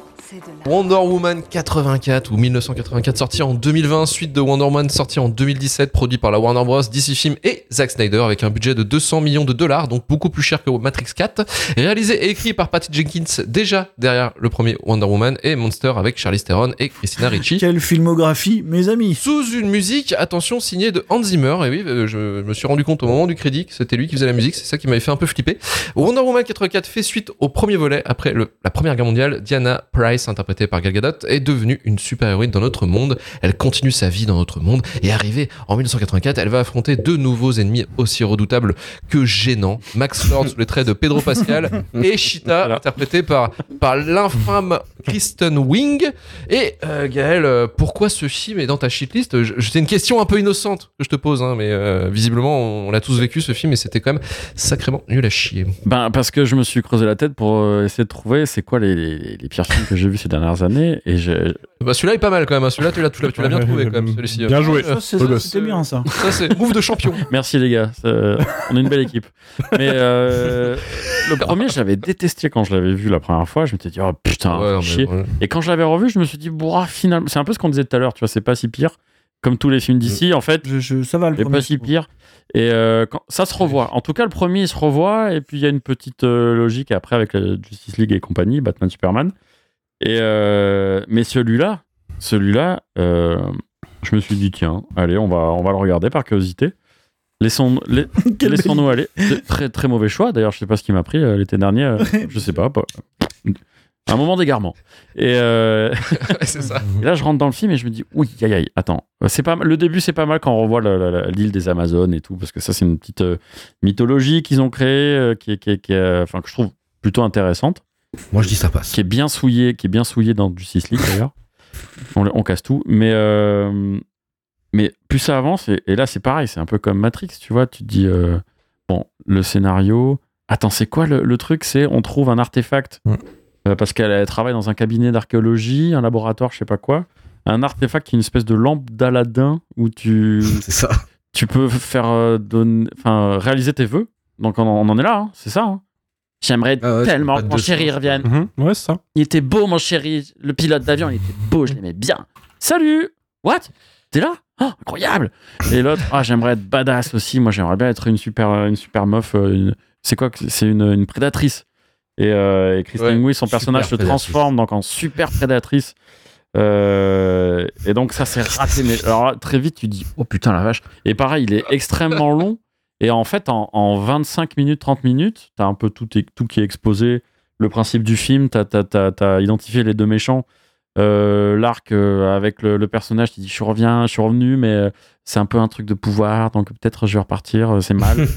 Wonder Woman quatre-vingt-quatre ou mille neuf cent quatre-vingt-quatre sorti en deux mille vingt, suite de Wonder Woman sorti en deux mille dix-sept, produit par la Warner Bros, D C Films et Zack Snyder avec un budget de deux cents millions de dollars, donc beaucoup plus cher que Matrix quatre, réalisé et écrit par Patty Jenkins, déjà derrière le premier Wonder Woman, et Monster avec Charlize Theron et Christina Ricci. Quelle filmographie, mes amis. Sous une musique, attention, signée de Hans Zimmer, et oui, je me suis rendu compte au moment du crédit que c'était lui qui faisait la musique, c'est ça qui m'avait fait un peu flipper. Wonder Woman quatre-vingt-quatre fait suite au premier volet, après le, la Première Guerre mondiale. Diana Pryce, interprétée par Gal Gadot, est devenue une super-héroïne dans notre monde. Elle continue sa vie dans notre monde, et arrivée en mille neuf cent quatre-vingt-quatre, elle va affronter deux nouveaux ennemis aussi redoutables que gênants. Max Lord sous les traits de Pedro Pascal et Cheetah, voilà, interprétée par, par l'infâme Kristen Wiig. Et euh, Gaël, euh, pourquoi ce film est dans ta shitlist? je, C'est une question un peu innocente que je te pose, hein, mais euh, visiblement on, on l'a tous vécu ce film, et c'était quand même sacrément nul à chier. Ben, parce que je me suis creusé la tête pour euh, essayer de trouver c'est quoi les, les, les pires films que j'ai vus ces dernières années. Et j'ai... Bah celui-là est pas mal quand même, celui-là tu l'as, tu l'as, tu l'as bien trouvé quand même, celui-ci. Bien joué. Ça, c'est, ça, c'était bien ça. Ça c'est move de champion. Merci les gars, ça, on est une belle équipe. Mais euh, le premier j'avais détesté quand je l'avais vu la première fois, je m'étais dit oh putain, ouais, chier. Ouais. Et quand je l'avais revu je me suis dit boah, finalement, c'est un peu ce qu'on disait tout à l'heure, tu vois, c'est pas si pire. Comme tous les films d'ici, en fait, je, je, ça va le c'est premier, pas si pire. Et euh, quand, ça se revoit. En tout cas, le premier il se revoit, et puis il y a une petite euh, logique après avec la Justice League et compagnie, Batman, Superman. Et euh, mais celui-là, celui-là, euh, je me suis dit tiens, allez, on va, on va le regarder par curiosité. Laissons, la, laissons-nous aller. Très, très mauvais choix. D'ailleurs, je sais pas ce qui m'a pris euh, l'été dernier. Euh, je sais pas. pas. Un moment d'égarement. Et, euh... c'est ça. Et là, je rentre dans le film et je me dis, oui, aïe, aïe, attends. C'est pas mal. Le début, c'est pas mal quand on revoit la, la, la, l'île des Amazones et tout, parce que ça, c'est une petite euh, mythologie qu'ils ont créée, euh, qui, qui, qui, euh, enfin, que je trouve plutôt intéressante. Moi, je dis ça passe. Qui est bien souillée, qui est bien souillée dans Justice League d'ailleurs. on, on casse tout, mais euh, mais plus ça avance, et, et là, c'est pareil, c'est un peu comme Matrix, tu vois. Tu te dis, euh, bon, le scénario. Attends, c'est quoi le, le truc? C'est on trouve un artefact. Ouais. Euh, parce qu'elle travaille dans un cabinet d'archéologie, un laboratoire, je sais pas quoi. Un artefact qui est une espèce de lampe d'Aladin où tu, c'est ça. Tu peux faire euh, donner, enfin réaliser tes vœux. Donc on, on en est là, hein, c'est ça. Hein. J'aimerais ah ouais, tellement que mon chéri revienne. Mmh, ouais, c'est ça. Il était beau, mon chéri. Le pilote d'avion, il était beau, je l'aimais bien. Salut. What? T'es là? Oh, incroyable. Et l'autre, ah, j'aimerais être badass aussi. Moi, j'aimerais bien être une super, une super meuf. Une... C'est quoi? C'est une, une prédatrice. Et, euh, et Kristen Wiig, ouais, son personnage se transforme donc en super prédatrice. Euh, et donc ça c'est raté. Mais alors là, très vite tu dis oh putain la vache. Et pareil, il est extrêmement long. Et en fait, en, en vingt-cinq minutes, trente minutes, t'as un peu tout, tout qui est exposé. Le principe du film, t'as, t'as, t'as, t'as identifié les deux méchants. Euh, l'arc euh, avec le, le personnage qui dit je reviens, je suis revenu, mais euh, c'est un peu un truc de pouvoir, donc peut-être je vais repartir, euh, c'est mal. et,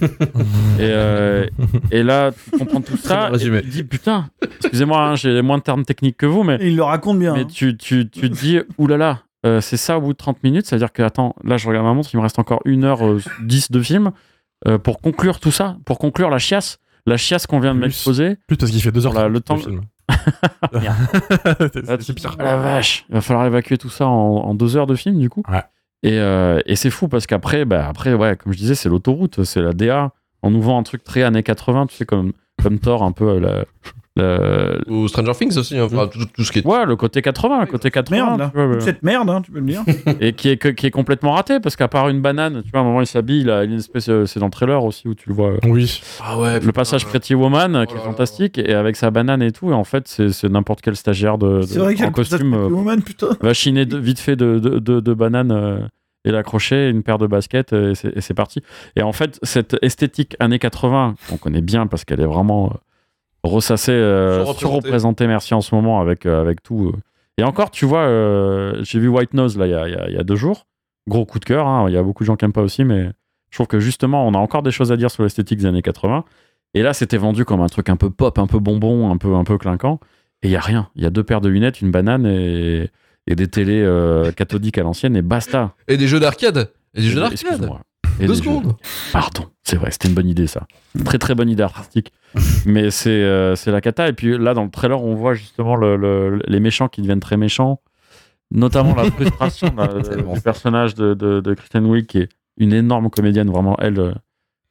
euh, et là, tu comprends tout ça, et tu te dis putain, excusez-moi, hein, j'ai moins de termes techniques que vous, mais et il le raconte bien. Mais hein. tu, tu, tu te dis oulala, euh, c'est ça au bout de trente minutes, ça veut dire que attends, là je regarde ma montre, il me reste encore une heure dix de film euh, pour conclure tout ça, pour conclure la chiasse, la chiasse qu'on vient de plus, m'exposer. Plus parce qu'il fait deux heures voilà, le temps. Merde. c'est, c'est pire. La vache, il va falloir évacuer tout ça en, en deux heures de film du coup. Ouais. Et, euh, et c'est fou parce qu'après, bah, après, ouais, comme je disais, c'est l'autoroute, c'est la D A. On nous vend un truc très années quatre-vingts, tu sais, comme, comme Thor, un peu la. la... Ou Stranger Things aussi, hein, enfin, tout, tout ce qui est. Ouais, le côté quatre-vingts, le côté quatre-vingts. Merde, là. Tu vois, cette merde, hein, tu peux le dire. Et qui est, qui est complètement raté parce qu'à part une banane, tu vois, à un moment il s'habille, il a une espèce, c'est dans le trailer aussi où tu le vois. Oui. Ah ouais. Le passage Pretty Woman oh qui est fantastique et avec sa banane et tout, et en fait c'est, c'est n'importe quel stagiaire de, de, c'est vrai en costume euh, Woman, putain. va chiner de, vite fait de, de, de, de bananes euh, et l'accrocher, une paire de baskets et c'est, et c'est parti. Et en fait cette esthétique années quatre-vingts qu'on connaît bien parce qu'elle est vraiment euh, ressassée, euh, surreprésentée, merci en ce moment avec, euh, avec tout. Euh. Et encore, tu vois, euh, j'ai vu White Nose là il y a, y, a, y a deux jours. Gros coup de cœur, il hein, y a beaucoup de gens qui n'aiment pas aussi, mais je trouve que justement, on a encore des choses à dire sur l'esthétique des années quatre-vingts. Et là, c'était vendu comme un truc un peu pop, un peu bonbon, un peu, un peu clinquant. Et il n'y a rien. Il y a deux paires de lunettes, une banane et, et des télés euh, cathodiques à l'ancienne, et basta. Et des jeux d'arcade. Et des jeux d'arcade. Excuse-moi. Et Deux secondes. Jeux... Pardon, c'est vrai, c'était une bonne idée ça. Très très bonne idée artistique. Mais c'est, euh, c'est la cata. Et puis là, dans le trailer, on voit justement le, le, les méchants qui deviennent très méchants. Notamment la frustration là, du personnage de, de, de Kristen Wiig, qui est une énorme comédienne. Vraiment, elle,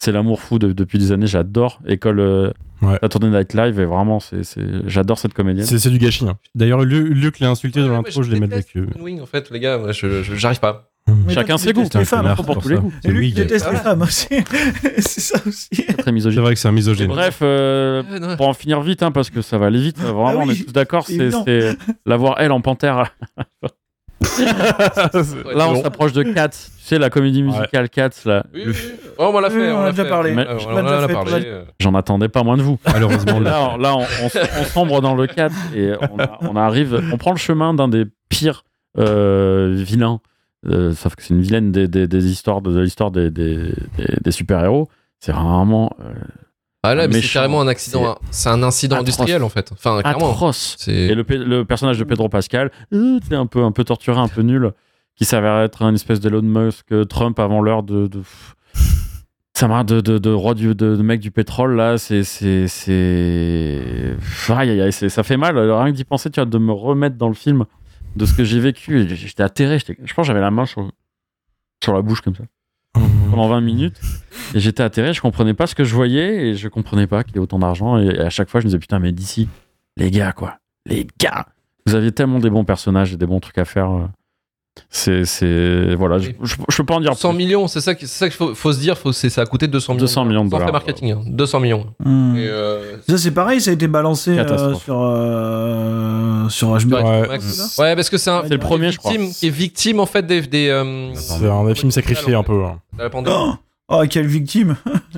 c'est l'amour fou de- depuis des années. J'adore École euh, Ouais. Saturday Night Live et vraiment, c'est, c'est... j'adore cette comédienne. C'est c'est du gâchis. Hein. D'ailleurs, Luc Luc l'a insulté dans Ouais, l'intro, moi, je l'ai mal déteste vécu. Kristen Wiig, en fait, les gars, moi, je, je- j'arrive pas. Mais Chacun toi, tu ses goûts. détestes les C'est un femmes. connard Faut pour pour tous les ça. goûts. C'est Et lui, Wig. il déteste les femmes aussi. C'est ça aussi. Très C'est misogyne. vrai que c'est un misogyne. Bref, euh, Ouais, non. pour en finir vite, hein, parce que ça va aller vite, vraiment, Ah oui, on est tous d'accord, c'est c'est, évident. c'est la voir elle en panthère. Là, on s'approche de Cats, tu sais, la comédie musicale Cats, là. Oui, oui, oui. Oh, on l'a fait, Oui, on, on l'a a déjà fait. parlé. Ouais, Mais- on on l'a en déjà a fait, parlé. on l'a- euh. J'en attendais pas moins de vous. Malheureusement, Et là, on, là, on, on s- on sombre dans le cadre et on, a- on arrive, on prend le chemin d'un des pires euh, vilains, euh, sauf que c'est une vilaine des, des, des histoires de, de l'histoire des, des, des, des super-héros. C'est vraiment euh, Ah là, mais c'est méchant. carrément un accident. hein. C'est un incident atroce. industriel, en fait. Enfin, clairement. atroce. C'est. Et le, pe- le personnage de Pedro Pascal, euh, c'est un peu, un peu torturé, un peu nul, qui s'avère être une espèce d'Elon Musk, euh, Trump avant l'heure de. de... Ça m'a de, de, de roi du de, de mec du pétrole là, c'est c'est c'est aïe aïe aïe, c'est- ça fait mal rien que d'y penser, tu vois, de me remettre dans le film de ce que j'ai vécu. Et j'étais atterré, j'étais, je pense que j'avais la main sur sur la bouche comme ça pendant vingt minutes et j'étais atterré, je comprenais pas ce que je voyais et je comprenais pas qu'il y ait autant d'argent et à chaque fois je me disais putain mais d'ici les gars quoi, les gars, vous aviez tellement des bons personnages et des bons trucs à faire. euh, C'est, c'est, voilà, je, je, je peux pas en dire cent plus. millions, c'est ça, qui- c'est ça qu'il faut, faut se dire, faut, c'est, ça a coûté deux cents millions. deux cents millions de Sans frais dollars. marketing, hein. deux cents millions. Hmm. Et, euh, Ça, c'est pareil, ça a été balancé euh, Catastrophe. sur, euh, sur H B O. Ouais. Max. Ouais, parce que c'est un C'est le premier, je crois. victime, qui est victime en fait des. des euh, C'est un des films sacrifiés un peu. hein. de la pandémie. Oh, oh, quelle victime.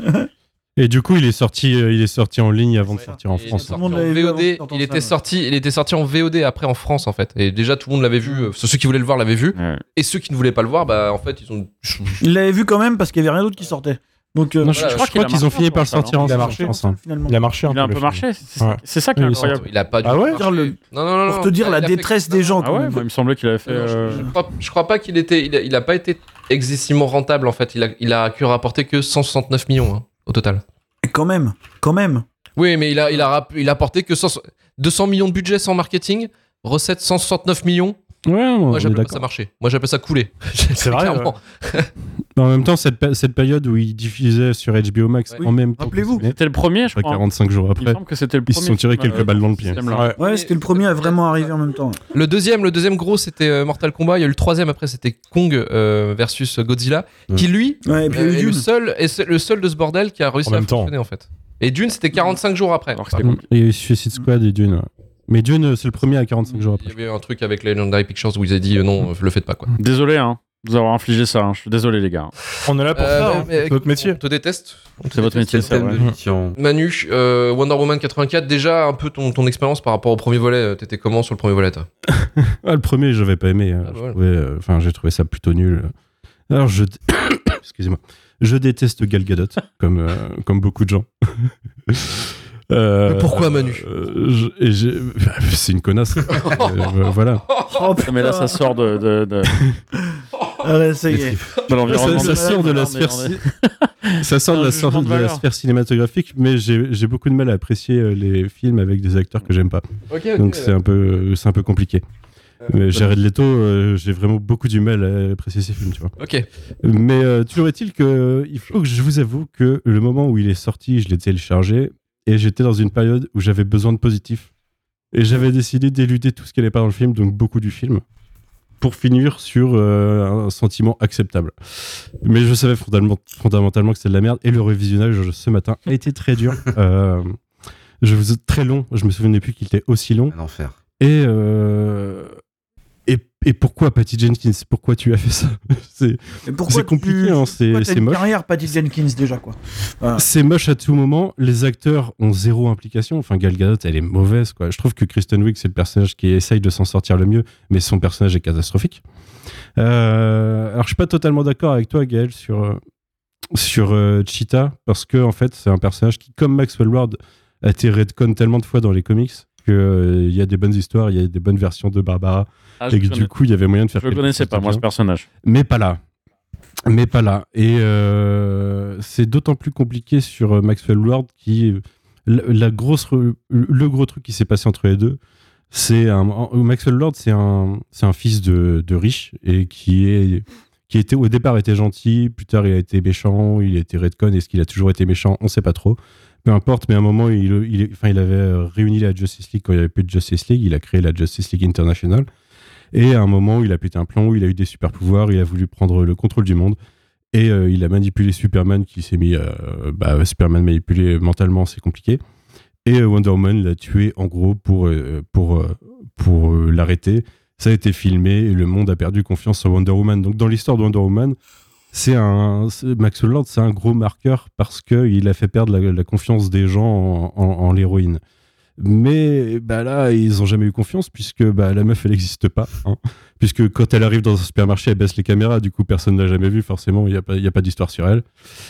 Et du coup, il est sorti, euh, il est sorti en ligne avant de Ouais. sortir en Et il est France. sorti Tout le monde en l'avait vu V O avant D, de sortir il en était salle. sorti, il était sorti en V O D après en France en fait. Et déjà tout le monde l'avait vu. euh, Ceux qui voulaient le voir l'avaient vu. Ouais. Et ceux qui ne voulaient pas le voir, bah en fait ils ont. Il l'avait vu quand même parce qu'il y avait rien d'autre qui sortait. Donc, euh, Non, je, Voilà, je je crois, qu'il a qu'ils ont marché fini un peu par le en salle, sortir hein. en Il a France, marché. je pense, hein. finalement. Il a marché un Il a un le peu film. marché, c'est, Ouais. c'est ça qui est Oui, il incroyable. Il a pas du Ah tout ouais marché. Dire le- Non non non. Pour non, te dire il la a fait- détresse des gens. Ah quand ouais, même. moi, il me semblait qu'il avait fait. Non, je- euh, je, crois, je crois pas qu'il était. Il a, il a pas été excessivement rentable en fait. Il a, il a pu rapporter que cent soixante-neuf millions hein, au total. Quand même, quand même. Oui, mais il a, il a, rap- il a apporté que cent deux cents millions de budget sans marketing, recettes cent soixante-neuf millions. Ouais, Moi, on est j'appelle pas ça d'accord. marcher. Moi, j'appelle ça couler. C'est vrai, Clairement. Mais en même temps, cette, pa- cette période où ils diffusaient sur H B O Max Ouais. en même temps, Rappelez-vous. que ce C'était le premier, je n'est, crois. quarante-cinq jours Il me après, semble que c'était le ils premier. se sont tirés film, quelques euh, balles dans le ce pied. système-là. Ouais. Ouais, c'était le premier à vraiment arriver en même temps. Le deuxième, le deuxième gros, c'était euh, Mortal Kombat. Il y a eu le troisième après, c'était Kong euh, versus Godzilla, Ouais. qui lui Ouais, et puis euh, il y a eu est le Dune. seul, est le seul de ce bordel qui a réussi En à même temps. fonctionner en fait. Et Dune, c'était quarante-cinq jours après. Alors que Par c'était contre. Il y a eu Suicide Squad et Dune. ouais. Mais Dune, euh, c'est le premier à quarante-cinq jours Il y après. avait un truc avec Legendary Pictures où ils avaient dit euh, non, euh, le faites pas quoi. Désolé, hein, de vous avoir infligé ça. hein. Je suis désolé, les gars. On est là pour Euh, ça. mais- hein. mais C'est notre métier. On te déteste. On te C'est votre déteste. métier, C'est ça. le thème ouais. de l'émission. Manu, euh, Wonder Woman quatre-vingt-quatre, déjà un peu ton, ton expérience par rapport au premier volet. euh, T'étais comment sur le premier volet toi Ah, le premier, je n'avais pas aimé. euh, Ah, bah je voilà. trouvais, euh, Enfin, j'ai trouvé ça plutôt nul. Alors, je. dé- Excusez-moi. Je déteste Gal Gadot, comme, euh, comme beaucoup de gens. Euh, Mais pourquoi, Manu euh, je- et j'ai- C'est une connasse. Euh, voilà. Oh, Non, mais là, ça sort de, de, de, Allez, ça y est. de Ça, l'environnement. ça de- sort de la Non, mais sphère, on est- ci- ça sort de un la, jugement sphère- de de la valeur. sphère cinématographique, mais j'ai j'ai beaucoup de mal à apprécier euh, les films avec des acteurs que j'aime pas. Ok, ok. Donc c'est un peu, c'est un peu compliqué. Mais Jared Leto, euh, j'ai vraiment beaucoup du mal à apprécier ces films, tu vois. Ok. Mais euh, toujours est-il que il faut que je vous avoue que le moment où il est sorti, je l'ai téléchargé et j'étais dans une période où j'avais besoin de positif. Et j'avais décidé d'éluder tout ce qui n'allait pas dans le film, donc beaucoup du film, pour finir sur euh, un sentiment acceptable. Mais je savais fondamentalement, fondamentalement que c'était de la merde et le revisionnage ce matin a été très dur. euh, je vous très long, je me souvenais plus qu'il était aussi long. Un enfer. Et, euh, et, et pourquoi Patty Jenkins? Pourquoi tu as fait ça? C'est Mais pourquoi c'est compliqué, tu- hein, c'est pourquoi t'as c'est une moche. carrière Patty Jenkins déjà quoi. Voilà. C'est moche à tout moment. Les acteurs ont zéro implication. Enfin, Gal Gadot, elle est mauvaise, quoi. Je trouve que Kristen Wiig, c'est le personnage qui essaye de s'en sortir le mieux, mais son personnage est catastrophique. Euh, alors, je suis pas totalement d'accord avec toi, Gaël, sur, euh, sur euh, Cheetah, parce que, en fait, c'est un personnage qui, comme Maxwell Lord, a été redcon tellement de fois dans les comics qu'il euh, y a des bonnes histoires, il y a des bonnes versions de Barbara, Ah, je et que connais- du coup, il y avait moyen de faire Je le quelque connaissais chose pas, de moi, ce bien. personnage. Mais pas là. Mais pas là. Et euh, c'est d'autant plus compliqué sur euh, Maxwell Lord qui. La, la grosse, re- le gros truc qui s'est passé entre les deux, c'est un. en- Maxwell Lord, c'est un, c'est un fils de, de riche et qui, est, qui était au départ était gentil, plus tard il a été méchant, il a été retcon, est-ce qu'il a toujours été méchant, on sait pas trop. Peu importe, mais à un moment, il, il, enfin, il avait réuni la Justice League quand il n'y avait plus de Justice League, il a créé la Justice League International, et à un moment, il a pété un plomb, il a eu des super pouvoirs, il a voulu prendre le contrôle du monde, et euh, il a manipulé Superman, qui s'est mis, euh, bah, Superman manipulé mentalement, c'est compliqué, et euh, Wonder Woman l'a tué en gros pour, euh, pour, euh, pour euh, l'arrêter. Ça a été filmé, et le monde a perdu confiance en Wonder Woman. Donc dans l'histoire de Wonder Woman, c'est un, c'est, Maxwell Lord, c'est un gros marqueur parce qu'il a fait perdre la, la confiance des gens en, en, en l'héroïne. Mais bah là, ils n'ont jamais eu confiance puisque bah, la meuf, elle n'existe pas. Hein. Puisque quand elle arrive dans un supermarché, elle baisse les caméras, du coup, personne ne l'a jamais vue, forcément, il n'y a, a pas d'histoire sur elle.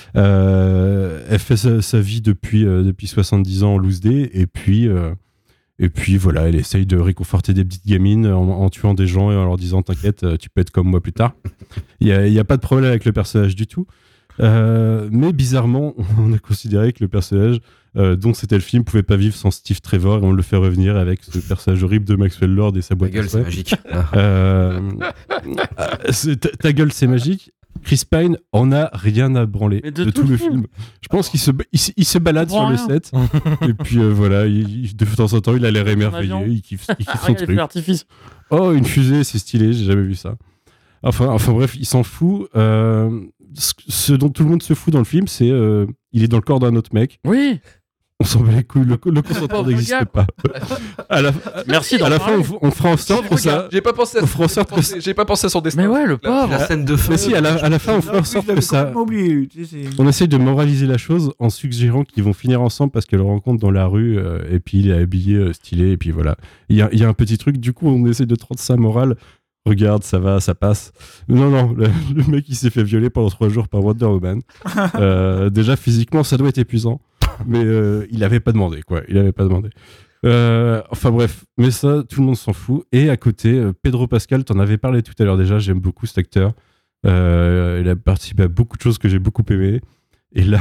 Euh, elle fait sa, sa vie depuis, euh, depuis soixante-dix ans en loose day, et puis, euh, et puis voilà, elle essaye de réconforter des petites gamines en, en tuant des gens et en leur disant « T'inquiète, tu peux être comme moi plus tard ». Il n'y a, y a pas de problème avec le personnage du tout. Euh, mais bizarrement, on a considéré que le personnage euh, dont c'était le film pouvait pas vivre sans Steve Trevor, et on le fait revenir avec ce personnage horrible de Maxwell Lord et sa boîte ta gueule, c'est magique. euh, c'est, ta, ta gueule, c'est magique. Chris Pine en a rien à branler de, de tout, tout le film. film. Je pense qu'il se, il, il se balade sur le set et puis euh, voilà, il, de temps en temps, il a l'air émerveillé, il kiffe, il kiffe son truc. Oh, une fusée, c'est stylé, j'ai jamais vu ça. Enfin, enfin bref, il s'en fout. Euh, ce, ce dont tout le monde se fout dans le film, c'est euh, il est dans le corps d'un autre mec. Oui. On s'en bat les couilles, le, le consentement n'existe pas. À la, Merci. À la fin, on, on fera en sorte que ça. J'ai pas pensé à, on fera en sorte que ça... J'ai pas pensé à son destin. Mais ouais, le pauvre. La scène de feu. Mais si, à la, à la fin, on fera en sorte que ça. On essaye de moraliser la chose en suggérant qu'ils vont finir ensemble parce qu'elle le rencontre dans la rue euh, et puis il est habillé euh, stylé et puis voilà. Il y a, il y a un petit truc. Du coup, on essaye de rendre ça moral. Regarde, ça va, ça passe. Non, non, le, le mec, il s'est fait violer pendant trois jours par Wonder Woman. Euh, déjà, physiquement, ça doit être épuisant. Mais euh, il avait pas demandé, quoi. Il avait pas demandé. Euh, enfin bref, mais ça, tout le monde s'en fout. Et à côté, euh, Pedro Pascal, t'en avais parlé tout à l'heure déjà, j'aime beaucoup cet acteur. Euh, il a participé à beaucoup de choses que j'ai beaucoup aimées. Et là,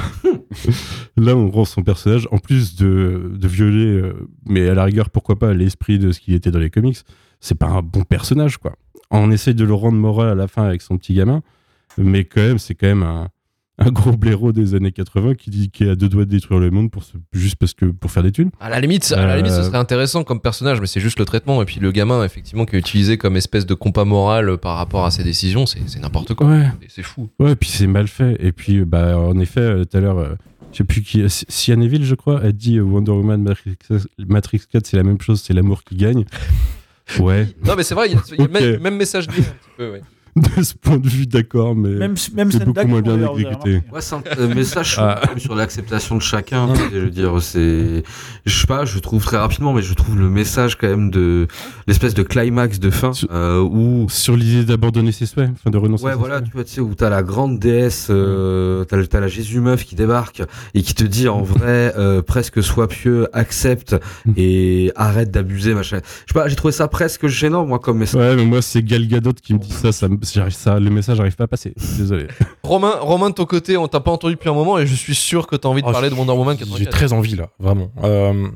là, on rend son personnage, en plus de, de violer, euh, mais à la rigueur, pourquoi pas, l'esprit de ce qu'il était dans les comics, c'est pas un bon personnage, quoi. On essaye de le rendre moral à la fin avec son petit gamin, mais quand même, c'est quand même un, un gros blaireau des années quatre-vingts qui dit qu'il a deux doigts de détruire le monde pour se, juste parce que pour faire des thunes. À la limite, à la limite, ce serait intéressant comme personnage, mais c'est juste le traitement. Et puis le gamin, effectivement, qui est utilisé comme espèce de compas moral par rapport à ses décisions, c'est, c'est n'importe quoi. Ouais. C'est, c'est fou. Ouais, et puis c'est mal fait. Et puis, bah, en effet, tout à l'heure, euh, je sais plus qui, Sian Neville, je crois, a dit Wonder Woman Matrix, Matrix quatre, c'est la même chose, c'est l'amour qui gagne. Ouais. Non, mais c'est vrai, il y a, il y a okay. même, même message dit un petit peu, ouais. De ce point de vue, d'accord, mais même, même c'est beaucoup moins bien exécuté. Ouais, c'est un message ah. sur l'acceptation de chacun. Je veux dire, c'est, je sais pas, je trouve très rapidement, mais je trouve le message quand même de l'espèce de climax de fin sur, euh, où sur l'idée d'abandonner ses souhaits, enfin de renoncer. Ouais, à ses voilà, souhaits. tu vois, tu sais, où t'as la grande déesse, euh, t'as, t'as la Jésus meuf qui débarque et qui te dit en vrai, euh, presque sois pieux, accepte et arrête d'abuser, machin. Je sais pas, j'ai trouvé ça presque gênant, moi, comme message. Ouais, mais moi, c'est Gal Gadot qui me dit ça, ça me J'arrive, ça, le message n'arrive pas à passer. Désolé. Romain, Romain, de ton côté, on t'a pas entendu depuis un moment et je suis sûr que t'as envie de oh, parler de Wonder Woman quatre-vingt-quatre. J'ai très envie là, vraiment. Euh...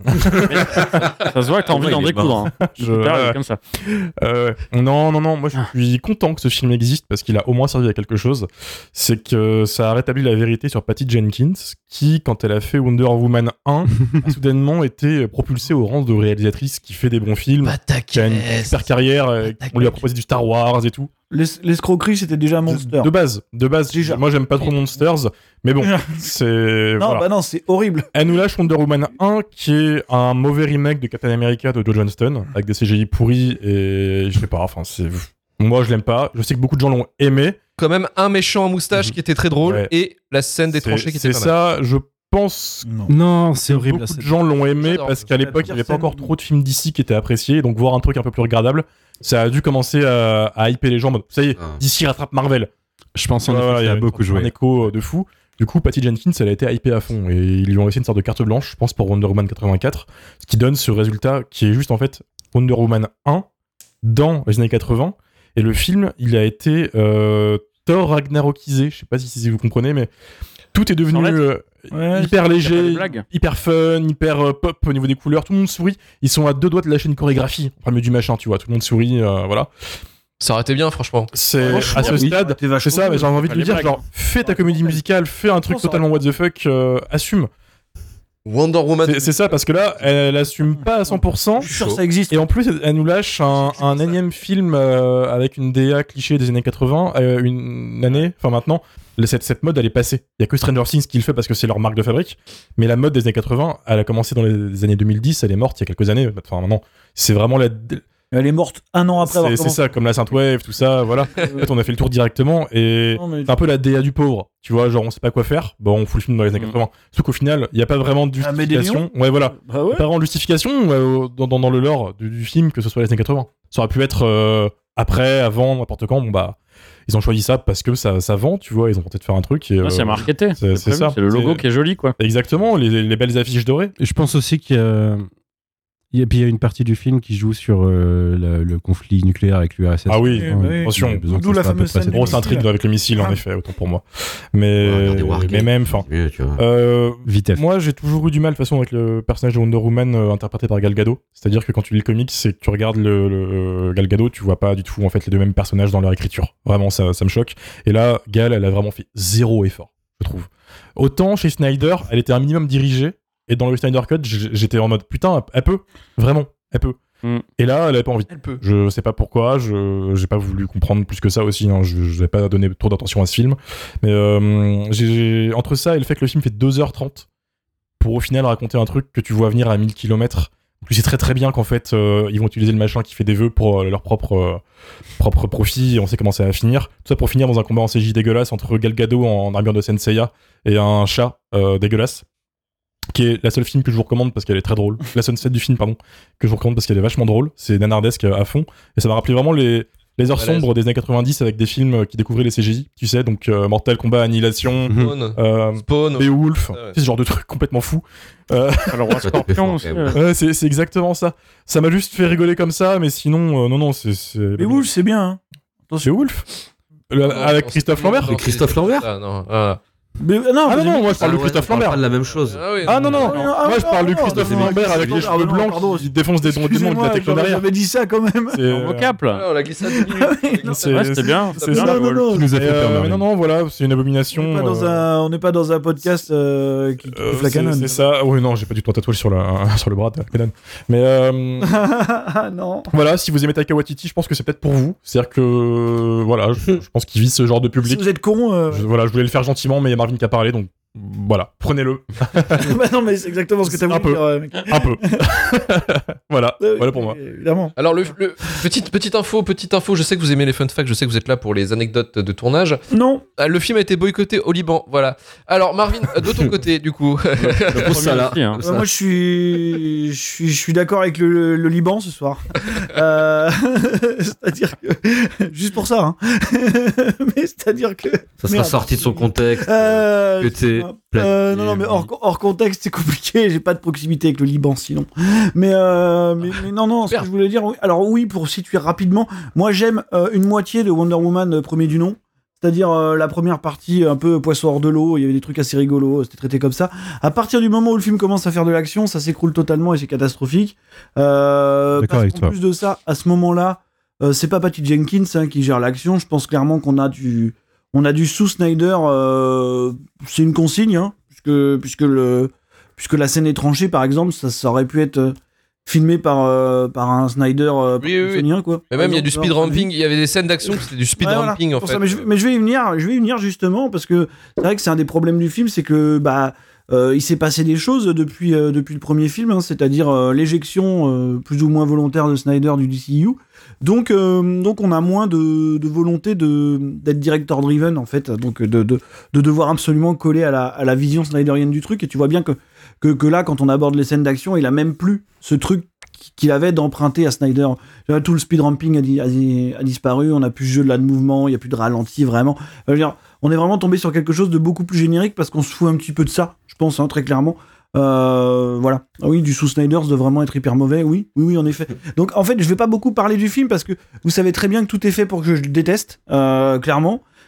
ça se voit que t'as envie d'en découdre. Hein. Je suis euh... comme ça. Euh, non, non, non. Moi, je suis content que ce film existe parce qu'il a au moins servi à quelque chose. C'est que ça a rétabli la vérité sur Patty Jenkins, qui, quand elle a fait Wonder Woman un, a soudainement été propulsée au rang de réalisatrice qui fait des bons films, Pataquès. Qui a une super carrière. Pataquès. On lui a proposé du Star Wars et tout. Les, l'escroquerie, c'était déjà Monster. De, de base, de base. Déjà. Moi, j'aime pas trop Monsters, mais bon, c'est. Non, voilà. bah non, c'est horrible. Elle nous lâche Wonder Woman un, qui est un mauvais remake de Captain America de Joe Johnston, avec des C G I pourris et je sais pas. Enfin, c'est. Moi, je l'aime pas. Je sais que beaucoup de gens l'ont aimé. Quand même, un méchant en moustache mmh. qui était très drôle ouais. et la scène des tranchées qui était c'est pas mal. C'est ça. Je pense. Non, non c'est horrible. Beaucoup de gens l'ont aimé J'adore, parce qu'à l'époque, il n'y avait pas encore trop de films D C qui étaient appréciés, donc voir un truc un peu plus regardable. Ça a dû commencer à, à hyper les gens en mode ça y est, ah. D C rattrape Marvel. Je pense en effet, voilà, il y a beaucoup joué. Un écho de fou. Du coup, Patty Jenkins, elle a été hypée à fond et ils lui ont laissé une sorte de carte blanche, je pense, pour Wonder Woman quatre-vingt-quatre, ce qui donne ce résultat qui est juste en fait Wonder Woman un dans les années quatre-vingts. Et le film, il a été euh, Thor Ragnarokisé. Je sais pas si, si vous comprenez, mais tout est devenu euh, ouais, hyper léger, hyper fun, hyper euh, pop au niveau des couleurs. Tout le monde sourit. Ils sont à deux doigts de lâcher une chorégraphie. Enfin, mieux du machin, tu vois. Tout le monde sourit, euh, voilà. Ça aurait été bien, franchement. C'est Franchement, à ce oui. stade, T'es vachement c'est ça, mais j'ai cool. envie de lui Les dire, blagues. genre, fais ta comédie musicale, fais un truc ça totalement what the fuck, euh, assume. Wonder Woman. C'est c'est ça, parce que là, elle, elle assume pas à cent pour cent. Je suis sûr que ça existe. Et en plus, elle, elle nous lâche un, un énième film euh, avec une D A cliché des années quatre-vingts, euh, une année, enfin maintenant. Le- Cette, cette mode, elle est passée. Il y a que Stranger Things qui le fait parce que c'est leur marque de fabrique. Mais la mode des années quatre-vingts, elle a commencé dans les années deux mille dix, elle est morte il y a quelques années. Enfin, maintenant, c'est vraiment la. Elle est morte un an après avoir C'est c'est commencé. ça, comme la Synthwave, tout ça, voilà. En fait, on a fait le tour directement et Non, mais- c'est un peu la D A du pauvre. Tu vois, genre, on sait pas quoi faire, bon, on fout le film dans les années Mm. quatre-vingts. Sauf qu'au final, il y a pas vraiment de Ah, mais des justification. Ouais, voilà. Bah ouais. Pas vraiment de justification euh, dans, dans, dans le lore du, du film que ce soit les années quatre-vingts. Ça aurait pu être euh, après, avant, n'importe quand. Bon, bah, ils ont choisi ça parce que ça, ça vend, tu vois. Ils ont tenté de faire un truc. Et, Ouais, euh, c'est marketé. c'est- c'est prévu, ça. C'est le logo C'est- qui est joli, quoi. Exactement, les, les belles affiches dorées. Et je pense aussi qu'il y a. Et puis il y a une partie du film qui joue sur euh, la- le conflit nucléaire avec l'U R S S. Ah oui, Ouais, oui. attention. il y a besoin que D'où ça la soit à peu fameuse près scène cette- du Grosse missile. intrigue avec le missile, en Ah. effet, autant pour moi. Ouais, Mais, regardez Wargame. mais même, enfin. Mieux, tu vois. Euh, Vitesse. Moi, j'ai toujours eu du mal, de toute façon, avec le personnage de Wonder Woman euh, interprété par Gal Gadot. C'est-à-dire que quand tu lis le comics et que tu regardes le, le Gal Gadot, tu vois pas du tout en fait les deux mêmes personnages dans leur écriture. Vraiment, ça, ça me choque. Et là, Gal, elle a vraiment fait zéro effort, je trouve. Autant chez Snyder, elle était un minimum dirigée, et dans le Snyder Cut, j- j'étais en mode putain, elle peut, vraiment, elle peut. Mm. Et là, elle avait pas envie. Elle peut. Je sais pas pourquoi, je j'ai pas voulu comprendre plus que ça aussi. Hein. Je je vais pas donner trop d'attention à ce film, mais euh, j'ai j'ai- entre ça et le fait que le film fait deux heures trente pour au final raconter un truc que tu vois venir à mille kilomètres. Tu sais très très bien qu'en fait euh, ils vont utiliser le machin qui fait des vœux pour euh, leur propre euh, propre profit. Et on sait comment ça va finir. Tout ça pour finir dans un combat en C J dégueulasse entre Gal Gadot en armure de Senseiya et un chat euh, dégueulasse, qui est la seule film que je vous recommande parce qu'elle est très drôle. La seule scène du film, pardon, que je vous recommande parce qu'elle est vachement drôle. C'est nanardesque à fond. Et ça m'a rappelé vraiment les, les heures Malaise. sombres des années quatre-vingt-dix avec des films qui découvraient les C G I, tu sais, donc euh, Mortal Kombat, Annihilation, Mhm. Spawn. euh, Spawn. Beowulf, Ah ouais. c'est ce genre de truc complètement fou. Euh, Le roi Ça, tu fais Scorpion fort, aussi. quand même. euh. ouais, c'est c'est exactement ça. Ça m'a juste fait rigoler comme ça, mais sinon, euh, non, non, c'est. c'est- Mais Wolf, c'est bien. Hein. C'est Wolf Le- Non, Avec non, Christophe c'est- Lambert non, Et Christophe c'est- Lambert Ah, non, ah. Mais, euh, non, Ah non, mais- non, moi je parle de Ah ouais, Christophe on parle Lambert. pas de la même chose. Ah oui, Ah non, non, non, non, moi je ah, parle non, du Christophe non, Lambert avec les pardon, cheveux blancs pardon. qui défoncent des dons du monde de la Excusez-moi, techno derrière. j'avais dit ça quand même. C'est, euh, Au cap, là. Ah, on l'a glissé à dix minutes. Ah oui, non, c'est- Ouais, c'était bien. c'est C'était bien, ça, la non, Wolf. non, Qui nous a Et, fait euh, peur, mais Marine. non, non, voilà, c'est une abomination. On n'est pas, dans euh, un- on n'est pas dans un podcast euh, qui, qui euh, bouffe la c'est- canon. C'est ça. Oui, non, j'ai pas du tout un tatouage sur, la, sur le bras de la canon. Mais euh, Ah non. voilà, si vous aimez Taika Waititi, je pense que c'est peut-être pour vous. C'est-à-dire que, euh, voilà, je, je pense qu'il vise ce genre de Si public. vous êtes con, euh, Je, voilà, je voulais le faire gentiment, mais il y a Marvin qui a parlé, donc voilà, prenez-le. bah non, mais c'est exactement ce que t'as Un voulu peu. dire, euh, mec. Un peu. voilà, Euh, voilà pour moi. Évidemment. Alors, le, le- petite, petite info, petite info, je sais que vous aimez les fun facts, je sais que vous êtes là pour les anecdotes de tournage. Non. Ah, le film a été boycotté au Liban, voilà. Alors, Marvin, euh, de ton côté, du coup. Le gros salat. aussi, hein. Euh, moi, je suis, je suis, je suis d'accord avec le, le Liban ce soir. Euh, c'est-à-dire que juste pour ça, hein. Mais c'est-à-dire que Ça sera Merde. sorti de son contexte. Euh, Que t'es euh, non, non, mais hors, hors contexte, c'est compliqué. J'ai pas de proximité avec le Liban, sinon. Mais, euh, mais, mais non, non, ce que je voulais dire. oui- Alors oui, pour situer rapidement, moi j'aime euh, une moitié de Wonder Woman euh, premier du nom. C'est-à-dire euh, la première partie un peu poisson hors de l'eau, il y avait des trucs assez rigolos, c'était traité comme ça. À partir du moment où le film commence à faire de l'action, ça s'écroule totalement et c'est catastrophique. Euh, D'accord parce avec qu'en toi. plus de ça, à ce moment-là, euh, c'est pas Patty Jenkins hein, qui gère l'action. Je pense clairement qu'on a du, on a du sous Snyder. Euh, c'est une consigne, hein, puisque puisque le, puisque la scène est tranchée, par exemple, ça, ça aurait pu être euh, filmé par euh, par un Snyder euh, Oui, oui, oui. sonien, quoi. Mais même, il y a du Par speed exemple, ramping, il y avait des scènes d'action, c'était du speed Ouais, voilà, ramping en pour fait. ça, mais, je, mais je vais y venir, je vais y venir justement parce que c'est vrai que c'est un des problèmes du film, c'est que bah euh, il s'est passé des choses depuis euh, depuis le premier film, hein, c'est-à-dire euh, l'éjection euh, plus ou moins volontaire de Snyder du D C U. Donc euh, donc on a moins de, de volonté de d'être director driven en fait, donc de, de de devoir absolument coller à la à la vision snyderienne du truc. Et tu vois bien que que que là quand on aborde les scènes d'action, il a même plus ce truc qu'il avait d'emprunter à Snyder. Tout le speed ramping a, di- a, di- a disparu, on n'a plus ce jeu de là de mouvement, il n'y a plus de ralenti vraiment. Je veux dire, on est vraiment tombé sur quelque chose de beaucoup plus générique parce qu'on se fout un petit peu de ça, je pense, hein, très clairement. Euh, voilà. Ah oui, du sous Snyder, ça doit vraiment être hyper mauvais, oui, oui, oui, en effet. Donc en fait, je vais pas beaucoup parler du film parce que vous savez très bien que tout est fait pour que je le déteste, euh, clairement.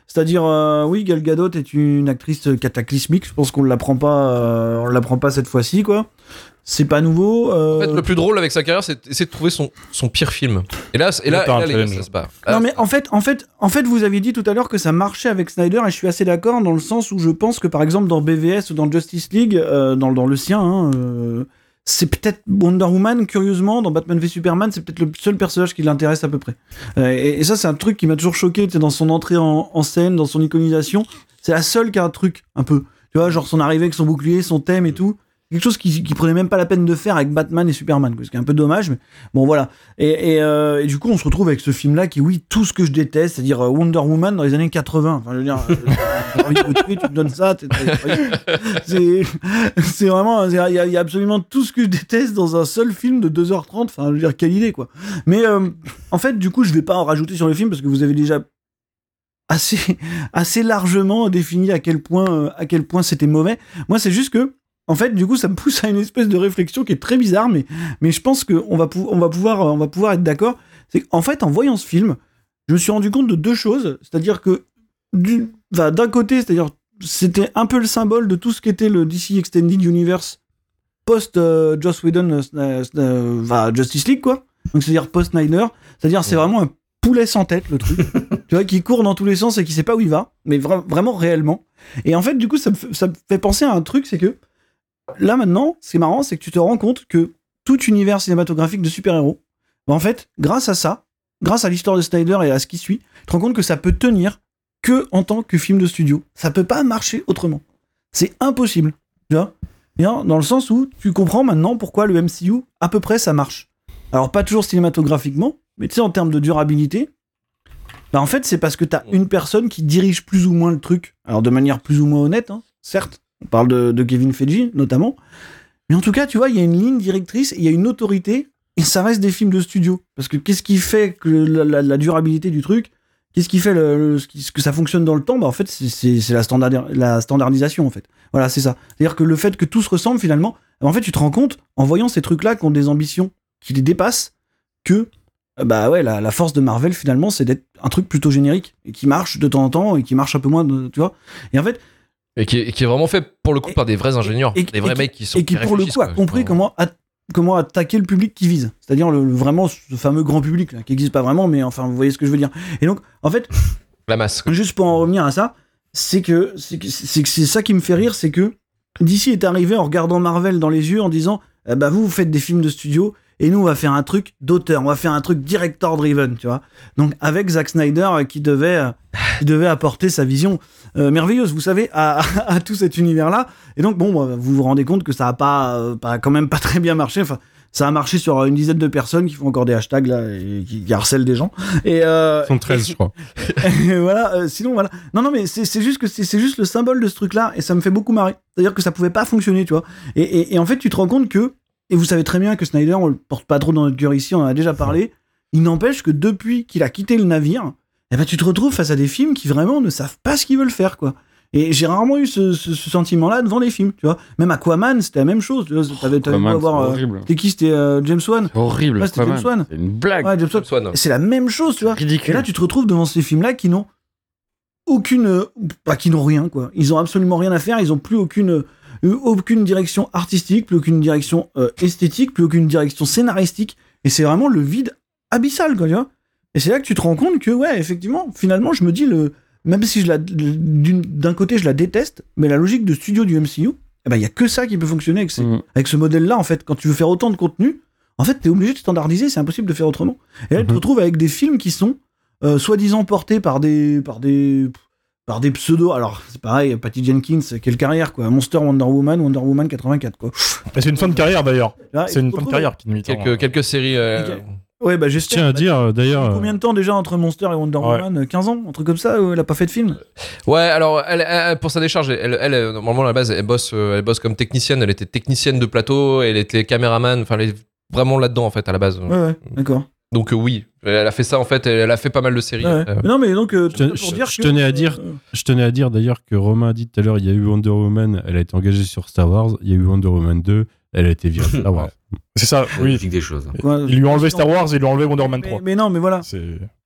C'est-à-dire, euh, oui, Gal Gadot est une actrice cataclysmique. Je pense qu'on ne l'apprend pas, euh, on l'apprend pas cette fois-ci, quoi. C'est pas nouveau. Euh... En fait, le plus drôle avec sa carrière, c'est d'essayer de trouver son, son pire film. Et là, et là, et là, les gars, ça se bat. Non, mais en fait, en, fait, en fait, vous aviez dit tout à l'heure que ça marchait avec Snyder, et je suis assez d'accord dans le sens où je pense que, par exemple, dans B V S ou dans Justice League, euh, dans, dans le sien, hein, euh, c'est peut-être Wonder Woman, curieusement, dans Batman v Superman, c'est peut-être le seul personnage qui l'intéresse à peu près. Euh, et, et ça, c'est un truc qui m'a toujours choqué, tu sais, dans son entrée en, en scène, dans son iconisation. C'est la seule qui a un truc, un peu. Tu vois, genre son arrivée avec son bouclier, son thème et tout. Quelque chose qui, qui prenait même pas la peine de faire avec Batman et Superman, quoi, ce qui est un peu dommage, mais bon, voilà. Et, et, euh, et du coup, on se retrouve avec ce film-là qui, oui, tout ce que je déteste, c'est-à-dire Wonder Woman dans les années quatre-vingts. Enfin, je veux dire, j'ai envie de me tuer, tu me donnes ça, t'es, t'es, c'est, c'est vraiment, il y, a, y a absolument tout ce que je déteste dans un seul film de deux heures trente. Enfin, je veux dire, quelle idée, quoi. Mais euh, en fait, du coup, je vais pas en rajouter sur le film parce que vous avez déjà assez, assez largement défini à quel point, euh, à quel point c'était mauvais. Moi, c'est juste que, en fait, du coup, ça me pousse à une espèce de réflexion qui est très bizarre, mais, mais je pense qu'on va, pou- on va, pouvoir, on va pouvoir être d'accord. C'est qu'en fait, en voyant ce film, je me suis rendu compte de deux choses. C'est-à-dire que, du, enfin, d'un côté, c'est-à-dire, c'était un peu le symbole de tout ce qu'était le D C Extended Universe post-Joss Whedon, euh, euh, euh, Justice League, quoi. Donc, c'est-à-dire post-Snyder. C'est-à-dire, c'est vraiment un poulet sans tête, le truc. Tu vois, qui court dans tous les sens et qui sait pas où il va, mais vra- vraiment réellement. Et en fait, du coup, ça me, f- ça me fait penser à un truc, c'est que là, maintenant, ce qui est marrant, c'est que tu te rends compte que tout univers cinématographique de super-héros, bah, en fait, grâce à ça, grâce à l'histoire de Snyder et à ce qui suit, tu te rends compte que ça peut tenir que en tant que film de studio. Ça peut pas marcher autrement. C'est impossible. Tu vois ? Bien, dans le sens où tu comprends maintenant pourquoi le M C U, à peu près, ça marche. Alors, pas toujours cinématographiquement, mais tu sais, en termes de durabilité, bah, en fait, c'est parce que t'as une personne qui dirige plus ou moins le truc. Alors, de manière plus ou moins honnête, hein, certes. On parle de, de Kevin Feige, notamment. Mais en tout cas, tu vois, il y a une ligne directrice, il y a une autorité, et ça reste des films de studio. Parce que qu'est-ce qui fait que la, la, la durabilité du truc, qu'est-ce qui fait le, le, ce, qui, ce que ça fonctionne dans le temps, bah, en fait, c'est, c'est, c'est la, standard, la standardisation, en fait. Voilà, c'est ça. C'est-à-dire que le fait que tout se ressemble, finalement, en fait, tu te rends compte, en voyant ces trucs-là qui ont des ambitions, qui les dépassent, que bah ouais, la, la force de Marvel, finalement, c'est d'être un truc plutôt générique, et qui marche de temps en temps, et qui marche un peu moins, de, tu vois. Et en fait, Et qui, est, et qui est vraiment fait pour le coup et, par des vrais ingénieurs, et, des vrais et, mecs qui sont et qui, qui pour le coup quoi, a compris comment, a, comment attaquer le public qui vise, c'est-à-dire le, le, vraiment ce fameux grand public là, qui n'existe pas vraiment, mais enfin vous voyez ce que je veux dire. Et donc en fait, la masse. Juste pour en revenir à ça, c'est que c'est, que, c'est, que c'est ça qui me fait rire, c'est que D C est arrivé en regardant Marvel dans les yeux en disant eh bah vous vous faites des films de studio. Et nous, on va faire un truc d'auteur, on va faire un truc director-driven, tu vois. Donc, avec Zack Snyder euh, qui, devait, euh, qui devait apporter sa vision euh, merveilleuse, vous savez, à, à, à tout cet univers-là. Et donc, bon, bah, vous vous rendez compte que ça a pas, euh, pas, quand même pas très bien marché. Enfin, ça a marché sur une dizaine de personnes qui font encore des hashtags, là, et qui, qui harcèlent des gens. Et, euh, Ils sont treize, je crois. Et voilà, euh, sinon, voilà. Non, non, mais c'est, c'est juste que c'est, c'est juste le symbole de ce truc-là, et ça me fait beaucoup marrer. C'est-à-dire que ça pouvait pas fonctionner, tu vois. Et, et, et en fait, tu te rends compte que, et vous savez très bien que Snyder, on le porte pas trop dans notre cœur ici, on en a déjà parlé. Il n'empêche que depuis qu'il a quitté le navire, eh ben, tu te retrouves face à des films qui vraiment ne savent pas ce qu'ils veulent faire, quoi. Et j'ai rarement eu ce, ce, ce sentiment-là devant des films, tu vois. Même Aquaman, c'était la même chose. Tu vois, t'avais, t'avais Aquaman, beau avoir, c'est horrible. Euh, c'était qui C'était euh, James Wan. C'est horrible. Ouais, c'était Aquaman. James Wan. C'est une blague. Ouais, James Wan. James Wan. C'est la même chose, tu vois. Ridicule. Et là, tu te retrouves devant ces films-là qui n'ont aucune, euh, bah, qui n'ont rien, quoi. Ils ont absolument rien à faire. Ils ont plus aucune. Euh, aucune direction artistique, plus aucune direction euh, esthétique, plus aucune direction scénaristique, et c'est vraiment le vide abyssal, quoi, tu vois. Et c'est là que tu te rends compte que, ouais, effectivement, finalement, je me dis, le, même si je la, d'une, d'un côté je la déteste, mais la logique de studio du M C U, eh ben, il y a que ça qui peut fonctionner avec, ces, mmh. avec ce modèle-là, en fait. Quand tu veux faire autant de contenu, en fait, t'es obligé de standardiser, c'est impossible de faire autrement. Et là, mmh. tu te retrouves avec des films qui sont euh, soi-disant portés par des... Par des par des pseudos, alors c'est pareil, Patty Jenkins, quelle carrière, quoi. Monster, Wonder Woman, Wonder Woman quatre-vingt-quatre, quoi. Mais c'est une fin de carrière d'ailleurs. Là, c'est une fin de carrière qui nous quelques, quelques séries. Euh... Okay. Ouais, bah j'espère. Tiens à dire d'ailleurs. Combien de temps déjà entre Monster et Wonder ouais. Woman quinze ans, un truc comme ça, elle a pas fait de film. Ouais, alors elle, elle, pour sa décharge, elle, elle, normalement à la base, elle bosse, elle bosse comme technicienne. Elle était technicienne de plateau, elle était caméraman. Enfin, elle est vraiment là-dedans en fait à la base. Ouais, ouais, d'accord. Donc euh, oui, elle a fait ça en fait, elle a fait pas mal de séries. Ouais. Euh... Non mais donc euh, je, pour je, dire je tenais que, à dire, euh... je tenais à dire d'ailleurs que Romain a dit tout à l'heure, il y a eu Wonder Woman, elle a été engagée sur Star Wars, il y a eu Wonder Woman deux, elle a été virée de Star Wars. C'est ça, oui. Des choses. Quoi, ils lui ont enlevé Star Wars et ils lui ont enlevé Wonder Woman trois. Mais, mais non, mais voilà. C'est...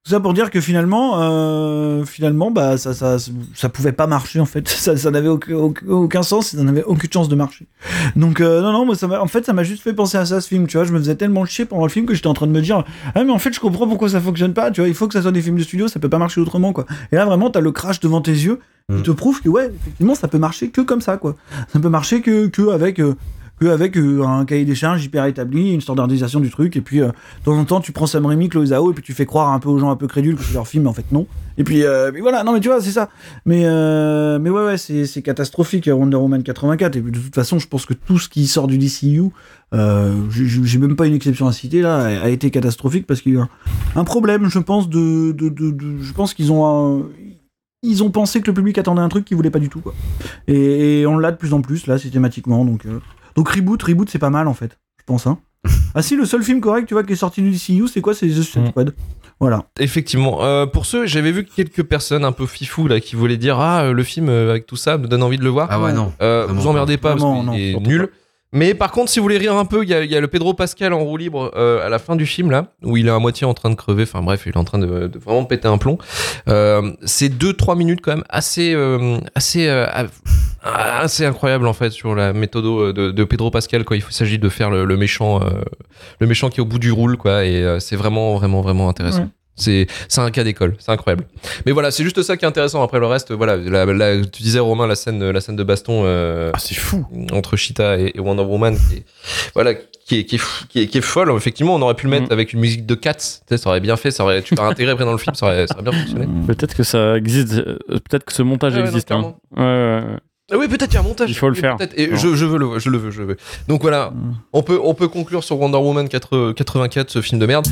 Tout ça pour dire que finalement, euh, finalement, bah ça, ça, ça pouvait pas marcher en fait. Ça, ça n'avait aucun, aucun sens, ça n'avait aucune chance de marcher. Donc euh, non, non, moi ça m'a, en fait, ça m'a juste fait penser à ça ce film. Tu vois, je me faisais tellement chier pendant le film que j'étais en train de me dire, ah mais en fait, je comprends pourquoi ça fonctionne pas. Tu vois, il faut que ça soit des films de studio, ça peut pas marcher autrement quoi. Et là vraiment, t'as le crash devant tes yeux, qui te prouve que ouais, effectivement, ça peut marcher que comme ça quoi. Ça peut marcher que que avec euh, que avec euh, un cahier des charges hyper établi, une standardisation du truc, et puis euh, de temps en temps tu prends Sam Raimi, Chloé Zhao, et puis tu fais croire un peu aux gens un peu crédules que c'est leur film, mais en fait non. Et puis, euh, mais voilà, non mais tu vois, c'est ça. Mais, euh, mais ouais, ouais, c'est, c'est catastrophique Wonder Woman quatre-vingt-quatre, et puis de toute façon, je pense que tout ce qui sort du D C U, euh, j'ai, j'ai même pas une exception à citer là, a, a été catastrophique parce qu'il y a un, un problème, je pense, de, de, de, de je pense qu'ils ont un, ils ont pensé que le public attendait un truc qu'ils voulaient pas du tout, quoi. Et, et on l'a de plus en plus là, systématiquement, donc. Euh, Donc Reboot, Reboot c'est pas mal en fait, je pense. Hein. Ah si, le seul film correct tu vois qui est sorti du D C U, c'est quoi? C'est The Suicide Squad. Voilà. Effectivement. Euh, pour ceux, j'avais vu quelques personnes un peu fifou là qui voulaient dire ah le film euh, avec tout ça me donne envie de le voir. Ah ouais non. Euh, vous emmerdez pas Vraiment, parce non, qu'il est surtout nul. Mais par contre, si vous voulez rire un peu, il y, y a le Pedro Pascal en roue libre euh, à la fin du film là, où il est à moitié en train de crever. Enfin bref, il est en train de, de vraiment péter un plomb. Euh, c'est deux trois minutes quand même assez euh, assez euh, assez incroyable en fait sur la méthode de, de Pedro Pascal quand il s'agit de faire le, le méchant euh, le méchant qui est au bout du roule quoi. Et euh, c'est vraiment vraiment vraiment intéressant. Ouais. C'est, c'est un cas d'école, c'est incroyable. Mais voilà, c'est juste ça qui est intéressant. Après le reste, voilà, la, la, tu disais Romain la scène, la scène de baston, euh, ah, c'est fou entre Cheetah et, et Wonder Woman, qui est, voilà, qui est, qui est, qui est, qui est folle. Effectivement, on aurait pu le mettre mmh. avec une musique de Cats, tu sais, ça aurait bien fait, ça aurait, tu l'aurais intégré après dans le film, ça aurait, ça aurait bien fonctionné. Peut-être que ça existe, peut-être que ce montage ouais, existe. Non, hein. ouais, ouais, ouais. Ah oui, peut-être qu'il y a un montage. Il faut le faire. Et je, je veux le, je le veux, je le veux. Donc voilà, mmh. on peut, on peut conclure sur Wonder Woman quatre-vingt-quatre, ce film de merde.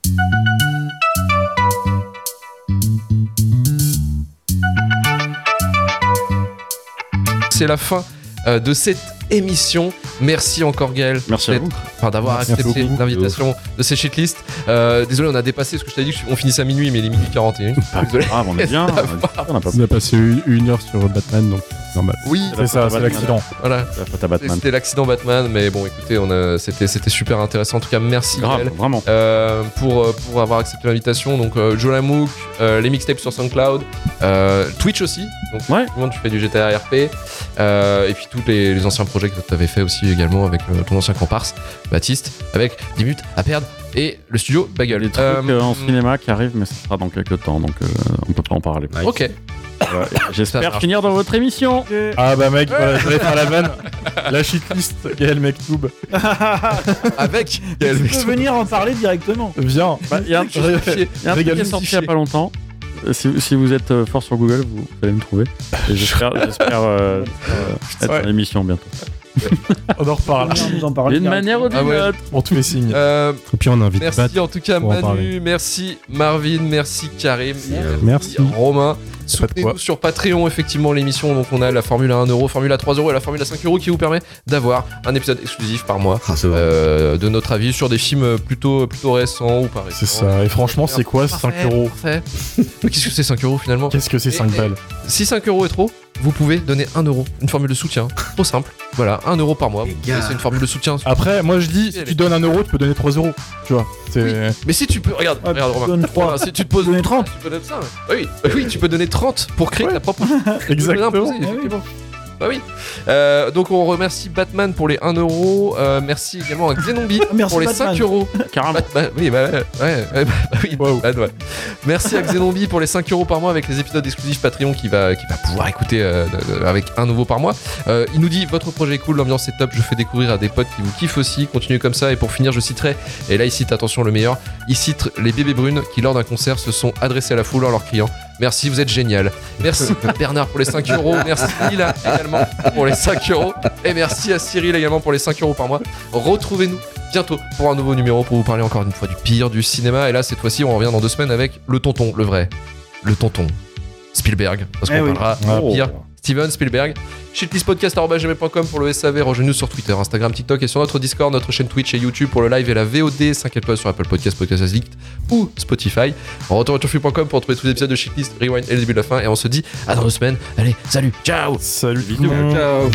C'est la fin euh, de cette émission. Merci encore Gaël. Merci à vous. Enfin, d'avoir Merci accepté l'invitation de ces shitlists. Euh, désolé, on a dépassé ce que je t'ai dit qu'on finissait à minuit, mais il est minuit quarante et un. Pas grave, on est bien. On a, on a, pas... on a passé une heure sur Batman, donc normal. Oui, c'est, c'est ça, c'est l'accident. Voilà. Batman. C'était l'accident Batman, mais bon, écoutez, on a, c'était, c'était super intéressant. En tout cas, merci grave, Gaël, vraiment. Euh, pour, pour avoir accepté l'invitation. Donc, euh, Joe Lamouk, euh, les mixtapes sur SoundCloud, euh, Twitch aussi. Donc, ouais. tu fais du G T A R P, euh, et puis tous les, les anciens projets que tu avais fait aussi également avec euh, ton ancien comparse, Baptiste, avec dix minutes à perdre. Et le studio Bagel. Les trucs euh, en cinéma qui arrivent, mais ça sera dans quelques temps, donc euh, on peut pas en parler. Nice. Ok. Ouais, j'espère finir dans votre émission. Okay. Ah bah mec, voilà, j'allais faire la vanne. La shitlist Gaël Mektoub. Avec Gaël Mektoub. Tu peux venir en parler directement. Viens. Bah, il y a un truc qui est sorti il y a pas longtemps. Si, si vous êtes euh, fort sur Google, vous allez me trouver. Et j'espère, j'espère euh, euh, être ouais. à l'émission bientôt. On en reparle. D'une manière ou d'une autre. Ah ouais. On te fait signe. Euh, Et puis on invite. Merci Bat en tout cas Manu, merci Marvin, merci Karim, merci Romain. Soutenez-nous sur Patreon, effectivement, l'émission. Donc, on a la formule à un euro, formule à trois euros et la formule à cinq euros qui vous permet d'avoir un épisode exclusif par mois ah, euh, de notre avis sur des films plutôt, plutôt récents ou pas récents. C'est ça. Et franchement, c'est quoi cinq euros? Parfait. Qu'est-ce que c'est cinq euros finalement? Qu'est-ce que c'est cinq balles? Si cinq euros est trop, vous pouvez donner un euro. Une formule de soutien. Trop simple. Voilà, un euro par mois. C'est une formule de soutien. Après, moi je dis, si tu donnes un euro, tu peux donner trois euros. Tu vois. C'est... Oui. Mais si tu peux. Regarde, ah, regarde, Romain. trois. Si tu te poses donner trente. Tu peux donner ça. Oui, oui, tu peux donner trente pour créer ouais. ta propre. Exactement. Imposer, effectivement. Bah oui. Euh, donc on remercie Batman pour les un euro. Euh, merci également à Xenombi pour les Batman. cinq euros. Carrément. Batman, oui, bah ouais, ouais, ouais, bah, oui, wow. Batman, ouais. Merci à Xenombi pour les cinq euros par mois avec les épisodes exclusifs Patreon qui va, qui va pouvoir écouter euh, avec un nouveau par mois. Euh, il nous dit votre projet est cool, l'ambiance est top, je fais découvrir à des potes qui vous kiffent aussi. Continuez comme ça. Et pour finir, je citerai, et là il cite, attention le meilleur, il cite les bébés brunes qui lors d'un concert se sont adressés à la foule en leur criant merci, vous êtes génial. Merci Bernard pour les cinq euros. Merci Lila également pour les cinq euros. Et merci à Cyril également pour les cinq euros par mois. Retrouvez-nous bientôt pour un nouveau numéro pour vous parler encore une fois du pire du cinéma. Et là, cette fois-ci, on revient dans deux semaines avec le tonton, le vrai. Le tonton Spielberg. Parce qu'on eh oui. parlera oh. pire. Steven Spielberg. shitlistpodcast arobase gmail point com pour le S A V. Rejoignez-nous sur Twitter, Instagram, TikTok et sur notre Discord, notre chaîne Twitch et YouTube pour le live et la V O D. cinq étoiles sur Apple Podcast, Podcast Addict ou Spotify. En retour sur free point com pour retrouver tous les épisodes de Shitlist, Rewind et le début de la fin. Et on se dit à dans deux semaines. Allez, salut, ciao. Salut, bisous. Ciao.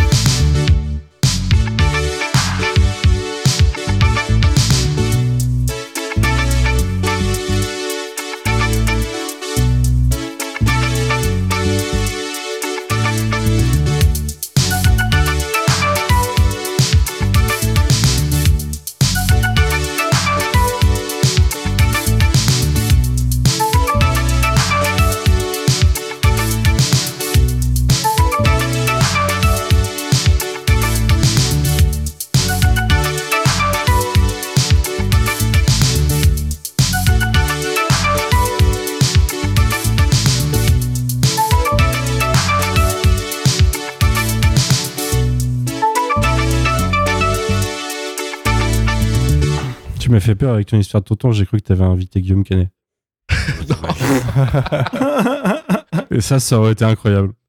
m'as fait peur avec ton histoire de tonton, j'ai cru que t'avais invité Guillaume Canet. Et ça, ça aurait été incroyable.